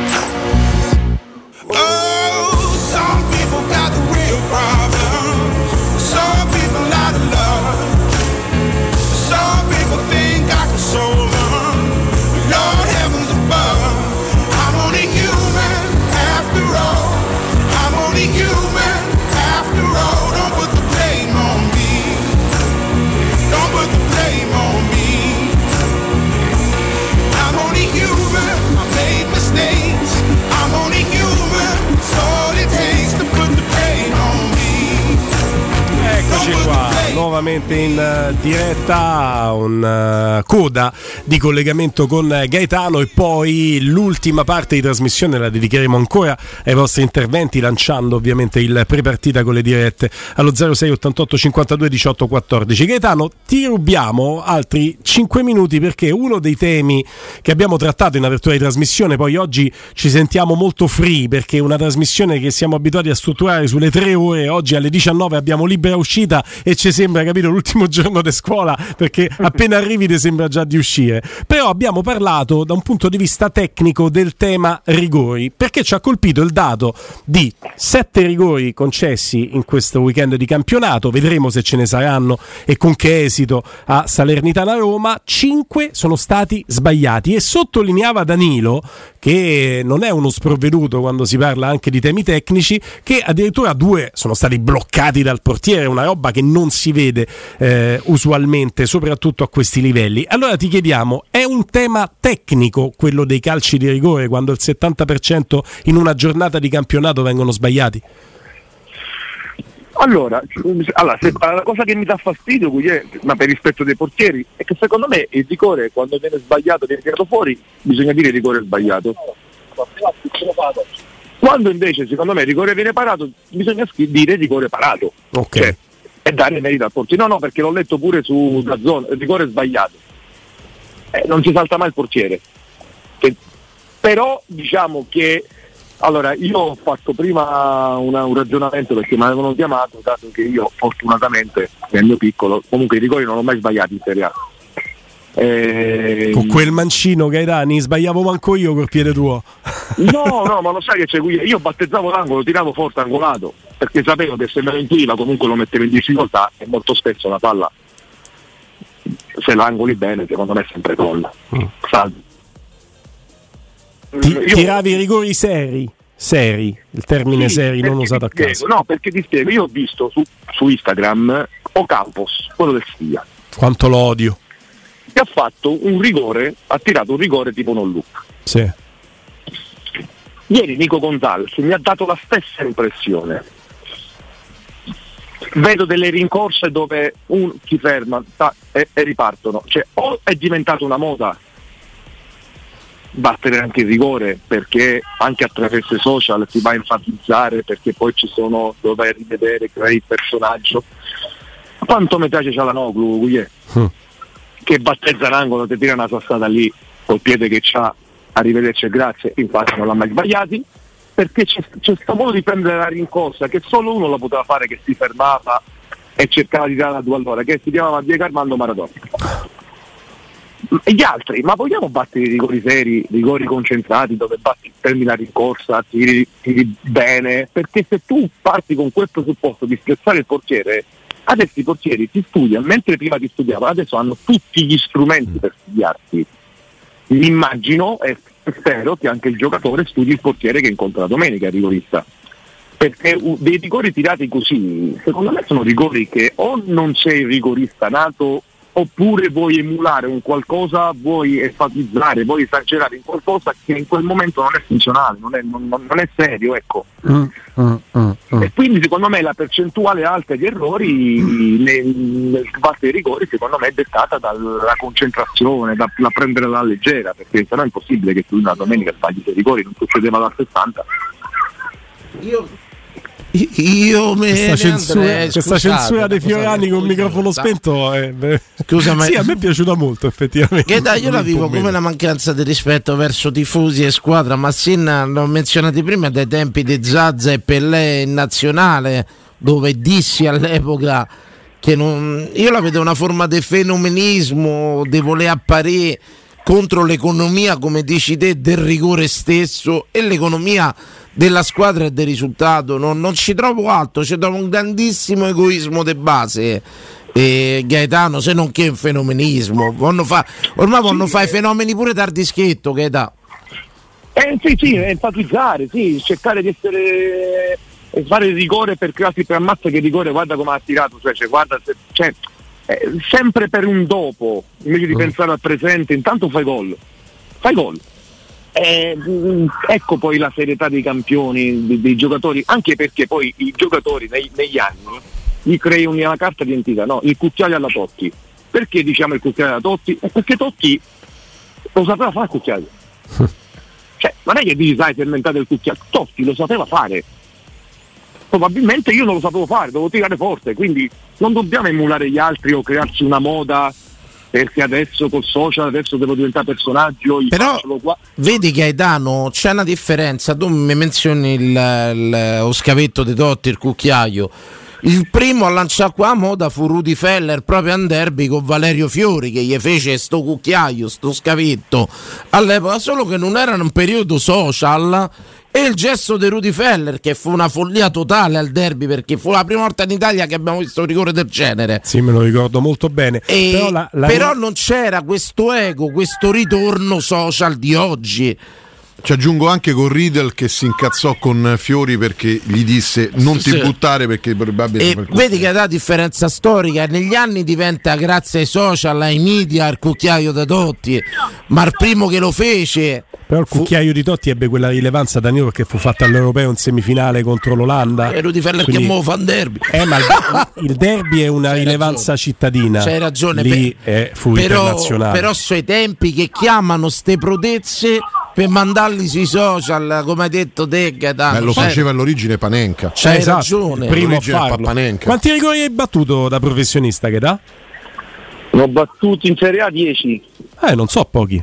Oh, some people got the real problems. Some people out of love. Some people think I can solve them. Lord heavens above, I'm only human after all. I'm only human after all. Don't put the blame on me. Don't put the blame on me. I'm only human, I made mistakes. I'm only human, it's all it takes to put the blame on me. Eccoci qua, nuovamente in uh, diretta, un uh, coda di collegamento con Gaetano, e poi l'ultima parte di trasmissione la dedicheremo ancora ai vostri interventi, lanciando ovviamente il pre-partita con le dirette allo zero sei ottantotto cinquantadue diciotto quattordici. Gaetano, ti rubiamo altri cinque minuti perché uno dei temi che abbiamo trattato in apertura di trasmissione, poi oggi ci sentiamo molto free perché una trasmissione che siamo abituati a strutturare sulle tre ore, oggi alle diciannove abbiamo libera uscita e ci sembra, capito, l'ultimo giorno di scuola perché appena arrivi ti sembra già di uscire. Però abbiamo parlato da un punto di vista tecnico del tema rigori, perché ci ha colpito il dato di sette rigori concessi in questo weekend di campionato, vedremo se ce ne saranno e con che esito a Salernitana Roma. Cinque sono stati sbagliati e sottolineava Danilo, che non è uno sprovveduto quando si parla anche di temi tecnici, che addirittura due sono stati bloccati dal portiere, una roba che non si vede eh, usualmente, soprattutto a questi livelli. Allora ti chiediamo, è un tema tecnico quello dei calci di rigore quando il settanta per cento in una giornata di campionato vengono sbagliati? Allora, allora se, la cosa che mi dà fastidio, ma per rispetto dei portieri, è che secondo me il rigore, quando viene sbagliato, viene tirato fuori, bisogna dire rigore sbagliato. Quando invece secondo me il rigore viene parato, bisogna dire rigore parato. Ok. Cioè, e dare merito al portiere. No, no, perché l'ho letto pure su da zona, il rigore sbagliato. Eh, non si salta mai il portiere. Che, però diciamo che allora io ho fatto prima una, un ragionamento perché mi avevano chiamato, dato che io fortunatamente nel mio piccolo comunque i rigori non l'ho mai sbagliati in Serie A. Eh, con quel mancino Gaetani sbagliavo manco io col piede tuo. No, no, ma lo sai che c'è qui? Io battezzavo l'angolo, tiravo forte angolato, perché sapevo che se me lo intuiva comunque lo mettevo in difficoltà e molto spesso la palla, se l'angoli bene, secondo me è sempre gol. Mm. Ti, io... Tiravi rigori seri, seri, il termine sì, seri non usato a caso. No, perché ti spiego, io ho visto su, su Instagram Ocampos, quello del Siviglia. Quanto lo odio. Che ha fatto un rigore, ha tirato un rigore tipo non look. Sì. Ieri Nico Gonzalez mi ha dato la stessa impressione. Vedo delle rincorse dove un si ferma ta, e, e ripartono. Cioè, o è diventata una moda battere anche il rigore, perché anche attraverso i social si va a enfatizzare, perché poi ci sono dove rivedere, creare il personaggio. Quanto mi piace Cialanoglu, mm. che battezza l'angolo, ti tira una sassata lì col piede che c'ha, arrivederci e grazie, infatti non l'ha mai sbagliati, perché c'è, c'è sto modo di prendere la rincorsa che solo uno la poteva fare, che si fermava e cercava di dare la due all'ora, che si chiamava Diego Armando Maradona. E gli altri, ma vogliamo battere i rigori seri, rigori concentrati dove batti, prendi la rincorsa, tiri, tiri bene, perché se tu parti con quel presupposto di spezzare il portiere, adesso i portieri si studiano, mentre prima ti studiavano, adesso hanno tutti gli strumenti per studiarsi. Mi immagino e spero che anche il giocatore studi il portiere che incontra la domenica, il rigorista, perché dei rigori tirati così, secondo me sono rigori che o non sei il rigorista nato, oppure vuoi emulare un qualcosa, vuoi enfatizzare, vuoi esagerare in qualcosa che in quel momento non è funzionale, non è, non, non è serio, ecco. Mm, mm, mm, mm. E quindi secondo me la percentuale alta di errori nel, nel battere i rigori secondo me è dettata dalla concentrazione, da, da prendere alla leggera, perché sennò è impossibile che tu una domenica sbagli i rigori, non succedeva dal sessanta. Io Io me questa censura, andrei, questa censura dei Fiorani con il microfono spento è, scusa, ma sì, a me è piaciuta molto effettivamente. Che dai, io la vivo come una mancanza di rispetto verso tifosi e squadra. Massin l'ho menzionati prima dai tempi di Zazza e Pellè in nazionale, dove dissi all'epoca che non, io la vedo una forma di fenomenismo, di voler apparire contro l'economia, come dici te, del rigore stesso e l'economia della squadra e del risultato. Non, non ci trovo altro, ci trovo un grandissimo egoismo di base, eh, Gaetano, se non che un fenomenismo. Vanno fa, ormai vanno sì, fare i fenomeni pure tardischetto, Gaetano. Eh sì, sì, enfatizzare, sì, cercare di essere, fare il rigore per crearsi per ammazza che il rigore, guarda come ha tirato, cioè, cioè guarda, cioè, eh, sempre per un dopo, invece di mm. pensare al presente. Intanto fai gol, fai gol. Eh, ecco poi la serietà dei campioni, dei, dei giocatori, anche perché poi i giocatori nei, negli anni gli crei una carta di identità, no? Il cucchiaio alla Totti. Perché diciamo il cucchiaio alla Totti? È perché Totti lo sapeva fare il cucchiaio. Cioè, non è che dici sai fermentato il cucchiaio, Totti lo sapeva fare. Probabilmente io non lo sapevo fare, dovevo tirare forte, quindi non dobbiamo emulare gli altri o crearci una moda, perché adesso col social adesso devo diventare personaggio. Però qua. Vedi Gaetano, c'è una differenza. Tu mi menzioni il, il, lo scavetto di Totti, il cucchiaio. Il primo a lanciare qua moda fu Rudy Feller proprio a derby con Valerio Fiori, che gli fece sto cucchiaio, sto scavetto all'epoca, solo che non era un periodo social. E il gesto di Rudy Feller, che fu una follia totale al derby, perché fu la prima volta in Italia che abbiamo visto un rigore del genere. Sì, me lo ricordo molto bene. E però la, la... però non c'era questo ego, questo ritorno social di oggi. Ci aggiungo anche con Riedel che si incazzò con Fiori perché gli disse non ti sì. buttare perché probabilmente. E vedi che la differenza storica negli anni diventa, grazie ai social, ai media, il cucchiaio da Totti, ma il primo che lo fece. Però il cucchiaio fu... di Totti ebbe quella rilevanza, Danilo, perché fu fatto all'Europeo in semifinale contro l'Olanda. E Rudy Feller quindi... che mo fa un derby. Eh, ma il, il derby è una C'hai rilevanza ragione. cittadina. C'hai ragione. Lì per... eh, fu però, internazionale. Però sui tempi che chiamano ste prodezze per mandarli sui social, come hai detto te, Gaetano. Beh, lo faceva all'origine Panenka. C'hai esatto, ragione. Il primo a farlo. Panenka. Quanti rigori hai battuto da professionista, Gaetano? Ne ho battuti in Serie A dieci. Eh, non so pochi.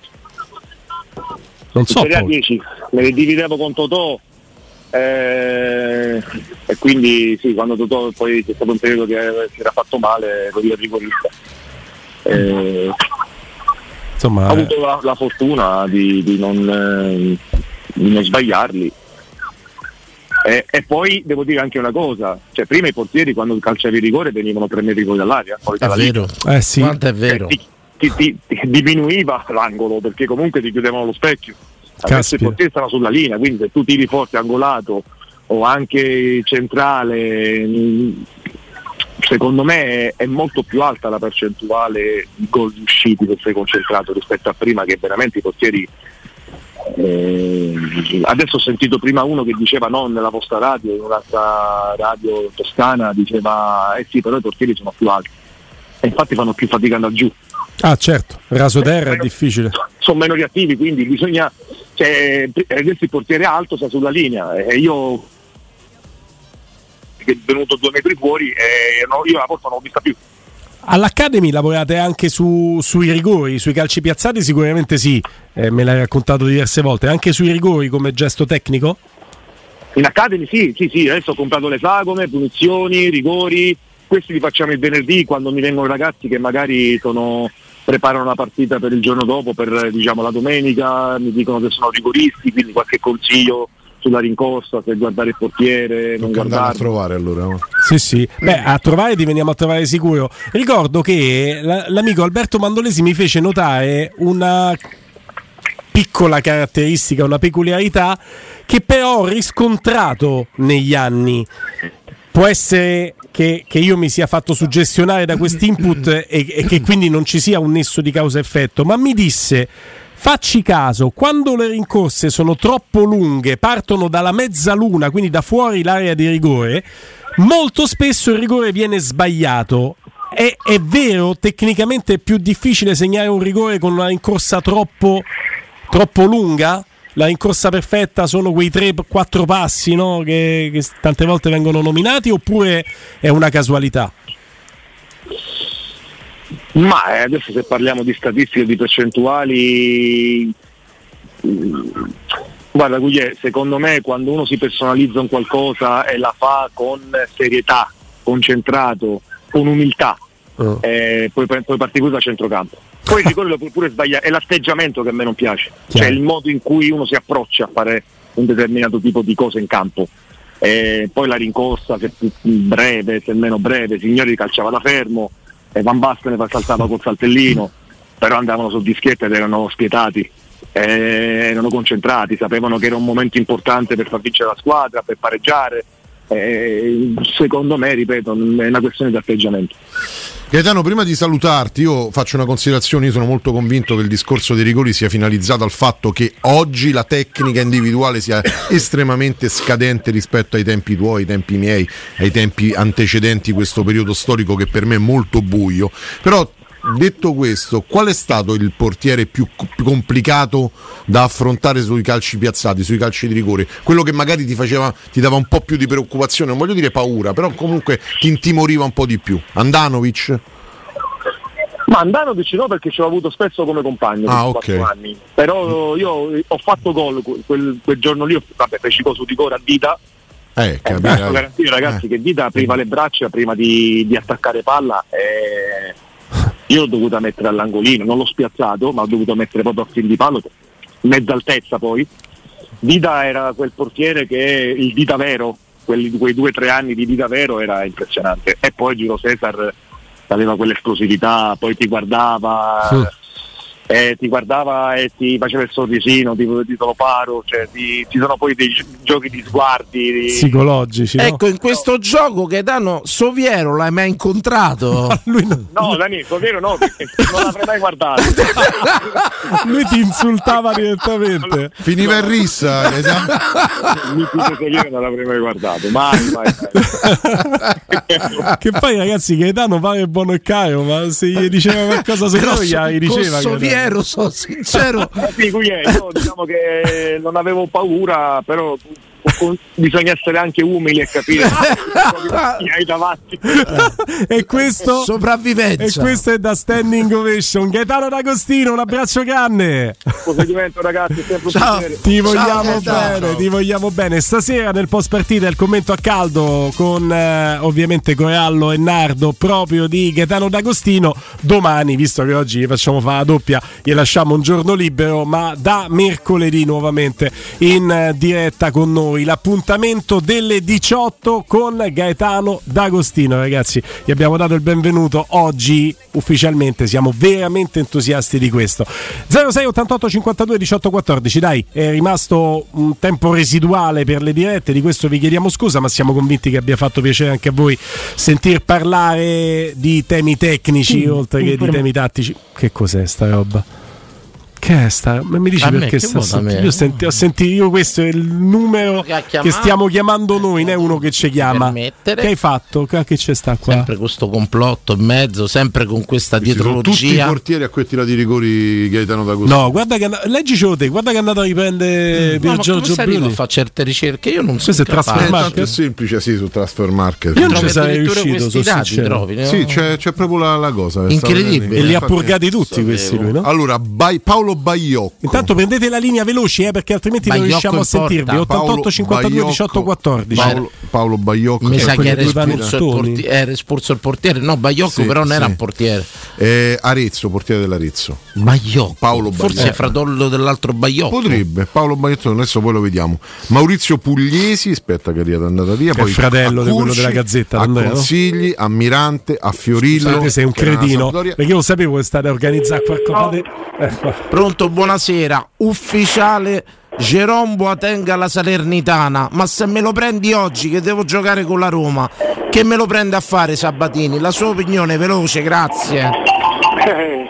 Non so Serie A dieci, me ne dividevo con Totò, eh, e quindi sì, quando Totò poi c'è stato un periodo che si era fatto male, ero io il rigorista. Eh, insomma, ha avuto la, la fortuna di, di, non, eh, di non sbagliarli. E, e poi devo dire anche una cosa, cioè prima i portieri quando calciavi il rigore venivano tre metri fuori dall'aria, poi È vero, eh sì. quanto è vero. Ti, ti, ti, ti diminuiva l'angolo perché comunque ti chiudevano lo specchio. Adesso i portieri stanno sulla linea, quindi se tu tiri forte angolato o anche centrale, secondo me è, è molto più alta la percentuale di gol riusciti se sei concentrato rispetto a prima, che veramente i portieri eh, adesso ho sentito prima uno che diceva non nella vostra radio, in un'altra radio toscana diceva eh sì però i portieri sono più alti e infatti fanno più fatica andare giù. Ah certo, raso terra è difficile, sono meno reattivi, quindi bisogna, cioè, adesso il portiere alto sta sulla linea e io che è venuto due metri fuori e no, io la porta non l'ho vista più. All'Academy lavorate anche su, sui rigori, sui calci piazzati sicuramente sì, eh, me l'hai raccontato diverse volte, anche sui rigori come gesto tecnico? In Academy sì, sì, sì, adesso ho comprato le sagome, punizioni, rigori, questi li facciamo il venerdì quando mi vengono ragazzi che magari sono, preparano la partita per il giorno dopo, per diciamo la domenica, mi dicono che sono rigoristi, quindi qualche consiglio sulla rincorsa, se guardare il portiere, non guardare. A trovare allora. No? Sì, sì. Beh, a trovare ti veniamo a trovare sicuro. Ricordo che la, l'amico Alberto Mandolesi mi fece notare una piccola caratteristica, una peculiarità che però ho riscontrato negli anni. Può essere che, che io mi sia fatto suggestionare da questi input e, e che quindi non ci sia un nesso di causa-effetto, ma mi disse: facci caso, quando le rincorse sono troppo lunghe, partono dalla mezzaluna, quindi da fuori l'area di rigore, molto spesso il rigore viene sbagliato. È, è vero, tecnicamente è più difficile segnare un rigore con una rincorsa troppo, troppo lunga? La rincorsa perfetta sono quei tre quattro passi, no? che, che tante volte vengono nominati, oppure è una casualità? Ma eh, adesso se parliamo di statistiche, di percentuali, mh, guarda Guglielmo, secondo me quando uno si personalizza un qualcosa e la fa con serietà, concentrato, con umiltà, oh. eh, poi, poi parti così a centrocampo. Poi il rigore lo puoi pure sbagliare, è l'atteggiamento che a me non piace, Chiaro. Cioè il modo in cui uno si approccia a fare un determinato tipo di cose in campo. Eh, poi la rincorsa, se più breve, se meno breve, Signori calciava da fermo, e Van Basten ne saltava col saltellino, però andavano sul dischetto ed erano spietati, eh, erano concentrati, sapevano che era un momento importante per far vincere la squadra, per pareggiare. Eh, secondo me, ripeto, è una questione di atteggiamento. Gaetano, prima di salutarti io faccio una considerazione. Io sono molto convinto che il discorso dei rigori sia finalizzato al fatto che oggi la tecnica individuale sia estremamente scadente rispetto ai tempi tuoi, ai tempi miei, ai tempi antecedenti questo periodo storico che per me è molto buio. Però detto questo, qual è stato il portiere più complicato da affrontare sui calci piazzati, sui calci di rigore? Quello che magari ti faceva, ti dava un po' più di preoccupazione, non voglio dire paura, però comunque ti intimoriva un po' di più. Andanovic? Ma Andanovic no, perché ce l'ho avuto spesso come compagno ah, per okay. quattro anni. Però io ho fatto gol quel, quel giorno lì, vabbè, feci gol su rigore a Dita. Eh, eh, posso garantire ragazzi eh. che Dita apriva le braccia prima di, di attaccare palla e io l'ho dovuta mettere all'angolino, non l'ho spiazzato, ma l'ho dovuto mettere proprio a fin di palo, mezza altezza poi. Dita era quel portiere che il Dita vero, quelli, quei due o tre anni di Dita vero era impressionante. E poi Giro Cesar aveva quell'esplosività, poi ti guardava, sì. eh, ti guardava e ti faceva il sorrisino, ti, ti lo paro, cioè ti, ci sono poi dei gi- giochi di sguardi di... psicologici. Ecco, no? in questo no. gioco Gaetano, Soviero l'hai mai incontrato? Lui no, no Dani, Soviero no, perché non l'avrei mai guardato. Lui ti insultava direttamente. Finiva in rissa, esatto. Io non l'avrei mai guardato, mai, mai, mai. Che poi ragazzi, Gaetano pare buono e caro, ma se gli diceva qualcosa secondo me gli diceva. Soviero, sono sincero. Eh sì, io diciamo che non avevo paura, però bisogna essere anche umili e capire chi hai davanti. E questo sopravvivenza. E questo è da Standing Ovation. Gaetano D'Agostino, un abbraccio grande. Procedimento, ragazzi, sempre ciao. un Ti vogliamo ciao, bene, ti vogliamo bene. Stasera nel post partita il commento a caldo con eh, ovviamente Corallo e Nardo proprio di Gaetano D'Agostino. Domani, visto che oggi facciamo fare la doppia, gli lasciamo un giorno libero, ma da mercoledì nuovamente in eh, diretta con noi. L'appuntamento delle diciotto con Gaetano D'Agostino. Ragazzi, gli abbiamo dato il benvenuto oggi ufficialmente, siamo veramente entusiasti di questo. zero sei ottantotto cinquantadue diciotto quattordici, dai, è rimasto un tempo residuale per le dirette, di questo vi chiediamo scusa, ma siamo convinti che abbia fatto piacere anche a voi sentir parlare di temi tecnici mm, oltre che di temi tattici. Che cos'è sta roba? Che è sta? Ma mi dici a perché me, sta? sta Io senti, ho sentito, io questo è il numero che, che stiamo chiamando noi, non è uno che ci chiama. Che hai fatto? Che c'è sta qua? Sempre questo complotto in mezzo, sempre con questa dietrologia. Tutti i portieri a quei tirati di rigori Gaetano D'Agostino. No, guarda che leggicelo te, guarda che è andato a riprendere no, per Giorgio Bruni. Fa certe ricerche, io non so. Questo è Transfer Market. È semplice, sì, su Transfer Market. Io non ci sarei riuscito, sono dati, trovi, no? Sì, c'è, c'è proprio la, la cosa. Incredibile. E li ha purgati tutti questi lui, no? Allora, Bai, Paolo Baiocco. Intanto prendete la linea veloci, eh, perché altrimenti Baiocco non riusciamo a sentirvi. ottantotto cinquantadue diciotto quattordici. Paolo, Paolo Baiocco. Mi sa che era espulso, il portiere, era espulso il portiere. No, Baiocco sì, però non sì. era un portiere. Eh, Arezzo, portiere dell'Arezzo. Baiocco. Paolo Forse Baiocco. è fratello dell'altro Baiocco. Potrebbe. Paolo Baiocco, adesso poi lo vediamo. Maurizio Pugliesi, aspetta che è andata via. Che poi è il fratello a di quello Curci, della Gazzetta. A Andrea, Consigli, no? A Mirante, a Fiorillo. Scusate, sei un cretino. Perché io lo sapevo che state a organizzare qualcosa. Di... Eh, Pronto, buonasera. Ufficiale Jerome Boateng alla Salernitana. Ma se me lo prendi oggi che devo giocare con la Roma, che me lo prende a fare Sabatini? La sua opinione veloce, grazie. Eh,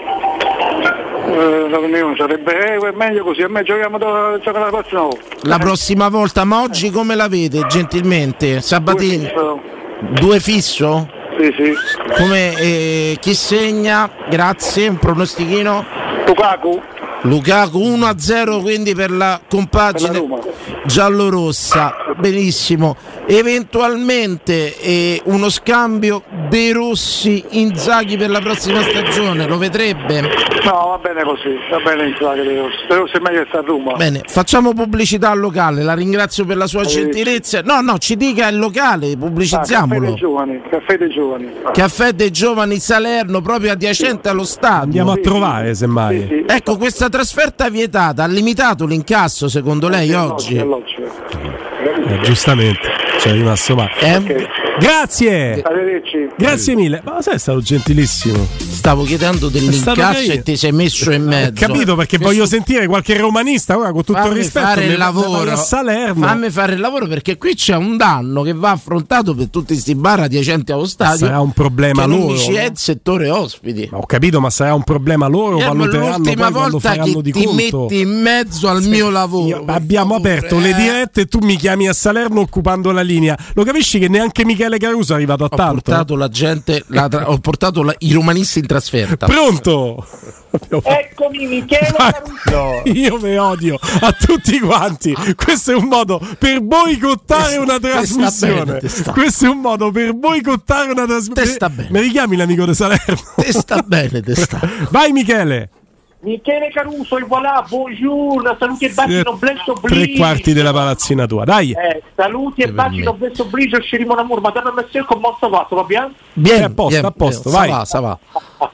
eh, sarebbe eh, meglio così, a me giochiamo da, giocare la prossima volta. La prossima volta, ma oggi come la vede gentilmente Sabatini? Due fisso? Sì, sì. Come eh, chi segna? Grazie, un pronostichino? Lukaku. Lukaku uno a zero quindi per la compagine giallorossa. Benissimo. Eventualmente eh, uno scambio De Rossi Inzaghi per la prossima stagione, lo vedrebbe? No, va bene così, va bene Inzaghi De Rossi. De Rossi è meglio che sta a Roma. Bene, facciamo pubblicità al locale, la ringrazio per la sua gentilezza. No, no, ci dica il locale, pubblicizziamolo. Ah, caffè dei giovani, caffè dei giovani. Caffè dei giovani Salerno, proprio adiacente allo stadio. Andiamo a trovare semmai. Sì, sì. Ecco, questa trasferta vietata ha limitato l'incasso secondo lei è oggi? Logico, è eh, giustamente, c'è rimasto male. Eh, okay. Grazie. Arrivederci. Grazie mille. Ma sei stato gentilissimo. Stavo chiedendo dell'incasso e ti sei messo in mezzo. Ho capito perché che voglio su... sentire qualche romanista ora, con tutto fammi il rispetto fare il me, lavoro a Salerno. Fammi fare il lavoro perché qui c'è un danno che va affrontato per tutti sti bar adiacenti allo stadio. Sarà un problema che loro. Non ci è il settore ospiti. Ma ho capito, ma sarà un problema loro. Eh, valuteranno l'ultima poi volta faranno che di ti conto. metti in mezzo al sì, mio lavoro. Io, abbiamo favore, aperto eh. le dirette e tu mi chiami a Salerno occupando la linea. Lo capisci che neanche Michele Caruso è arrivato a ho tanto? Portato la gente, la tra- ho portato la, i romanisti in trasferta. Pronto? Eccomi Michele Caruso. Io vi odio a tutti quanti. Questo è un modo per boicottare una trasmissione. Te sta bene, te sta. Questo è un modo per boicottare una trasmissione. Mi richiami l'amico di Salerno? Te sta bene, te sta. Vai Michele. Michele Caruso, il voilà, buongiorno, saluti e baci, noblesse oblige. Tre quarti della palazzina tua, dai. Eh, saluti e baci, noblesse oblige, usciremo l'amour, madame Messier, con mossa fatto, va bene? Bien, a posto, bien, a posto, bien, vai. Sa va, sa va.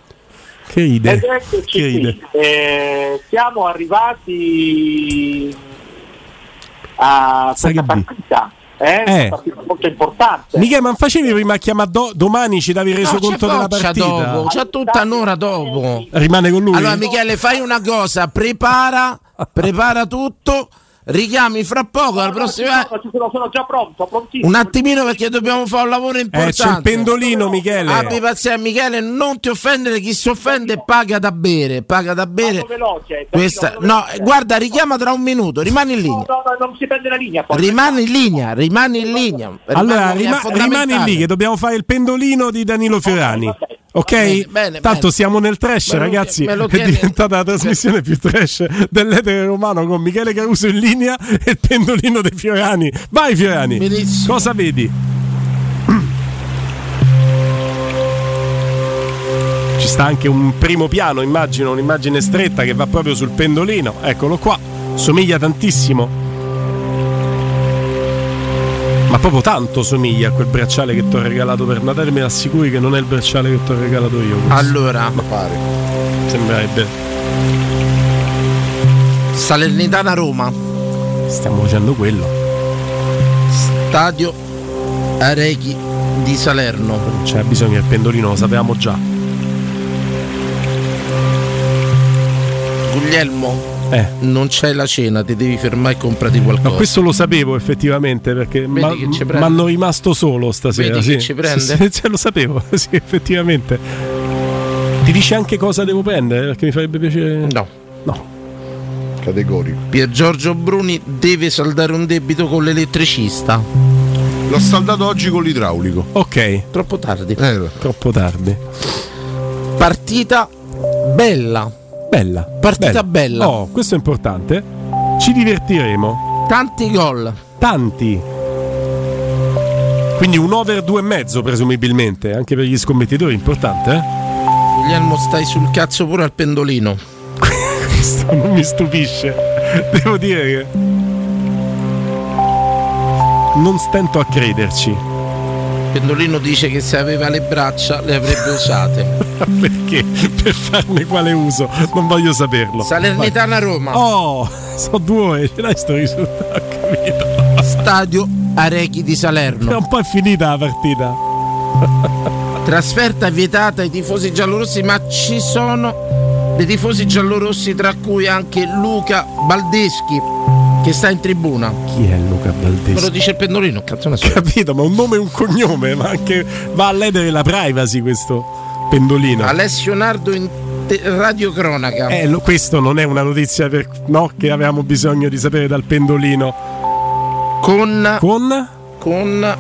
Che idea. Ed eccoci che idea. Eh, siamo arrivati a questa partita. Eh, eh. Una partita molto importante. Michele, ma facevi prima a chiamare do- domani ci davi reso no, conto della partita? Dopo, c'è tutta un'ora dopo. Rimane con lui. Allora Michele, fai una cosa, prepara, prepara tutto. Richiami fra poco al prossimo. Ci sono, sono già pronto, prontissimo. Un attimino perché dobbiamo fare un lavoro importante. Eh, c'è il pendolino, Michele. Abbi pazienza, Michele, non ti offendere, chi si offende paga da bere, paga da bere. Veloce, Questa... No, guarda, richiama tra un minuto, rimani in linea. No, no, non si prende la linea. Poi. Rimani in linea, rimani in linea. Allora, rima- rimani lì che dobbiamo fare il pendolino di Danilo Fiorani. Okay, Ok? Bene, bene, Tanto bene. siamo nel trash, Me lo- ragazzi. me lo È tieni- diventata la trasmissione più trash dell'etere romano con Michele Caruso in linea e il pendolino dei Fiorani. Vai Fiorani, Benissimo. cosa vedi? Ci sta anche un primo piano, immagino, un'immagine stretta che va proprio sul pendolino. Eccolo qua, somiglia tantissimo. Ma proprio tanto somiglia a quel bracciale che ti ho regalato per Natale. Mi assicuri che non è il bracciale che ti ho regalato io questo. Allora, pare. Sembrerebbe. Salernitana Roma, Stiamo facendo quello. stadio Arechi di Salerno. C'è bisogno del pendolino, lo sapevamo già. Guglielmo, Eh. non c'è la cena, ti devi fermare e comprati qualcosa. Ma questo lo sapevo effettivamente perché Vedi ma- che ci prende? m'hanno rimasto solo stasera. Vedi sì. che ci prende? Sì, sì, lo sapevo, sì, effettivamente. Ti dice anche cosa devo prendere? Perché mi farebbe piacere. No. No. Categorico. Pier Giorgio Bruni deve saldare un debito con l'elettricista. L'ho saldato oggi con l'idraulico. Ok. Troppo tardi. Eh, Troppo tardi. Partita bella. Bella. Partita bella. Oh, questo è importante. Ci divertiremo. Tanti gol. Tanti. Quindi un over due e mezzo presumibilmente, anche per gli scommettitori, importante, eh? Guglielmo, stai sul cazzo pure al pendolino. Questo non mi stupisce. Devo dire che non stento a crederci. Pendolino dice che se aveva le braccia le avrebbe usate. Perché? Per farne quale uso? Non voglio saperlo. Salernitana Roma. Oh, so due ore, ce l'hai sto risultato, ho capito. Stadio Arechi di Salerno. È un po' è finita la partita. Trasferta vietata ai tifosi giallorossi, ma ci sono dei tifosi giallorossi, tra cui anche Luca Baldeschi, che sta in tribuna. Chi è Luca Baldeschi? Me lo dice il pendolino, cazzo ne so. Capito, ma un nome e un cognome, ma anche va a ledere la privacy questo pendolino. Alessio Nardo in te- radiocronaca. Eh, lo- questo non è una notizia per, no, che avevamo bisogno di sapere dal pendolino. Con Con? Con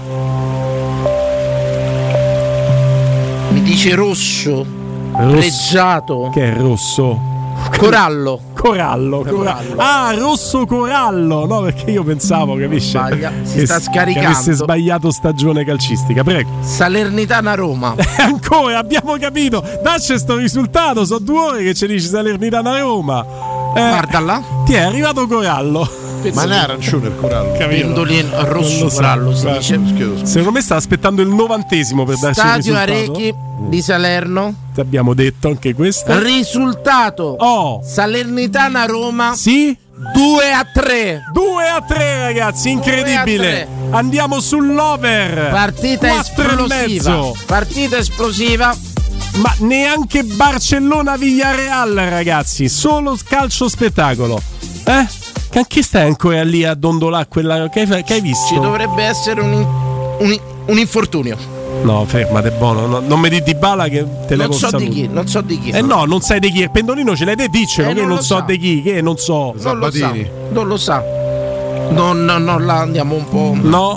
mi dice rosso, Rosso. pregiato, Che è rosso? corallo. Corallo, corallo. Ah, rosso corallo. No, perché io pensavo, capisci? Sbaglia, si che, sta che scaricando. avesse sbagliato stagione calcistica. Prego. Salernitana Roma. Ancora, abbiamo capito. Dacci sto risultato. Sono due ore che ci dici Salernitana Roma. Eh, Guarda là. Ti è arrivato corallo. Ma non è arancione il corallo. Capito? Pendolino Non rosso lo so. corallo si Guarda, dice. Scusa. Secondo me sta aspettando il novantesimo per darci il Stadio risultato. Arechi di Salerno. Ti abbiamo detto anche questo. Risultato Oh, Salernitana Roma sì? due a tre. due a tre ragazzi, incredibile. Andiamo sull'over. Partita quattro e esplosiva. mezzo. Partita esplosiva. Ma neanche Barcellona-Villarreal ragazzi, solo calcio spettacolo. Eh? Che anche stai ancora lì a dondolare quella che hai, che hai visto? Ci dovrebbe essere un, in- un, in- un infortunio. No, fermate, buono. No, non mi di Dybala che te Non levo so il di saluto. chi, non so di chi. Eh no, non sai di chi. Il pendolino ce l'hai te, diccelo Eh, che non non lo so sa. di chi, che non so. Non lo sa. Sabatini. Non lo sa. Non, non, non la andiamo un po'. No.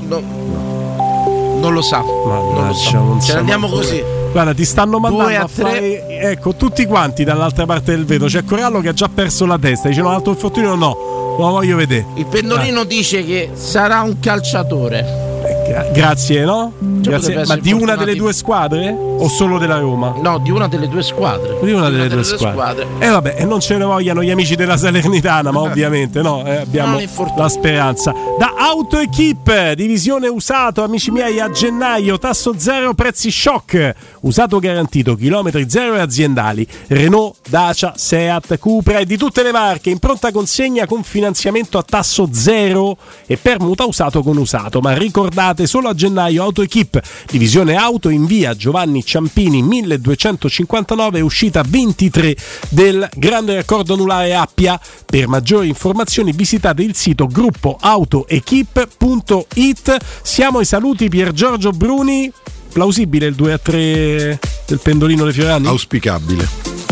Non lo sa. Non lo Mannaggia, sa. non Ce siamo ne andiamo ancora- così. Guarda, ti stanno mandando Due a a fare, ecco, tutti quanti dall'altra parte del vetro. C'è Corallo che ha già perso la testa. Dice: no, altro infortunio no. Lo voglio vedere. Il pendolino dice che sarà un calciatore. Gra- grazie, no? Grazie. potrebbe Ma essere di una fortunati. delle due squadre? O solo della Roma? No, di una delle due squadre. Di una delle due squadre. E eh, vabbè, e non ce ne vogliano gli amici della Salernitana, ma ovviamente no, eh, abbiamo Non è fortunato. la speranza. Da AutoEquip, divisione usato, amici miei, a gennaio, tasso zero, prezzi shock. Usato garantito, chilometri zero e aziendali. Renault, Dacia, Seat, Cupra e di tutte le marche in pronta consegna con finanziamento a tasso zero e permuta usato con usato. Ma ricordate, solo a gennaio AutoEquip, divisione auto in via Giovanni Ciampini milleduecentocinquantanove, uscita ventitré del grande raccordo anulare Appia. Per maggiori informazioni visitate il sito gruppo autoequip punto it. Siamo ai saluti. Pier Giorgio Bruni, plausibile il due a tre del pendolino dei Fiorani? Auspicabile.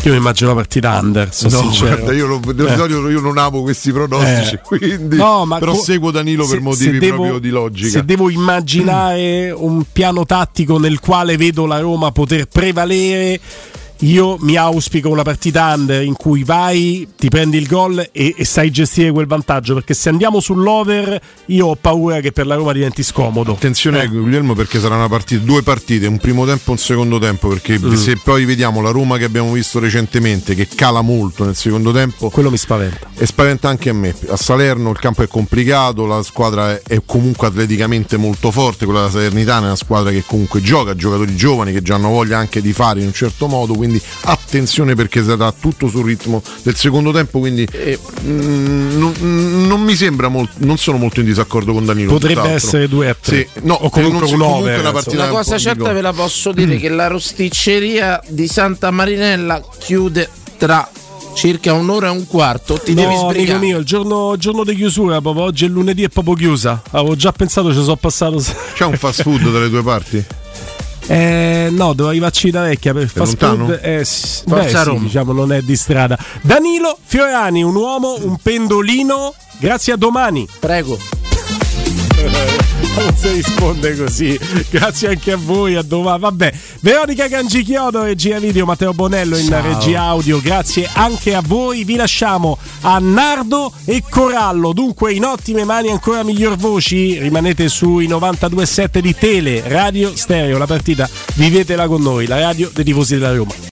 Io mi immagino la partita under, sono no, sincero. Guarda, io, lo, eh. io non amo questi pronostici, eh. quindi no, ma però co- seguo Danilo se, per motivi devo, proprio di logica. Se devo immaginare mm. un piano tattico nel quale vedo la Roma poter prevalere, io mi auspico una partita under in cui vai, ti prendi il gol e, e sai gestire quel vantaggio, perché se andiamo sull'over io ho paura che per la Roma diventi scomodo. Attenzione eh. Guglielmo, perché sarà una partita, due partite, un primo tempo e un secondo tempo, perché mm. se poi vediamo la Roma che abbiamo visto recentemente che cala molto nel secondo tempo, quello mi spaventa e spaventa anche a me. A Salerno il campo è complicato, la squadra è comunque atleticamente molto forte, quella della Salernitana è una squadra che comunque gioca, giocatori giovani che già hanno voglia anche di fare in un certo modo, quindi attenzione perché sarà tutto sul ritmo del secondo tempo, quindi eh, mh, non, non mi sembra molto, non sono molto in disaccordo con Danilo. Potrebbe essere due a tre, sì, no, o comunque un over. Una, partita una cosa un certa ve la posso dire, mm. che la rosticceria di Santa Marinella chiude tra circa un'ora e un quarto. Ti no, devi sbrigare. Amico mio, il giorno, giorno di chiusura, proprio oggi è lunedì, è proprio chiusa. Avevo già pensato, ci sono passato. C'è un fast food dalle due parti? Eh, no, devo arrivarci da vecchia per fast food. Eh, sì, beh, sì, diciamo non è di strada. Danilo Fiorani, un uomo, un pendolino. Grazie a domani. Prego. Non si risponde così. Grazie anche a voi, a domani. Vabbè, Veronica Cangichiodo, regia video, Matteo Bonello in Ciao. regia audio. Grazie anche a voi. Vi lasciamo a Nardo e Corallo. Dunque in ottime mani, ancora miglior voci. Rimanete sui novantadue virgola sette di Tele Radio Stereo. La partita vivetela con noi, la radio dei tifosi della Roma.